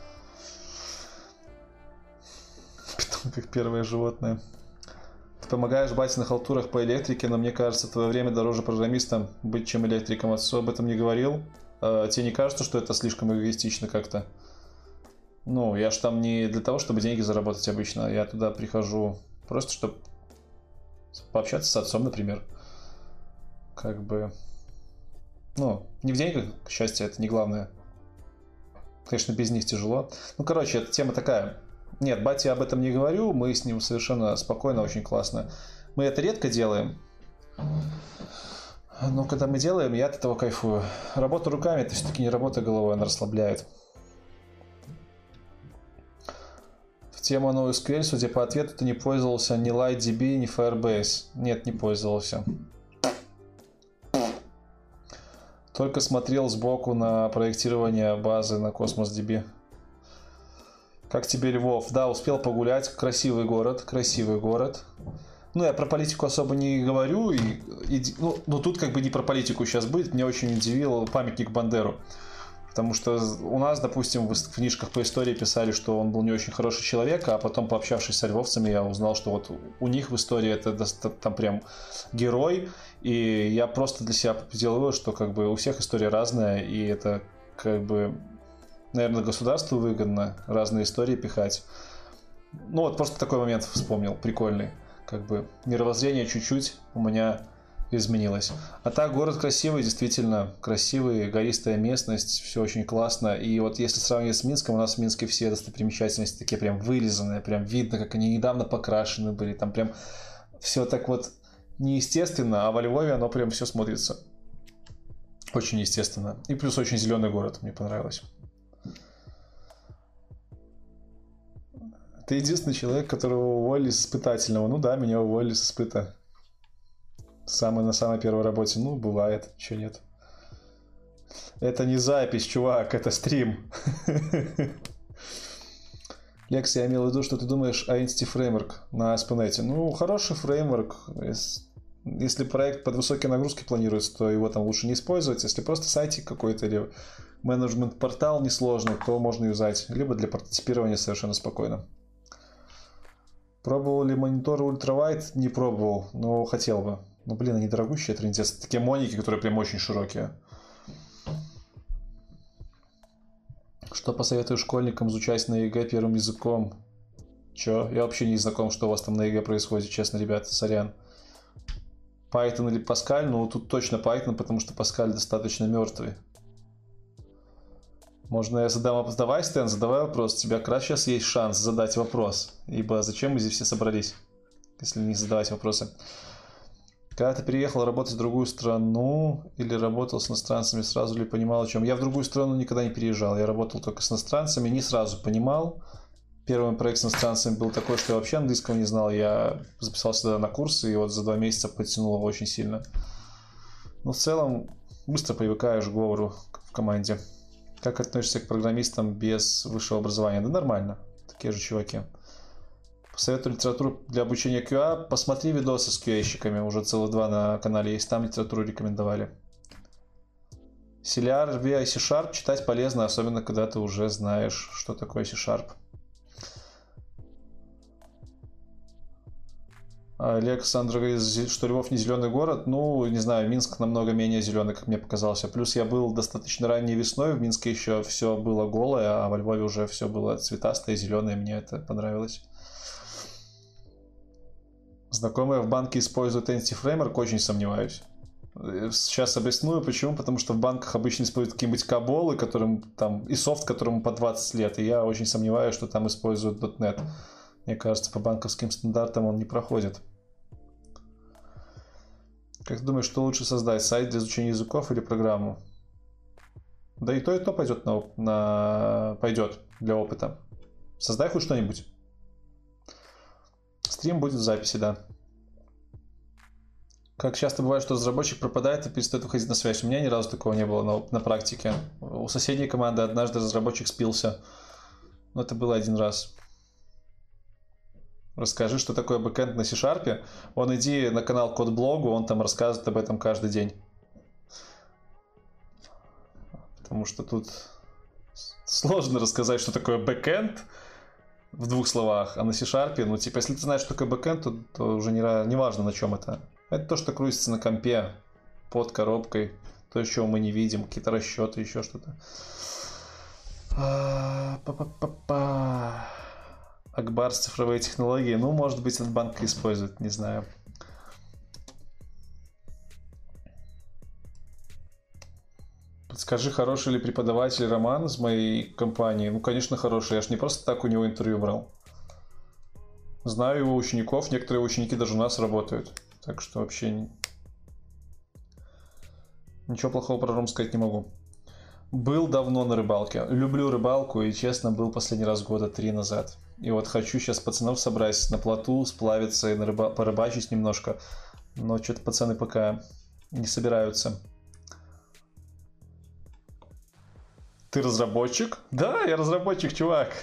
Питон как первое животное. Ты помогаешь бате на халтурах по электрике, но мне кажется, твое время дороже программистам быть, чем электриком. Отцу об этом не говорил. Тебе не кажется, что это слишком эгоистично как-то? Ну, я ж там не для того, чтобы деньги заработать обычно. Я туда прихожу просто, чтобы пообщаться с отцом, например. Как бы... Ну, не в деньгах, к счастью, это не главное. Конечно, без них тяжело. Ну, короче, эта тема такая. Нет, бате я об этом не говорю. Мы с ним совершенно спокойно, очень классно. Мы это редко делаем. Но когда мы делаем, я от этого кайфую. Работа руками — это все-таки не работа головой, она расслабляет. Тема NoSQL, судя по ответу, ты не пользовался ни LightDB, ни Firebase. Нет, не пользовался. Только смотрел сбоку на проектирование базы на Cosmos DB. Как тебе Львов? Да, успел погулять. Красивый город, красивый город. Ну, я про политику особо не говорю. Ну, тут как бы не про политику сейчас будет. Меня очень удивил памятник Бандеру. Потому что у нас, допустим, в книжках по истории писали, что он был не очень хороший человек, а потом, пообщавшись со львовцами, я узнал, что вот у них в истории это там прям герой. И я просто для себя сделал вывод, что как бы у всех история разная, и это как бы, наверное, государству выгодно разные истории пихать. Ну вот просто такой момент вспомнил, прикольный. Как бы мировоззрение чуть-чуть у меня изменилось. А так, город красивый, действительно красивый, гористая местность, все очень классно. И вот если сравнивать с Минском, у нас в Минске все достопримечательности такие прям вылизанные, прям видно, как они недавно покрашены были. Там прям все так вот неестественно, а во Львове оно прям все смотрится очень естественно. И плюс очень зеленый город, мне понравилось. Ты единственный человек, которого уволили с испытательного. Ну да, меня уволили с испыта. На самой первой работе. Ну, бывает, ничего нет. Это не запись, чувак, это стрим. Лекс, я имел в виду, что ты думаешь о Entity Framework на ASP.NET. Ну, хороший фреймворк. Если проект под высокие нагрузки планируется, то его там лучше не использовать. Если просто сайтик какой-то или менеджмент-портал несложный, то можно юзать. Либо для прототипирования совершенно спокойно. Пробовал ли монитор ультравайд? Не пробовал, но хотел бы. Ну, блин, они дорогущие, трындец. Такие моники, которые прям очень широкие. Что посоветую школьникам изучать на ЕГЭ первым языком? Чё? Я вообще не знаком, что у вас там на ЕГЭ происходит, честно, ребята, сорян. Python или Pascal? Ну, тут точно Python, потому что Pascal достаточно мертвый. Можно я задам вопрос? Давай, Стэн, задавай вопрос. У тебя как раз сейчас есть шанс задать вопрос. Ибо зачем мы здесь все собрались, если не задавать вопросы? Когда ты переехал работать в другую страну или работал с иностранцами, сразу ли понимал, о чем? Я в другую страну никогда не переезжал. Я работал только с иностранцами, не сразу понимал. Первый проект с иностранцами был такой, что я вообще английского не знал. Я записался тогда на курсы, и вот за 2 месяца подтянуло очень сильно. Но в целом быстро привыкаешь к говору в команде. Как относишься к программистам без высшего образования? Да нормально, такие же чуваки. Посоветую литературу для обучения QA. Посмотри видосы с QA-щиками, уже целых 2 на канале есть, там литературу рекомендовали. CLR, VI, C-Sharp читать полезно, особенно когда ты уже знаешь, что такое C-Sharp. Александр говорит, что Львов не зеленый город. Ну, не знаю, Минск намного менее зеленый, как мне показался. Плюс я был достаточно ранней весной, в Минске еще все было голое, а во Львове уже все было цветастое, зеленое, мне это понравилось. Знакомые в банке используют Entity Framework, очень сомневаюсь. Сейчас объясню, почему. Потому что в банках обычно используют какие-нибудь каболы, которым там и софт, которому по 20 лет. И я очень сомневаюсь, что там используют .NET. Мне кажется, по банковским стандартам он не проходит. Как ты думаешь, что лучше создать? Сайт для изучения языков или программу? Да и то пойдет пойдет для опыта. Создай хоть что-нибудь. Стрим будет в записи, да. Как часто бывает, что разработчик пропадает и перестает выходить на связь? У меня ни разу такого не было на практике. У соседней команды однажды разработчик спился. Но это было один раз. Расскажи, что такое бэкэнд на C-Sharp. Вон иди на канал Кодблогу, он там рассказывает об этом каждый день. Потому что тут сложно рассказать, что такое бэкэнд в 2 словах, а на C-Sharp, ну типа, если ты знаешь, что такое бэкэнд, то уже не важно, на чем это. Это то, что крутится на компе, под коробкой, то, чего мы не видим, какие-то расчеты, еще что-то. Акбарс, цифровые технологии. Ну, может быть, этот банк использует, не знаю. Подскажи, хороший ли преподаватель Роман из моей компании? Ну, конечно, хороший. Я ж не просто так у него интервью брал. Знаю его учеников. Некоторые ученики даже у нас работают. Так что вообще ничего плохого про Ром сказать не могу. Был давно на рыбалке. Люблю рыбалку и, честно, был последний раз года 3 назад. И вот хочу сейчас пацанов собрать на плоту, сплавиться и порыбачить немножко. Но что-то пацаны пока не собираются. Ты разработчик? Да, я разработчик, чувак.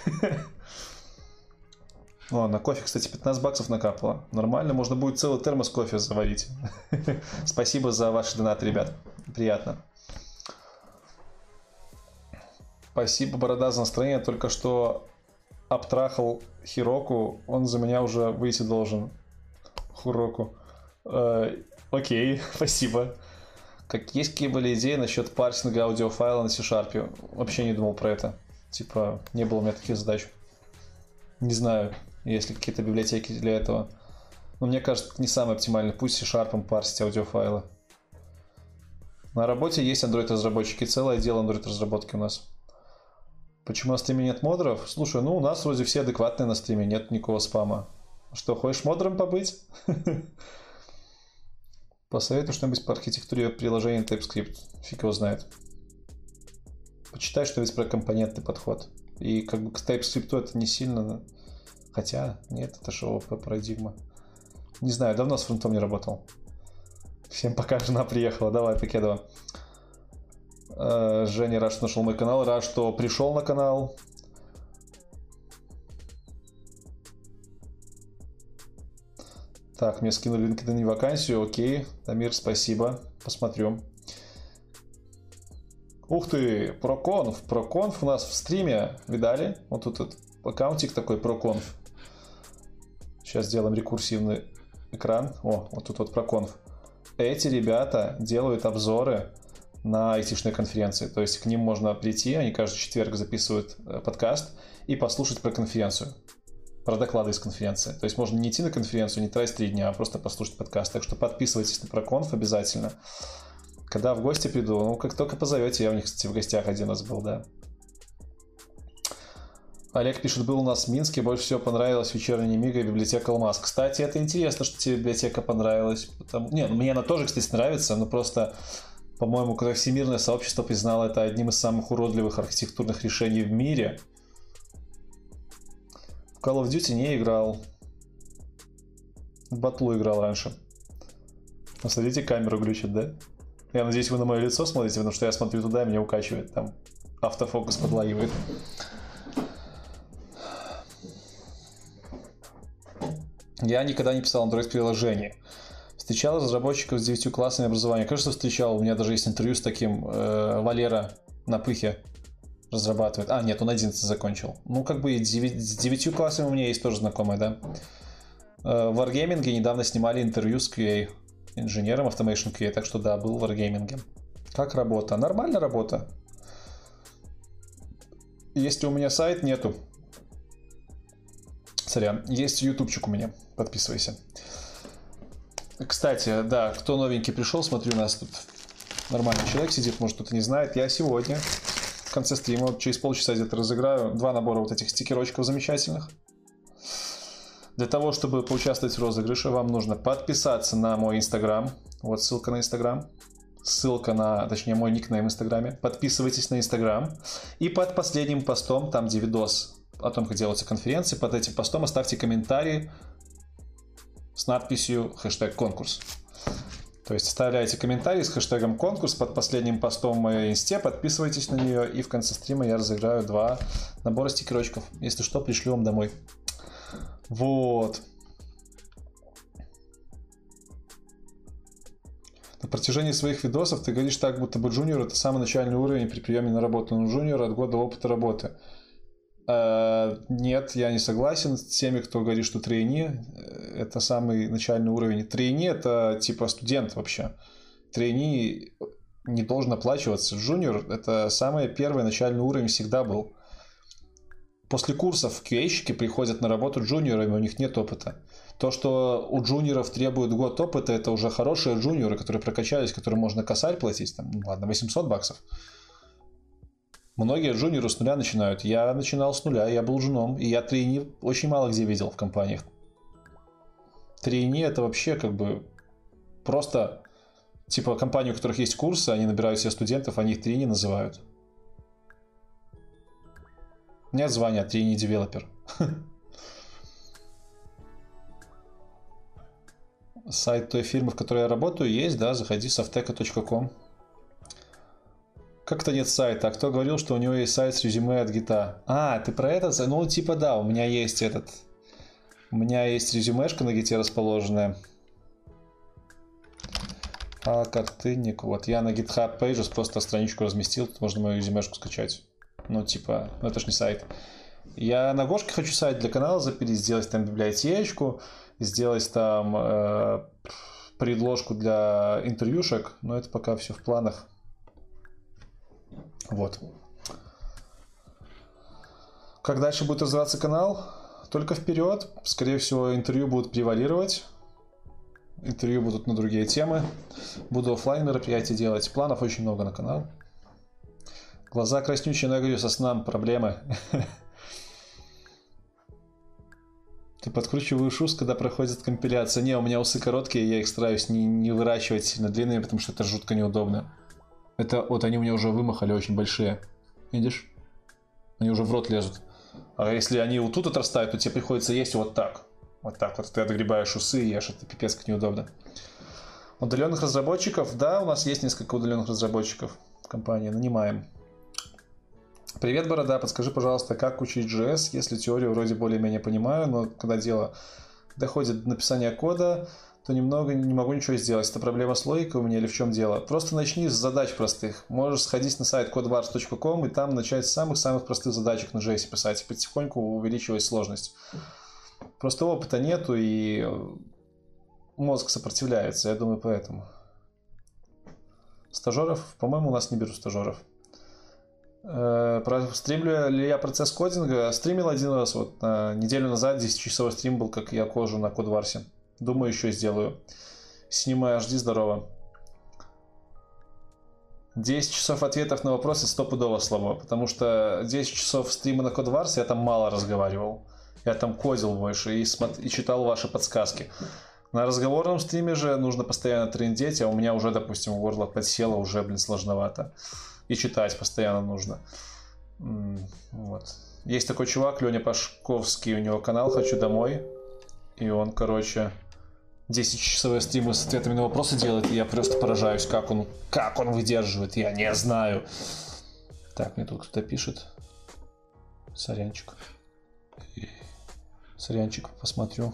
О, на кофе, кстати, 15 баксов накапало. Нормально, можно будет целый термос кофе заварить. Спасибо за ваши донаты, ребят. Приятно. Спасибо, Борода, за настроение. Только что обтрахал Хироку. Он за меня уже выйти должен. Хуроку. Окей, спасибо. Есть какие были идеи насчет парсинга аудиофайла на C-Sharp? Вообще не думал про это. Типа, не было у меня таких задач. Не знаю, есть ли какие-то библиотеки для этого. Но мне кажется, это не самый оптимальный путь C-Sharp парсить аудиофайлы. На работе есть Android-разработчики. Целое дело Android-разработки у нас. Почему на стриме нет модеров? Слушай, ну у нас вроде все адекватные на стриме, нет никакого спама. Что, хочешь модером побыть? Посоветуй что-нибудь по архитектуре приложения TypeScript. Фиг его знает. Почитай что-нибудь про компонентный подход. И как бы к TypeScript это не сильно... Хотя, нет, это же ОП парадигма. Не знаю, давно с фронтом не работал. Всем пока, жена приехала. Давай, Покедова. Женя, рад, что нашел мой канал. Рад, что пришел на канал. Так, мне скинули LinkedIn вакансию. Окей. Дамир, спасибо. Посмотрю. Ух ты, ProConf. ProConf у нас в стриме. Видали? Вот тут вот аккаунтик такой ProConf. Сейчас сделаем рекурсивный экран. О, вот тут вот ProConf. Эти ребята делают обзоры на айтишные конференции. То есть к ним можно прийти, они каждый четверг записывают подкаст и послушать про конференцию. Про доклады из конференции. То есть можно не идти на конференцию, не тратить 3 дня, а просто послушать подкаст. Так что подписывайтесь на ProConf обязательно. Когда в гости приду, ну как только позовете, я у них, кстати, в гостях один раз был, да. Олег пишет, был у нас в Минске, больше всего понравилась вечерняя Мига и библиотека Алмаз. Кстати, это интересно, что тебе библиотека понравилась. Не, ну, мне она тоже, кстати, нравится, но просто, по-моему, когда всемирное сообщество признало это одним из самых уродливых архитектурных решений в мире. В Call of Duty не играл. В батлу играл раньше. Посмотрите, камеру глючит, да? Я надеюсь, вы на мое лицо смотрите, потому что я смотрю туда, и меня укачивает. Там автофокус подлагивает. Я никогда не писал Android-приложение. Встречал разработчиков с 9 классами образования. Кажется, встречал. У меня даже есть интервью с таким. Валера на Пыхе разрабатывает. А, нет, он 11 закончил. Ну, как бы с 9 классами у меня есть тоже знакомые, да. В Wargaming недавно снимали интервью с QA. Инженером Automation QA. Так что да, был в Wargaming. Как работа? Нормальная работа. Есть ли у меня сайт? Нету. Сорян. Есть ютубчик у меня. Подписывайся. Кстати, да, кто новенький пришел, смотрю, у нас тут нормальный человек сидит, может кто-то не знает. Я сегодня в конце стрима, вот через полчаса где-то разыграю 2 набора вот этих стикерочков замечательных. Для того, чтобы поучаствовать в розыгрыше, вам нужно подписаться на мой инстаграм. Вот ссылка на инстаграм. Ссылка на, точнее, мой никнейм в инстаграме. Подписывайтесь на инстаграм. И под последним постом, там где видос о том, как делаются конференции, под этим постом оставьте комментарий с надписью #конкурс. То есть оставляйте комментарий с хэштегом конкурс под последним постом в моей инсте, подписывайтесь на нее, и в конце стрима я разыграю 2 набора стикерочков. Если что, пришлю вам домой. Вот. На протяжении своих видосов ты говоришь так, будто бы джуниор — это самый начальный уровень при приеме на работу. Но джуниор от года опыта работы. Нет, я не согласен с теми, кто говорит, что трейни — это самый начальный уровень. Трейни — это типа студент вообще. Трейни не должен оплачиваться. Джуниор — это самый первый начальный уровень всегда был. После курсов QA-щики приходят на работу джуниорами, у них нет опыта. То, что у джуниоров требует год опыта, это уже хорошие джуниоры, которые прокачались, которым можно косарь платить, там, ладно, $800. Многие джуниоры с нуля начинают. Я начинал с нуля, я был джуном, и я трейни очень мало где видел в компаниях. Трейни — это вообще как бы просто типа компании, у которых есть курсы, они набирают себе студентов, они их трейни называют. Нет звания трейни-девелопер. Сайт той фирмы, в которой я работаю, есть, да, заходи softeca.com. Как-то нет сайта. А кто говорил, что у него есть сайт с резюме от гита? А, ты про этот? Ну, типа да, у меня есть этот. У меня есть резюмешка на гите расположенная. А картынник. Вот я на GitHub Pages просто страничку разместил. Тут можно мою резюмешку скачать. Ну, типа, ну это ж не сайт. Я на Гошке хочу сайт для канала запилить, сделать там библиотечку, сделать там предложку для интервьюшек, но это пока все в планах. Вот. Как дальше будет развиваться канал? Только вперед. Скорее всего, интервью будут превалировать. Интервью будут на другие темы. Буду офлайн мероприятия делать. Планов очень много на канал. Глаза краснючие, но я говорю, со сном проблемы. Ты подкручиваешь ус, когда проходит компиляция. Не, у меня усы короткие, я их стараюсь не выращивать сильно длинные, потому что это жутко неудобно. Это вот они у меня уже вымахали очень большие. Видишь? Они уже в рот лезут. А если они вот тут отрастают, то тебе приходится есть вот так. Вот так вот. Ты отгребаешь усы и ешь. Это пипец как неудобно. Удаленных разработчиков. Да, у нас есть несколько удаленных разработчиков в компании. Нанимаем. Привет, Борода. Подскажи, пожалуйста, как учить JS, если теорию вроде более-менее понимаю, но когда дело доходит до написания кода, то немного не могу ничего сделать. Это проблема с логикой у меня или в чем дело? Просто начни с задач простых. Можешь сходить на сайт codewars.com и там начать с самых-самых простых задачек на JS писать, и потихоньку увеличивать сложность. Просто опыта нету, и мозг сопротивляется, я думаю, поэтому. Стажеров? По-моему, у нас не берут стажеров. Стримлю ли я процесс кодинга? Стримил один раз, вот неделю назад 10-часовой стрим был, как я кожу на Кодварсе. Думаю, еще сделаю. Снимаю, жди, здорово. 10 часов ответов на вопросы стопудово слабо, потому что 10 часов стрима на Кодварсе я там мало разговаривал. Я там кодил больше и читал ваши подсказки. На разговорном стриме же нужно постоянно трындеть, а у меня уже, допустим, горло подсело, уже, сложновато. И читать постоянно нужно. Вот. Есть такой чувак, Леня Пашковский, у него канал «Хочу домой». И он, 10-часовые стримы с ответами на вопросы делает, и я просто поражаюсь, как он выдерживает, я не знаю. Так, мне тут кто-то пишет. Сорянчик, посмотрю.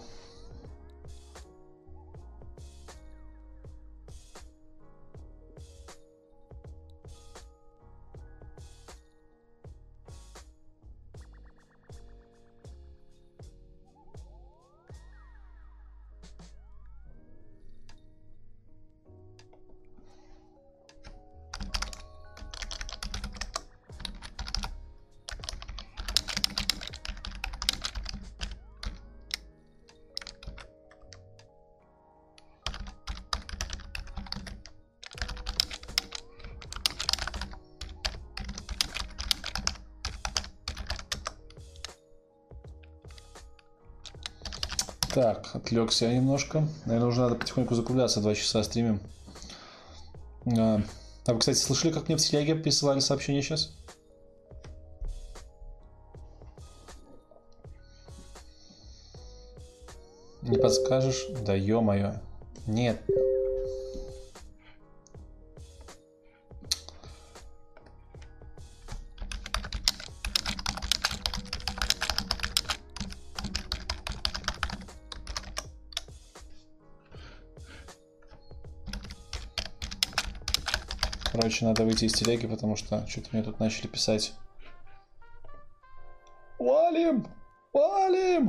Так, отвлекся я немножко. Наверное, уже надо потихоньку закругляться, 2 часа стримим. А вы, кстати, слышали, как мне в телеге присылали сообщение сейчас? Не подскажешь? Да ё-моё. Нет. Короче, надо выйти из телеги, потому что что-то мне тут начали писать. Валим! Валим!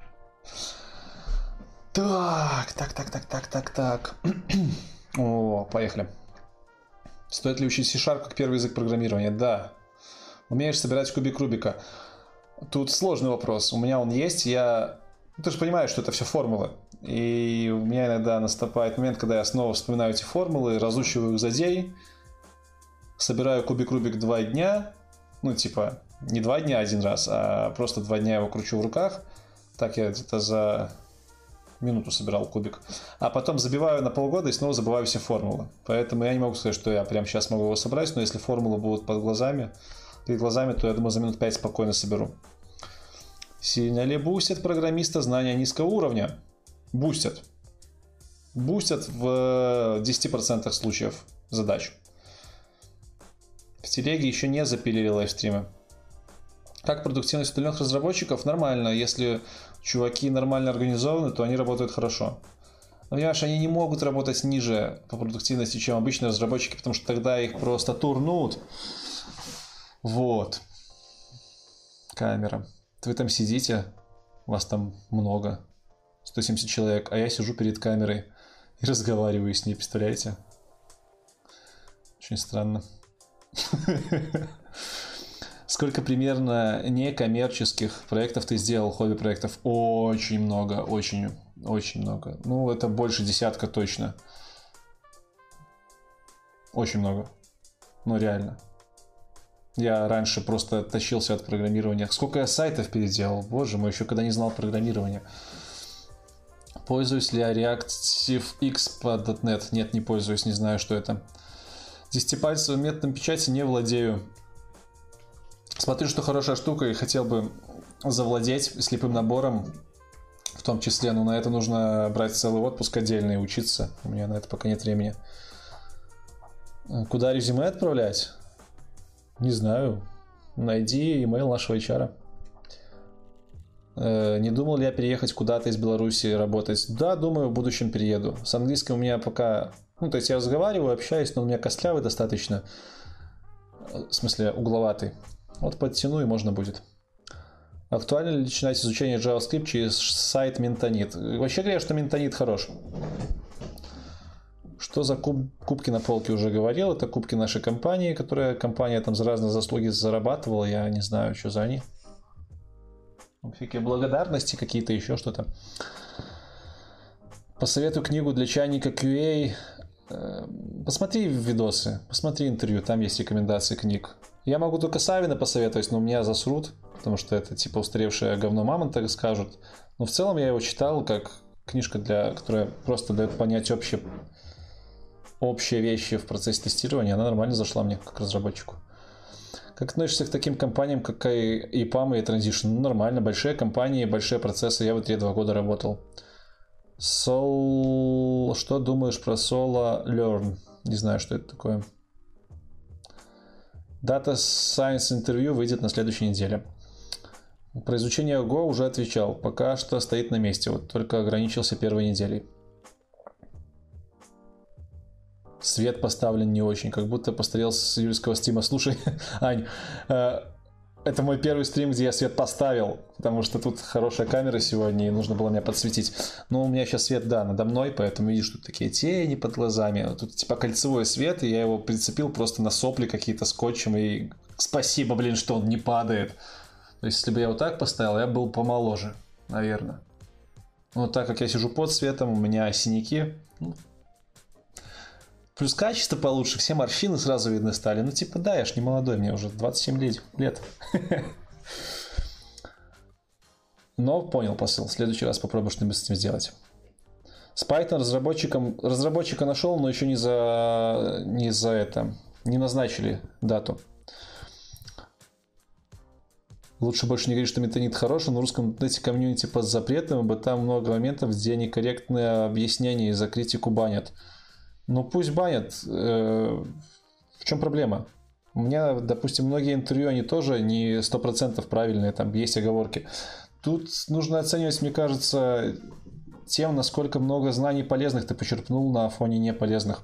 Так. О, поехали. Стоит ли учить C# как первый язык программирования? Да. Умеешь собирать кубик Рубика? Тут сложный вопрос. У меня он есть, ты же понимаешь, что это все формулы. И у меня иногда наступает момент, когда я снова вспоминаю эти формулы, разучиваю их за день, собираю кубик Рубик 2 дня, ну типа не 2 дня один раз, а просто 2 дня его кручу в руках. Так я где-то за минуту собирал кубик. А потом забиваю на полгода и снова забываю все формулы. Поэтому я не могу сказать, что я прямо сейчас могу его собрать, но если формулы будут перед глазами, то я думаю, за минут 5 спокойно соберу. Сильно ли бустят программиста знания низкого уровня? Бустят. Бустят в 10% случаев задач. В телеге еще не запилили лайвстримы. Как продуктивность остальных разработчиков? Нормально. Если чуваки нормально организованы, то они работают хорошо. Но, понимаешь, они не могут работать ниже по продуктивности, чем обычные разработчики, потому что тогда их просто турнут. Вот. Камера. Вы там сидите, вас там много, 170 человек, а я сижу перед камерой и разговариваю с ней, представляете? Очень странно. Сколько примерно некоммерческих проектов ты сделал, хобби-проектов? Очень много, очень много. Ну, это больше 10 точно. Очень много. Ну, реально. Я раньше просто тащился от программирования. Сколько я сайтов переделал, боже мой, еще когда не знал программирования. Пользуюсь ли я ReactiveX по .NET? Нет, не пользуюсь, не знаю, что это. 10-пальцевым методом печати не владею. Смотрю, что хорошая штука, и хотел бы завладеть слепым набором, в том числе, но на это нужно брать целый отпуск отдельно и учиться. У меня на это пока нет времени. Куда резюме отправлять? Не знаю. Найди email нашего HR. Не думал ли я переехать куда-то из Беларуси работать? Да, думаю, в будущем перееду. С английским у меня пока... Ну, то есть я разговариваю, общаюсь, но у меня костлявый достаточно. В смысле, угловатый. Вот подтяну и можно будет. Актуально ли начинать изучение JavaScript через сайт Mintonit? Вообще говоря, что Mintonit хорош. Что за кубки на полке уже говорил. Это кубки нашей компании, которая компания там за разные заслуги зарабатывала. Я не знаю, что за они. Всякие благодарности какие-то, еще что-то. Посоветую книгу для чайника QA. Посмотри видосы, посмотри интервью, там есть рекомендации книг. Я могу только Савина посоветовать, но меня засрут, потому что это типа устаревшее говно мамонта, скажут. Но в целом я его читал как книжка, которая просто дает понять общие вещи в процессе тестирования. Она нормально зашла мне как разработчику. Как относишься к таким компаниям, как EPAM и Transition? Ну, нормально, большие компании, большие процессы. Я в Итре 2 года работал. Что думаешь про Solo Learn? Не знаю, что это такое. Data Science интервью выйдет на следующей неделе. Про изучение Go уже отвечал. Пока что стоит на месте. Вот только ограничился первой неделей. Свет поставлен не очень. Как будто постарел с юрского стрима. Слушай, Ань, это мой первый стрим, где я свет поставил, потому что тут хорошая камера сегодня, и нужно было меня подсветить. Но у меня сейчас свет, да, надо мной, поэтому видишь, тут такие тени под глазами. Тут типа кольцевой свет, и я его прицепил просто на сопли какие-то скотчем, и спасибо, блин, что он не падает. То есть, если бы я вот так поставил, я был помоложе, наверное. Но так как я сижу под светом, у меня синяки. Плюс качество получше, все морщины сразу видны стали. Ну, типа, да, я ж не молодой, мне уже 27 лет. Но понял посыл. В следующий раз попробую что-нибудь с этим сделать. С Python разработчика нашел, но еще не назначили дату. Лучше больше не говорить, что метанит хороший, но в русском интернете комьюнити под запретом, ибо там много моментов, где некорректные объяснения и за критику банят. Ну пусть банят. В чем проблема? У меня, допустим, многие интервью, они тоже не 100% правильные, там есть оговорки. Тут нужно оценивать, мне кажется, тем, насколько много знаний полезных ты почерпнул на фоне неполезных.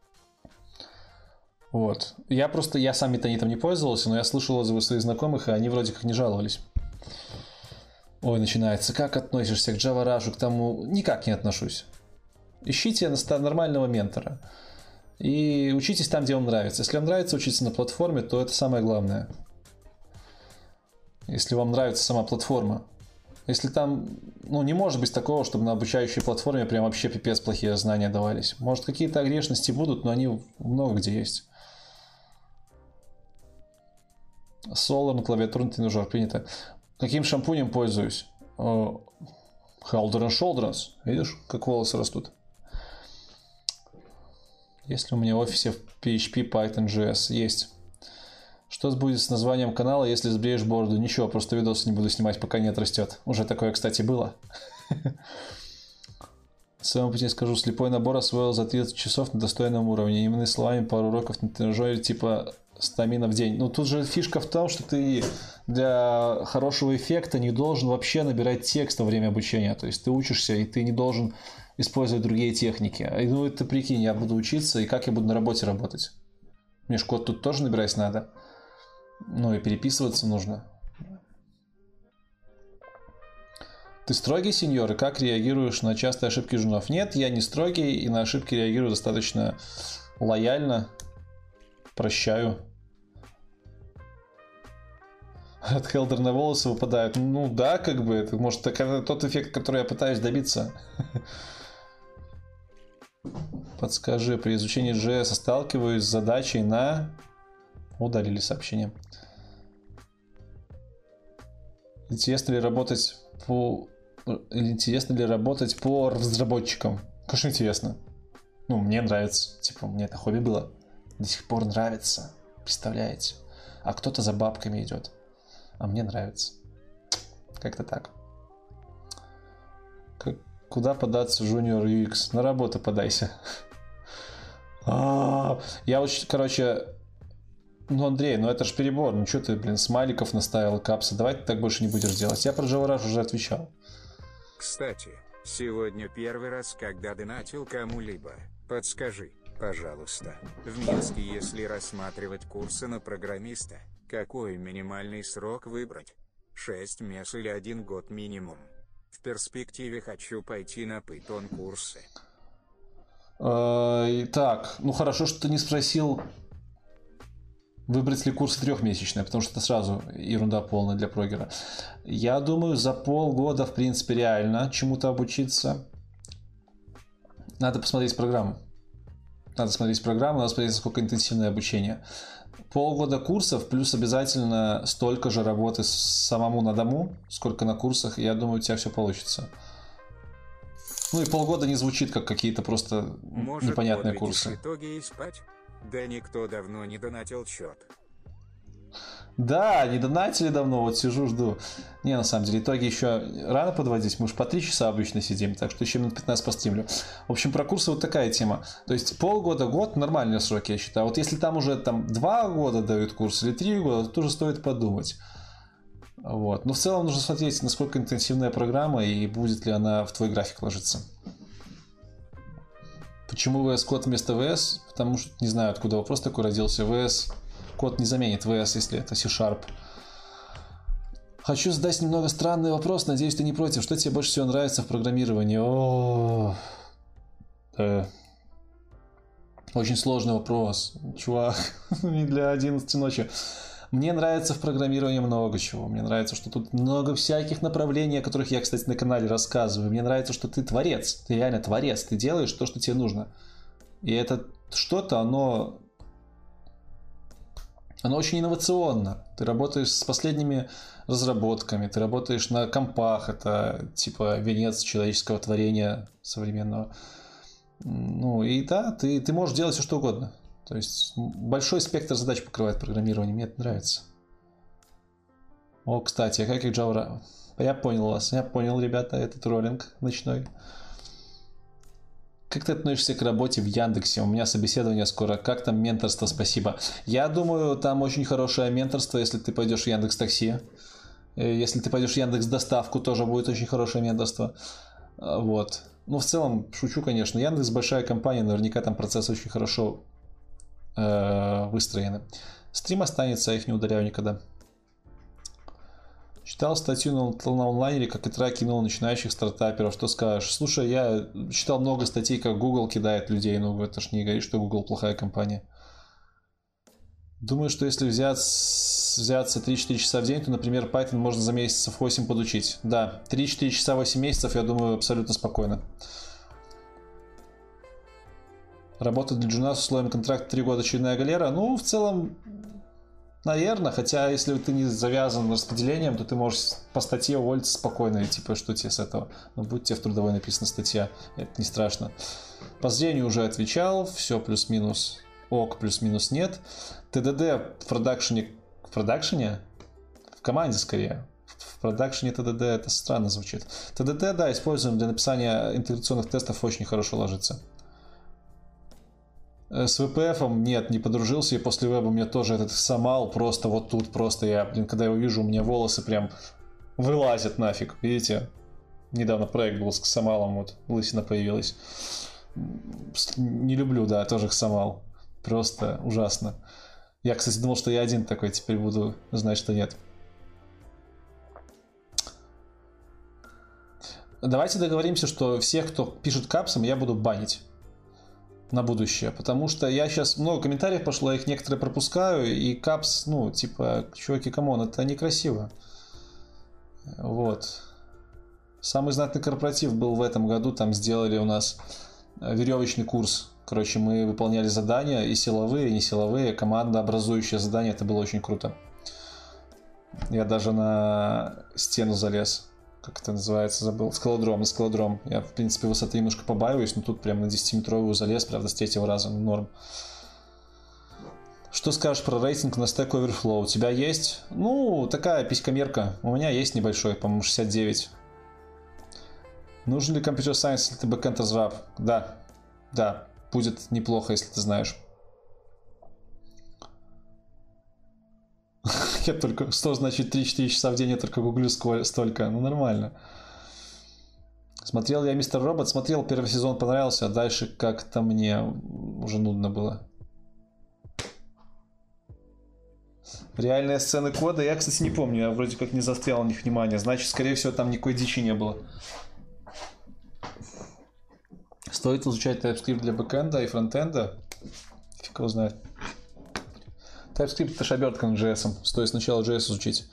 Вот. Я сам метанитом не пользовался, но я слышал отзывы своих знакомых, и они вроде как не жаловались. Ой, начинается. Как относишься к Java Rush, к тому? Никак не отношусь. Ищите нормального ментора. И учитесь там, где вам нравится. Если вам нравится учиться на платформе, то это самое главное. Если вам нравится сама платформа. Если там, не может быть такого, чтобы на обучающей платформе прям вообще пипец плохие знания давались. Может, какие-то огрешности будут, но они много где есть. Solar на клавиатурный тренажер принято. Каким шампунем пользуюсь? Head and Shoulders. Видишь, как волосы растут? Есть ли у меня в офисе PHP, Python, JS? Есть. Что будет с названием канала, если сбреешь бороду? Ничего, просто видосы не буду снимать, пока не отрастет. Уже такое, кстати, было. В своем пути скажу, слепой набор освоил за 30 часов на достойном уровне. Иными словами, пару уроков на тренажере типа стамина в день. Тут же фишка в том, что ты для хорошего эффекта не должен вообще набирать текст во время обучения. То есть ты учишься, и ты не должен использовать другие техники. Это прикинь, я буду учиться, и как я буду на работе работать? Мне ж код тут тоже набирать надо. И переписываться нужно. Ты строгий, сеньор, и как реагируешь на частые ошибки жунов? Нет, я не строгий, и на ошибки реагирую достаточно лояльно. Прощаю. От Хелдер на волосы выпадают. Да, это может тот эффект, который я пытаюсь добиться. Подскажи, при изучении JS сталкиваюсь с задачей на... Удалили сообщение. Интересно ли работать по разработчикам? Конечно, интересно. Мне нравится. Мне это хобби было. До сих пор нравится. Представляете? А кто-то за бабками идет. А мне нравится. Как-то так. Куда податься Junior UX? На работу подайся. Я Андрей, это ж перебор. Что ты, смайликов наставил, капса. Давай ты так больше не будешь делать. Я про Java Rush уже отвечал. Кстати, сегодня первый раз, когда донатил кому-либо. Подскажи, пожалуйста, в Минске, если рассматривать курсы на программиста, какой минимальный срок выбрать? 6 месяцев или 1 год минимум? В перспективе хочу пойти на Python курсы. Так, хорошо, что ты не спросил, выбрать ли курсы 3-месячные, потому что это сразу ерунда полная для прогера. Я думаю, за полгода, в принципе, реально чему-то обучиться. Надо посмотреть программу. Надо смотреть, насколько интенсивное обучение. Полгода курсов, плюс обязательно столько же работы самому на дому, сколько на курсах, и я думаю, у тебя все получится. И полгода не звучит, как какие-то просто непонятные курсы. В итоге и спать? Да никто давно не донатил счет. Да, не донатили давно, сижу, жду. На самом деле, итоги еще рано подводить, мы уж по 3 часа обычно сидим, так что еще минут 15 постримлю. В общем, про курсы такая тема. То есть полгода, год нормальные сроки, я считаю. Если там уже 2 года дают курс или 3 года, то тоже стоит подумать. Но в целом нужно смотреть, насколько интенсивная программа и будет ли она в твой график ложиться. Почему VS Code вместо VS? Потому что не знаю, откуда вопрос такой родился. VS Code не заменит VS, если это C#. Хочу задать немного странный вопрос, надеюсь, ты не против. Что тебе больше всего нравится в программировании? Очень сложный вопрос, чувак. Не для 11 ночи. Мне нравится в программировании много чего. Мне нравится, что тут много всяких направлений, о которых я, кстати, на канале рассказываю. Мне нравится, что ты творец. Ты реально творец. Ты делаешь то, что тебе нужно. И это что-то, оно Оно очень инновационно. Ты работаешь с последними разработками, ты работаешь на компах, это типа венец человеческого творения современного. Ну и да, ты можешь делать все что угодно. То есть большой спектр задач покрывает программирование, мне это нравится. О, кстати, а как их Java... Я понял вас, я понял, ребята, это троллинг ночной. Как ты относишься к работе в Яндексе? У меня собеседование скоро. Как там менторство? Спасибо. Я думаю, там очень хорошее менторство, если ты пойдешь в Яндекс.Такси. Если ты пойдешь в Яндекс.Доставку, тоже будет очень хорошее менторство. Вот. Ну, в целом, шучу, конечно. Яндекс большая компания, наверняка там процессы очень хорошо выстроены. Стрим останется, я их не удаляю никогда. Читал статью на онлайнере, как ИТРА кинул начинающих стартаперов. Что скажешь? Слушай, я читал много статей, как Google кидает людей, но это ж не говорит, что Google плохая компания. Думаю, что если взяться 3-4 часа в день, то, например, Python можно за месяцев 8 подучить. Да, 3-4 часа 8 месяцев, я думаю, абсолютно спокойно. Работа для джуна с условием контракта 3 года, очередная галера. Ну, в целом... Наверное, хотя если ты не завязан распределением, то ты можешь по статье уволиться спокойно, и типа, что тебе с этого? Ну, будь тебе в трудовой написана статья, это не страшно. По зрению уже отвечал, все плюс-минус ок, плюс-минус нет. ТДД в продакшене? В команде скорее. В продакшене ТДД это странно звучит. ТДД, да, используем для написания интеграционных тестов, очень хорошо ложится. С VPF нет, не подружился, и после веба мне тоже этот XAML просто вот тут, просто я, когда его вижу, у меня волосы прям вылазят нафиг, видите? Недавно проект был с XAML, вот, лысина появилась. Не люблю, да, тоже XAML. Просто ужасно. Я, кстати, думал, что я один такой, теперь буду знать, что нет. Давайте договоримся, что всех, кто пишет капсом, я буду банить. На будущее, потому что я сейчас много комментариев пошло, я их некоторые пропускаю, и капс, ну, типа, чуваки, камон, это некрасиво. Вот. Самый знатный корпоратив был в этом году, там сделали у нас веревочный курс. Короче, мы выполняли задания, и силовые, и несиловые, командообразующие задания, это было очень круто. Я даже на стену залез. Как это называется, забыл. Скалодром. Я, в принципе, высоты немножко побаиваюсь, но тут прям на 10-метровую залез, правда, с 3-го раза, норм. Что скажешь про рейтинг на Stack Overflow? У тебя есть? Ну, такая писькомерка. У меня есть небольшой, по-моему, 69. Нужен ли Computer Science, если ты бэкэнд разраб? Да. Да, будет неплохо, если ты знаешь. Я только... Что значит 3-4 часа в день я только гуглю столько? Ну, нормально. Смотрел я Мистер Робот. Смотрел, первый сезон понравился, а дальше как-то мне уже нудно было. Реальные сцены кода. Я, кстати, не помню. Я вроде как не застрял на них внимания. Значит, скорее всего, там никакой дичи не было. Стоит изучать TypeScript для бэкэнда и фронтенда? Фиг его знает. TypeScript это ж обертка на JS. Стоит сначала JS изучить.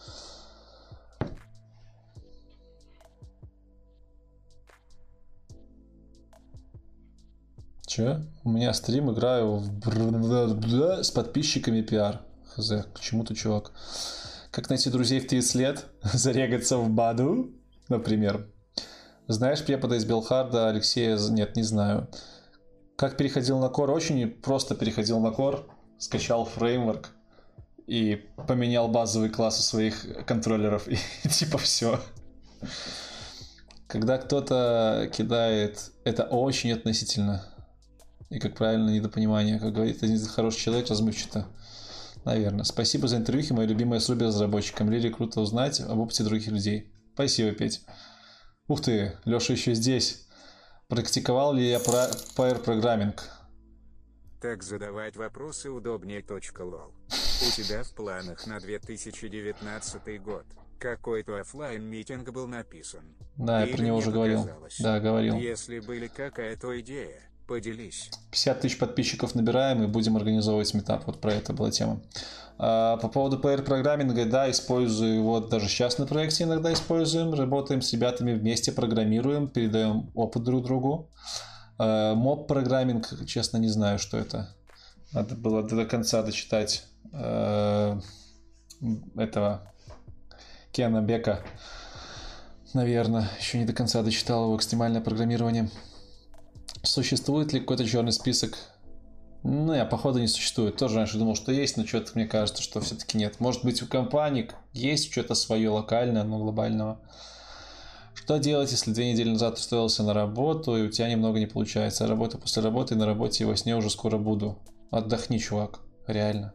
Че? У меня стрим, играю с подписчиками пиар. Хз, к чему-то, чувак. Как найти друзей в 30 лет? Зарегаться в Баду, например. Знаешь препода из Белхарда Алексея? Нет, не знаю. Как переходил на Core? Очень просто переходил на Core. Скачал фреймворк и поменял базовые классы своих контроллеров. И типа все. Когда кто-то кидает, это очень относительно. И, как правильно, недопонимание. Как говорит один хороший человек, размывчато. Наверное. Спасибо за интервью, моя любимая с Ruby разработчиком. Лире, круто узнать об опыте других людей. Спасибо, Петь. Ух ты, Леша еще здесь. Практиковал ли я pair-программинг? Так задавать вопросы удобнее .lol. У тебя в планах на 2019 год какой-то оффлайн митинг был написан. Да, я про него уже говорил. Да, говорил. Если были какая-то идея, поделись. 50 тысяч подписчиков набираем и будем организовывать митап. Вот про это была тема. По поводу pair-программинга, да, использую его даже сейчас на проекте иногда используем. Работаем с ребятами вместе, программируем, передаем опыт друг другу. Моб-программинг, честно, не знаю, что это. Надо было до конца дочитать этого Кена Бека. Наверное, еще не до конца дочитал его «Экстремальное программирование». Существует ли какой-то черный список? Ну, походу не существует. Тоже раньше думал, что есть, но что-то мне кажется, что все-таки нет. Может быть, у компаний есть что-то свое локальное, но глобального. Что делать, если 2 недели назад устроился на работу, и у тебя немного не получается? Работа после работы, и на работе, и во сне уже скоро буду. Отдохни, чувак. Реально.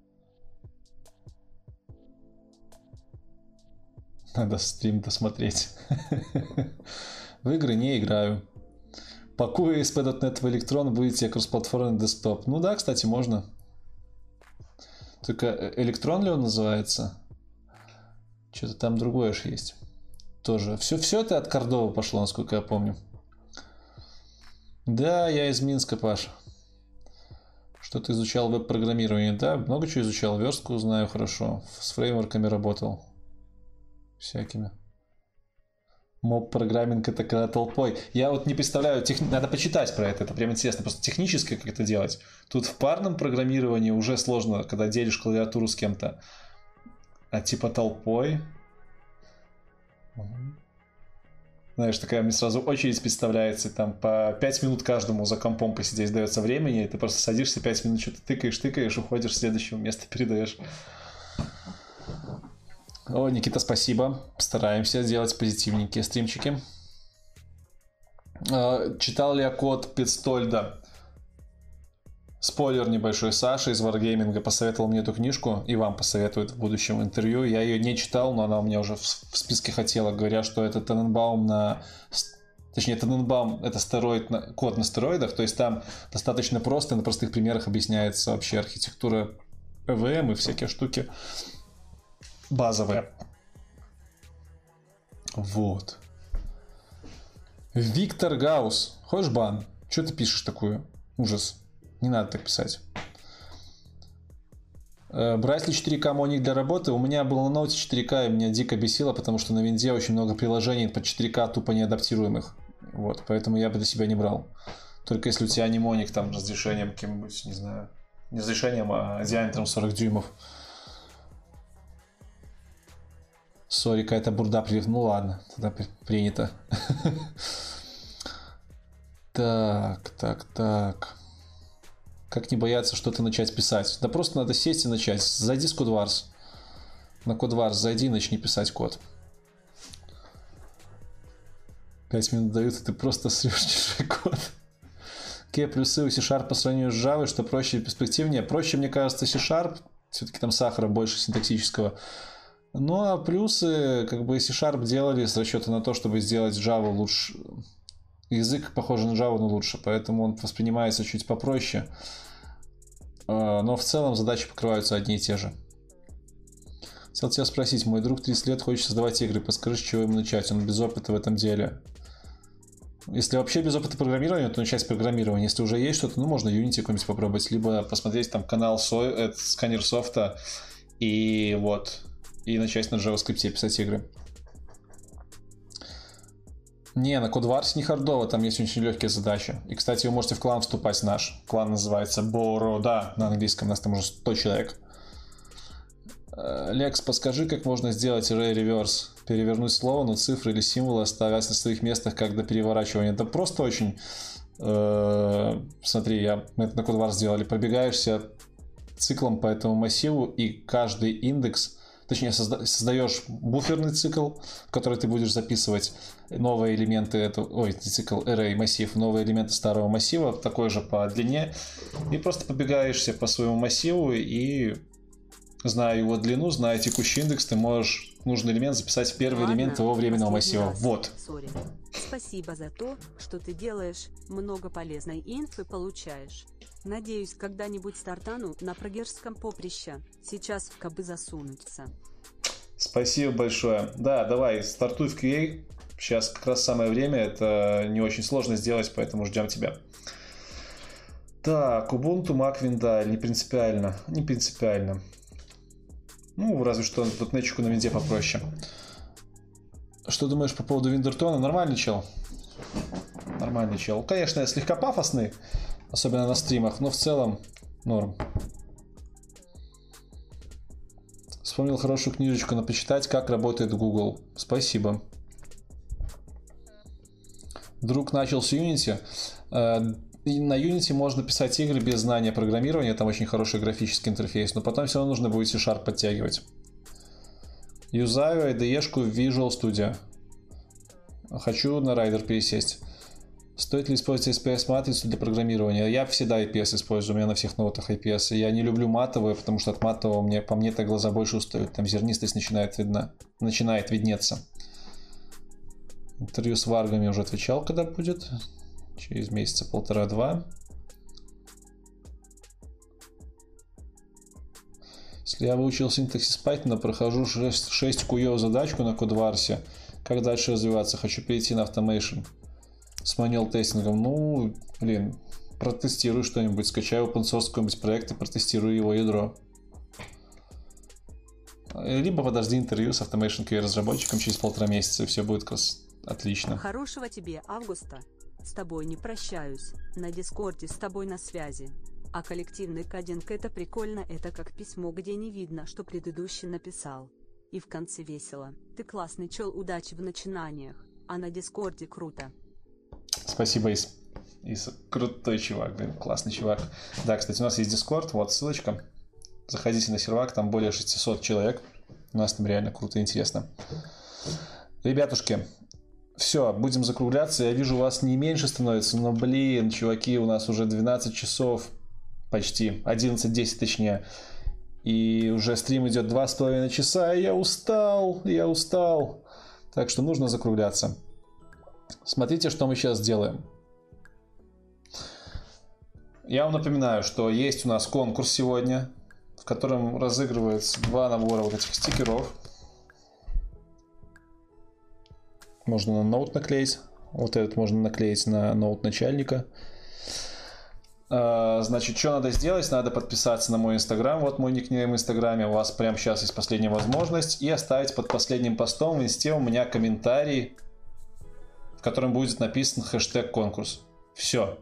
Надо стрим досмотреть. В игры не играю. Пакуя ASP.NET в Electron, будете кроссплатформенный десктоп. Ну да, кстати, можно. Только Electron ли он называется? Что-то там другое же есть. Тоже. Все это от Кордова пошло, насколько я помню. Да, я из Минска, Паш. Что ты изучал веб-программирование? Да, много чего изучал. Верстку знаю хорошо. С фреймворками работал. Всякими. Моб-программинг — это когда толпой. Я вот не представляю, надо почитать про это прям интересно, просто технически как это делать. Тут в парном программировании уже сложно, когда делишь клавиатуру с кем-то. А типа толпой... Знаешь, такая мне сразу очередь представляется, там по 5 минут каждому за компом посидеть дается времени, и ты просто садишься 5 минут, что-то тыкаешь, уходишь в следующее место, передаешь. О, Никита, спасибо. Стараемся делать позитивненькие стримчики. Читал ли я код Петстольда? Спойлер небольшой. Саша из Wargaming посоветовал мне эту книжку, и вам посоветует в будущем интервью. Я ее не читал, но она у меня уже в списке хотела. Говорят, что это Тененбаум Точнее, Тененбаум — это код на стероидах, то есть там достаточно просто, на простых примерах объясняется вообще архитектура ЭВМ и всякие штуки. Базовые. Вот. Виктор Гаус. Хочешь бан? Что ты пишешь такую? Ужас. Не надо так писать. Брать ли 4К моник для работы? У меня был на ноуте 4К, и меня дико бесило, потому что на винде очень много приложений под 4К тупо неадаптируемых. Вот, поэтому я бы для себя не брал. Только если у тебя не моник там разрешением каким-нибудь, не знаю, не разрешением, а диаметром 40 дюймов. Сори, какая-то бурда привет. Ну ладно, тогда принято. Так. Как не бояться что-то начать писать? Да просто надо сесть и начать. Зайди с Codewars. На Codewars зайди и начни писать код. 5 минут дают, и ты просто срешь чужой код. Какие плюсы у C-Sharp по сравнению с Java, что проще и перспективнее? Проще, мне кажется, C-Sharp. Все-таки там сахара больше синтаксического. Ну а плюсы, как бы C-Sharp делали с расчета на то, чтобы сделать Java лучше. Язык похож на Java, но лучше, поэтому он воспринимается чуть попроще. Но в целом задачи покрываются одни и те же. Хотел тебя спросить, мой друг 30 лет хочет создавать игры, подскажи, с чего ему начать, он без опыта в этом деле. Если вообще без опыта программирования, то начать с программирования. Если уже есть что-то, ну можно Unity какой-нибудь попробовать, либо посмотреть там канал Сканер Софта и вот, и начать на JavaScript писать игры. Не, на Codewars не хардово, там есть очень легкие задачи. И, кстати, вы можете в клан вступать наш. Клан называется Борода на английском, у нас там уже 100 человек. Лекс, подскажи, как можно сделать array reverse? Перевернуть слово, но цифры или символы оставлять на своих местах, как до переворачивания. Это просто очень... Смотри, мы это на Codewars сделали. Пробегаешься циклом по этому массиву, и каждый индекс... Точнее, создаешь буферный цикл, в который ты будешь записывать новые элементы цикл array массив, новые элементы старого массива, такой же по длине, и просто побегаешься по своему массиву, и зная его длину, зная текущий индекс, ты можешь нужный элемент записать в первый элемент его временного массива. Вот. Спасибо за то, что ты делаешь, много полезной инфы получаешь. Надеюсь, когда-нибудь стартану на прогерском поприще. Сейчас в кабы засунуться. Спасибо большое. Да, давай, стартуй в QA. Сейчас как раз самое время. Это не очень сложно сделать, поэтому ждем тебя. Так, Ubuntu, Mac, Винда. Не принципиально. Не принципиально. Ну, разве что .NET на винде попроще. Что думаешь по поводу Виндертона? Нормальный чел. Нормальный чел. Конечно, слегка пафосный. Особенно на стримах, но в целом норм. Вспомнил хорошую книжечку на почитать, как работает Google. Спасибо. Друг начал с Unity. На Unity можно писать игры без знания программирования, там очень хороший графический интерфейс, но потом все равно нужно будет C# подтягивать. Юзаю IDE-шку в Visual Studio. Хочу на Rider пересесть. Стоит ли использовать SPS-матрицу для программирования? Я всегда IPS использую, у меня на всех ноутах IPS. Я не люблю матовые, потому что от матового по мне так глаза больше устают. Там зернистость начинает виднеться. Интервью с варгами уже отвечал, когда будет. Через месяца 1,5-2. Если я выучил синтаксис Python, прохожу 6 QO задачку на Кодварсе. Как дальше развиваться? Хочу перейти на Automation с manual тестингом. Ну, блин, протестируй что-нибудь. Скачай open source какой-нибудь проект и протестируй его ядро. Либо подожди интервью с Automation QA разработчиком через 1,5 месяца, и все будет отлично. Хорошего тебе августа. С тобой не прощаюсь. На Дискорде с тобой на связи. А коллективный кодинг — это прикольно, это как письмо, где не видно, что предыдущий написал. И в конце весело. Ты классный чел, удачи в начинаниях. А на Дискорде круто. Спасибо, Ис. Крутой чувак, блин, классный чувак. Да, кстати, у нас есть Дискорд, вот ссылочка. Заходите на сервак, там более 600 человек. У нас там реально круто и интересно. Ребятушки, все, будем закругляться. Я вижу, у вас не меньше становится, но, блин, чуваки, у нас уже 12 часов почти, 11:10 точнее. И уже стрим идет 2,5 часа, и я устал. Так что нужно закругляться. Смотрите, что мы сейчас делаем. Я вам напоминаю, что есть у нас конкурс сегодня, в котором разыгрывается 2 набора вот этих стикеров. Можно на ноут наклеить. Вот этот можно наклеить на ноут начальника. Значит, что надо сделать? Надо подписаться на мой инстаграм. Вот мой никнейм в инстаграме. У вас прямо сейчас есть последняя возможность. И оставить под последним постом в инсте у меня комментарий, в котором будет написан хэштег конкурс. Все.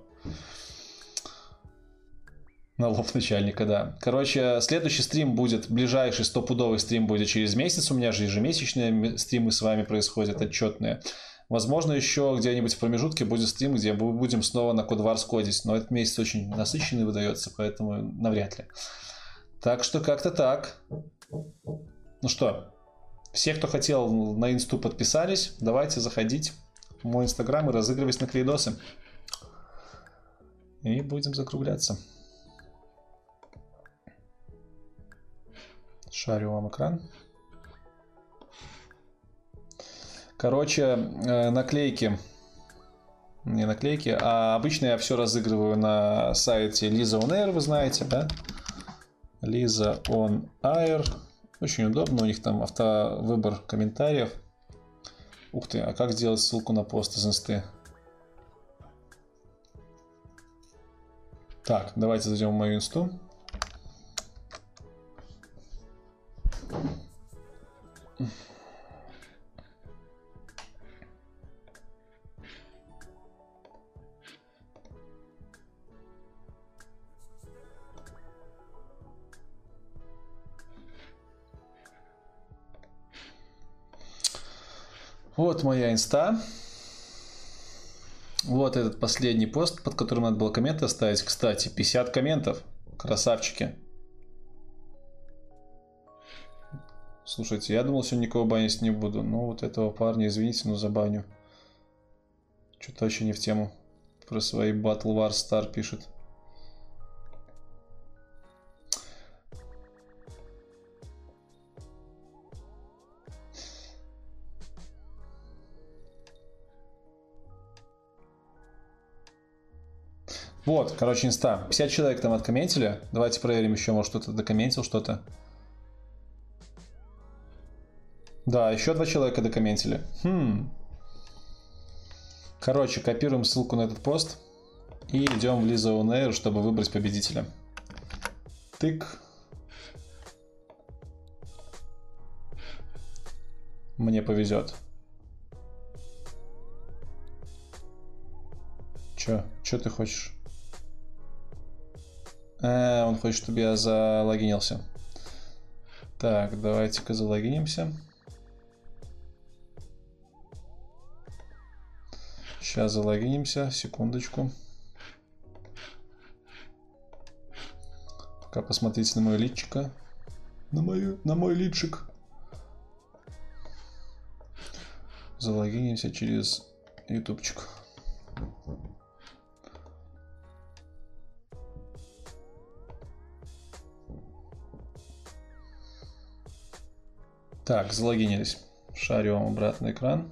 На лоб начальника, да. Короче, следующий стрим будет, ближайший стопудовый стрим будет через месяц. У меня же ежемесячные стримы с вами происходят, отчетные. Возможно, еще где-нибудь в промежутке будет стрим, где мы будем снова на Кодварс кодить. Но этот месяц очень насыщенный выдается, поэтому навряд ли. Так что как-то так. Ну что, все, кто хотел на инсту, подписались. Давайте заходить в мой инстаграм и разыгрывать наклейдосы. И будем закругляться. Шарю вам экран. Короче, наклейки. Не наклейки, а обычно я все разыгрываю на сайте Lisa On Air, вы знаете, да? Lisa On Air. Очень удобно, у них там автовыбор комментариев. Ух ты, а как сделать ссылку на пост из инсты? Так, давайте зайдем в мою инсту. Вот моя инста. Вот этот последний пост, под которым надо было комменты оставить. Кстати, 50 комментов. Красавчики. Слушайте, я думал, сегодня никого банить не буду. Но вот этого парня, извините, но забаню. Что-то вообще не в тему. Про свои Battle War Star пишет. Вот, короче, инста. 50 человек там откомментили. Давайте проверим еще, может кто-то докомментил что-то. Да, еще 2 человека докомментили. Короче, копируем ссылку на этот пост и идем в Lisa On Air, чтобы выбрать победителя. Тык. Мне повезет. Че ты хочешь? Он хочет, чтобы я залогинился. Так, давайте-ка залогинимся. Сейчас залогинимся, секундочку. Пока посмотрите на мое личико. На мой личик. Залогинимся через ютубчик. Так, залогинились. Шарю вам обратно экран.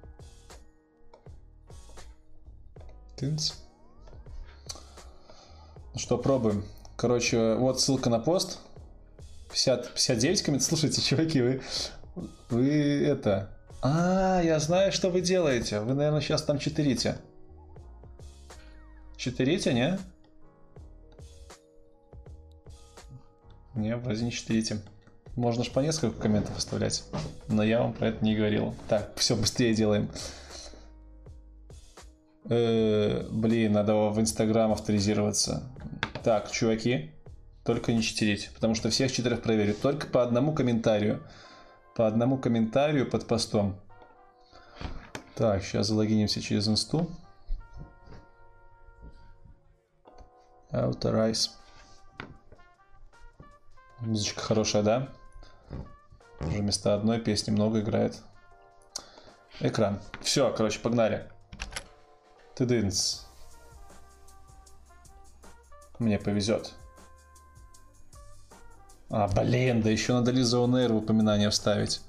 Тынц. Ну что, пробуем. Короче, вот ссылка на пост. 59 комментов. Слушайте, чуваки, вы это... я знаю, что вы делаете. Вы, наверное, сейчас там читерите. Читерите, не? Не, вроде не читерите. Можно ж по несколько комментов оставлять. Но я вам про это не говорил. Так, все, быстрее делаем. Блин, надо в Инстаграм авторизироваться. Так, чуваки, только не читерить, потому что всех читеров проверю. Только по одному комментарию. По одному комментарию под постом. Так, сейчас залогинимся через инсту. Authorize. Музычка хорошая, да? Уже вместо одной песни много играет. Экран. Все, короче, погнали. Тыдынц. Мне повезет. Блин, да еще надо Лиза On Air в упоминание вставить.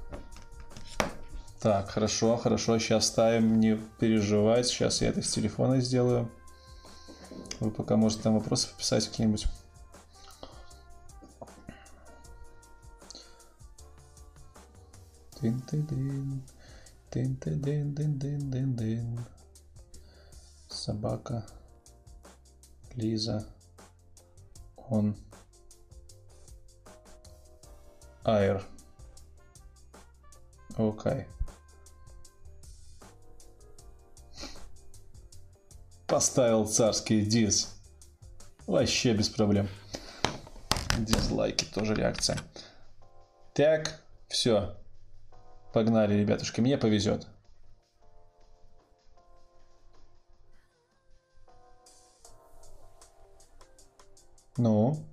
Так, хорошо, сейчас ставим, не переживать. Сейчас я это с телефона сделаю. Вы пока можете там вопросы писать какие-нибудь. Тын-ты-дын, тын-ты-дын-дын-дын-дын-дын. Собака. Лиза. On Air. Окей. Поставил царский диз. Вообще без проблем. Дизлайки тоже реакция. Так, все. Погнали, ребятушки. Мне повезет. Ну.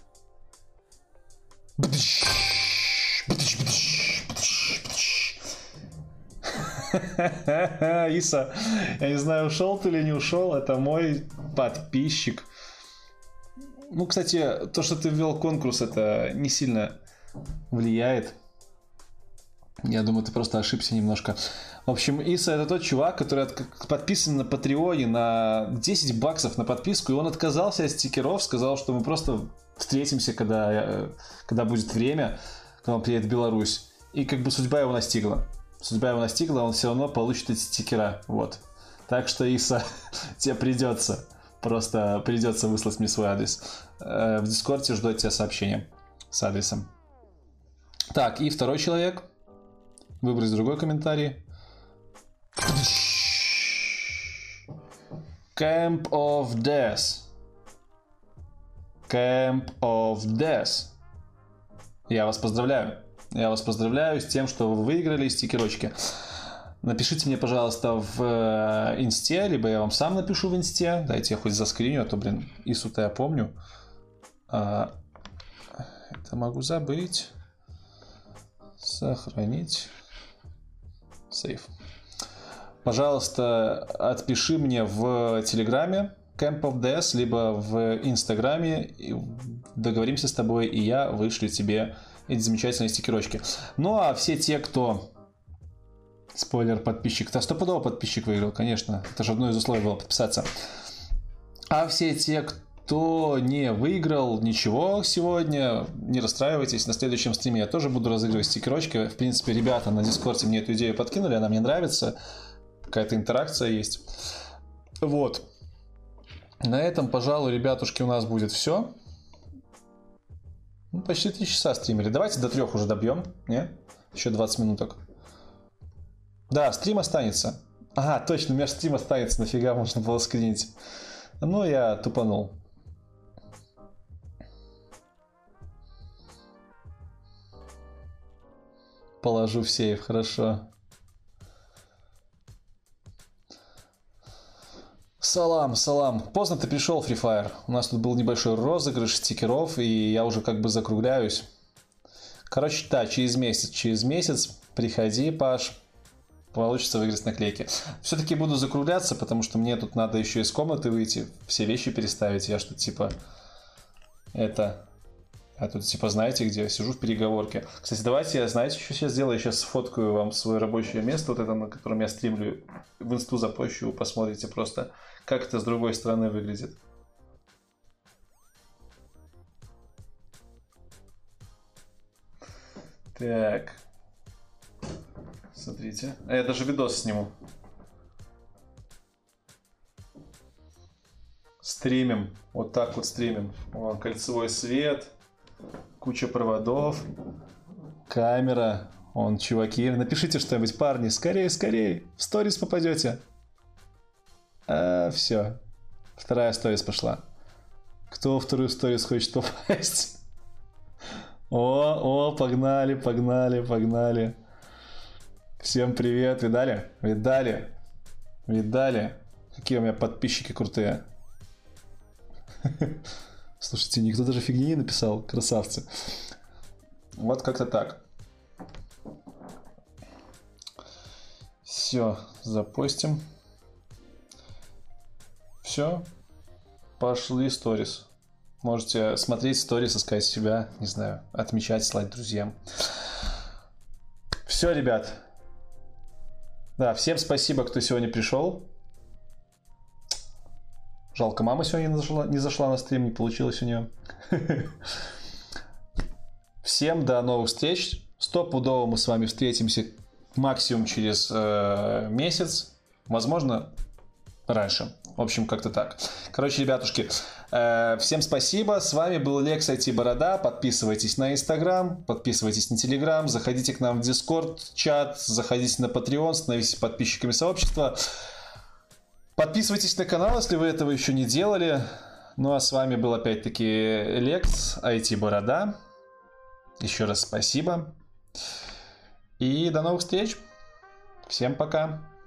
Иса, я не знаю, ушел ты или не ушел, это мой подписчик. Ну, кстати, то, что ты ввел конкурс, это не сильно влияет. Я думаю, ты просто ошибся немножко. В общем, Иса — это тот чувак, который подписан на Патреоне на 10 баксов на подписку, и он отказался от стикеров, сказал, что мы просто встретимся, когда будет время, когда он приедет в Беларусь. И как бы судьба его настигла. Он все равно получит эти стикера. Вот. Так что, Иса, тебе придется выслать мне свой адрес. В Дискорде жду от тебя сообщения с адресом. Так, и второй человек. Выбрать другой комментарий. Camp of Death. Я вас поздравляю с тем, что вы выиграли стикерочки. Напишите мне, пожалуйста, в инсте, либо я вам сам напишу в инсте. Дайте я хоть заскриню, а то, Ису-то я помню. Это могу забыть. Сохранить. Сейф. Пожалуйста, отпиши мне в Телеграме Camp of Death, либо в Инстаграме. Договоримся с тобой, и я вышлю тебе эти замечательные стикерочки. Ну а все те, кто... Спойлер, подписчик. Да, стопудово подписчик выиграл, конечно. Это же одно из условий было подписаться. А все те, кто не выиграл ничего сегодня, не расстраивайтесь. На следующем стриме я тоже буду разыгрывать стикерочки. В принципе, ребята на Дискорде мне эту идею подкинули, она мне нравится. Какая-то интеракция есть. Вот. На этом, пожалуй, ребятушки, у нас будет все. Почти 3 часа стримили. Давайте до 3 уже добьем. Не? Еще 20 минуток. Да, стрим останется. Ага, точно, у меня стрим останется. Нафига можно было скринить. Ну, я тупанул. Положу в сейф, хорошо. Салам. Поздно ты пришел, Free Fire. У нас тут был небольшой розыгрыш стикеров, и я уже как бы закругляюсь. Короче, да, через месяц приходи, Паш. Получится выиграть наклейки. Все-таки буду закругляться, потому что мне тут надо еще из комнаты выйти, все вещи переставить. Я что-то типа... Я тут типа знаете где? Сижу в переговорке. Кстати, давайте я, знаете, что сейчас сделаю? Я сейчас сфоткаю вам свое рабочее место, вот это, на котором я стримлю. В инсту запущу, вы посмотрите просто, как это с другой стороны выглядит. Так. Смотрите. А я даже видос сниму. Стримим. Вот так вот стримим. Вон, кольцевой свет. Куча проводов. Камера. Вон, чуваки. Напишите что-нибудь, парни. Скорее. В сторис попадете. Все. Вторая сторис пошла. Кто во вторую сторис хочет попасть? О, погнали. Всем привет, видали? Какие у меня подписчики крутые. Слушайте, никто даже фигни не написал, красавцы. Вот как-то так. Все, запостим. Все, пошли сторис. Можете смотреть сторис, искать себя, не знаю, отмечать, слать друзьям. Все, ребят. Да, всем спасибо, кто сегодня пришел. Жалко, мама сегодня не зашла на стрим, не получилось у нее. Всем до новых встреч. Стопудово мы с вами встретимся максимум через месяц. Возможно, раньше. В общем, как-то так. Короче, ребятушки, всем спасибо. С вами был Лекс IT Борода. Подписывайтесь на Инстаграм, подписывайтесь на Телеграм, заходите к нам в Дискорд чат, заходите на Patreon, становитесь подписчиками сообщества. Подписывайтесь на канал, если вы этого еще не делали. Ну а с вами был опять-таки Лекс IT Борода. Еще раз спасибо. И до новых встреч. Всем пока.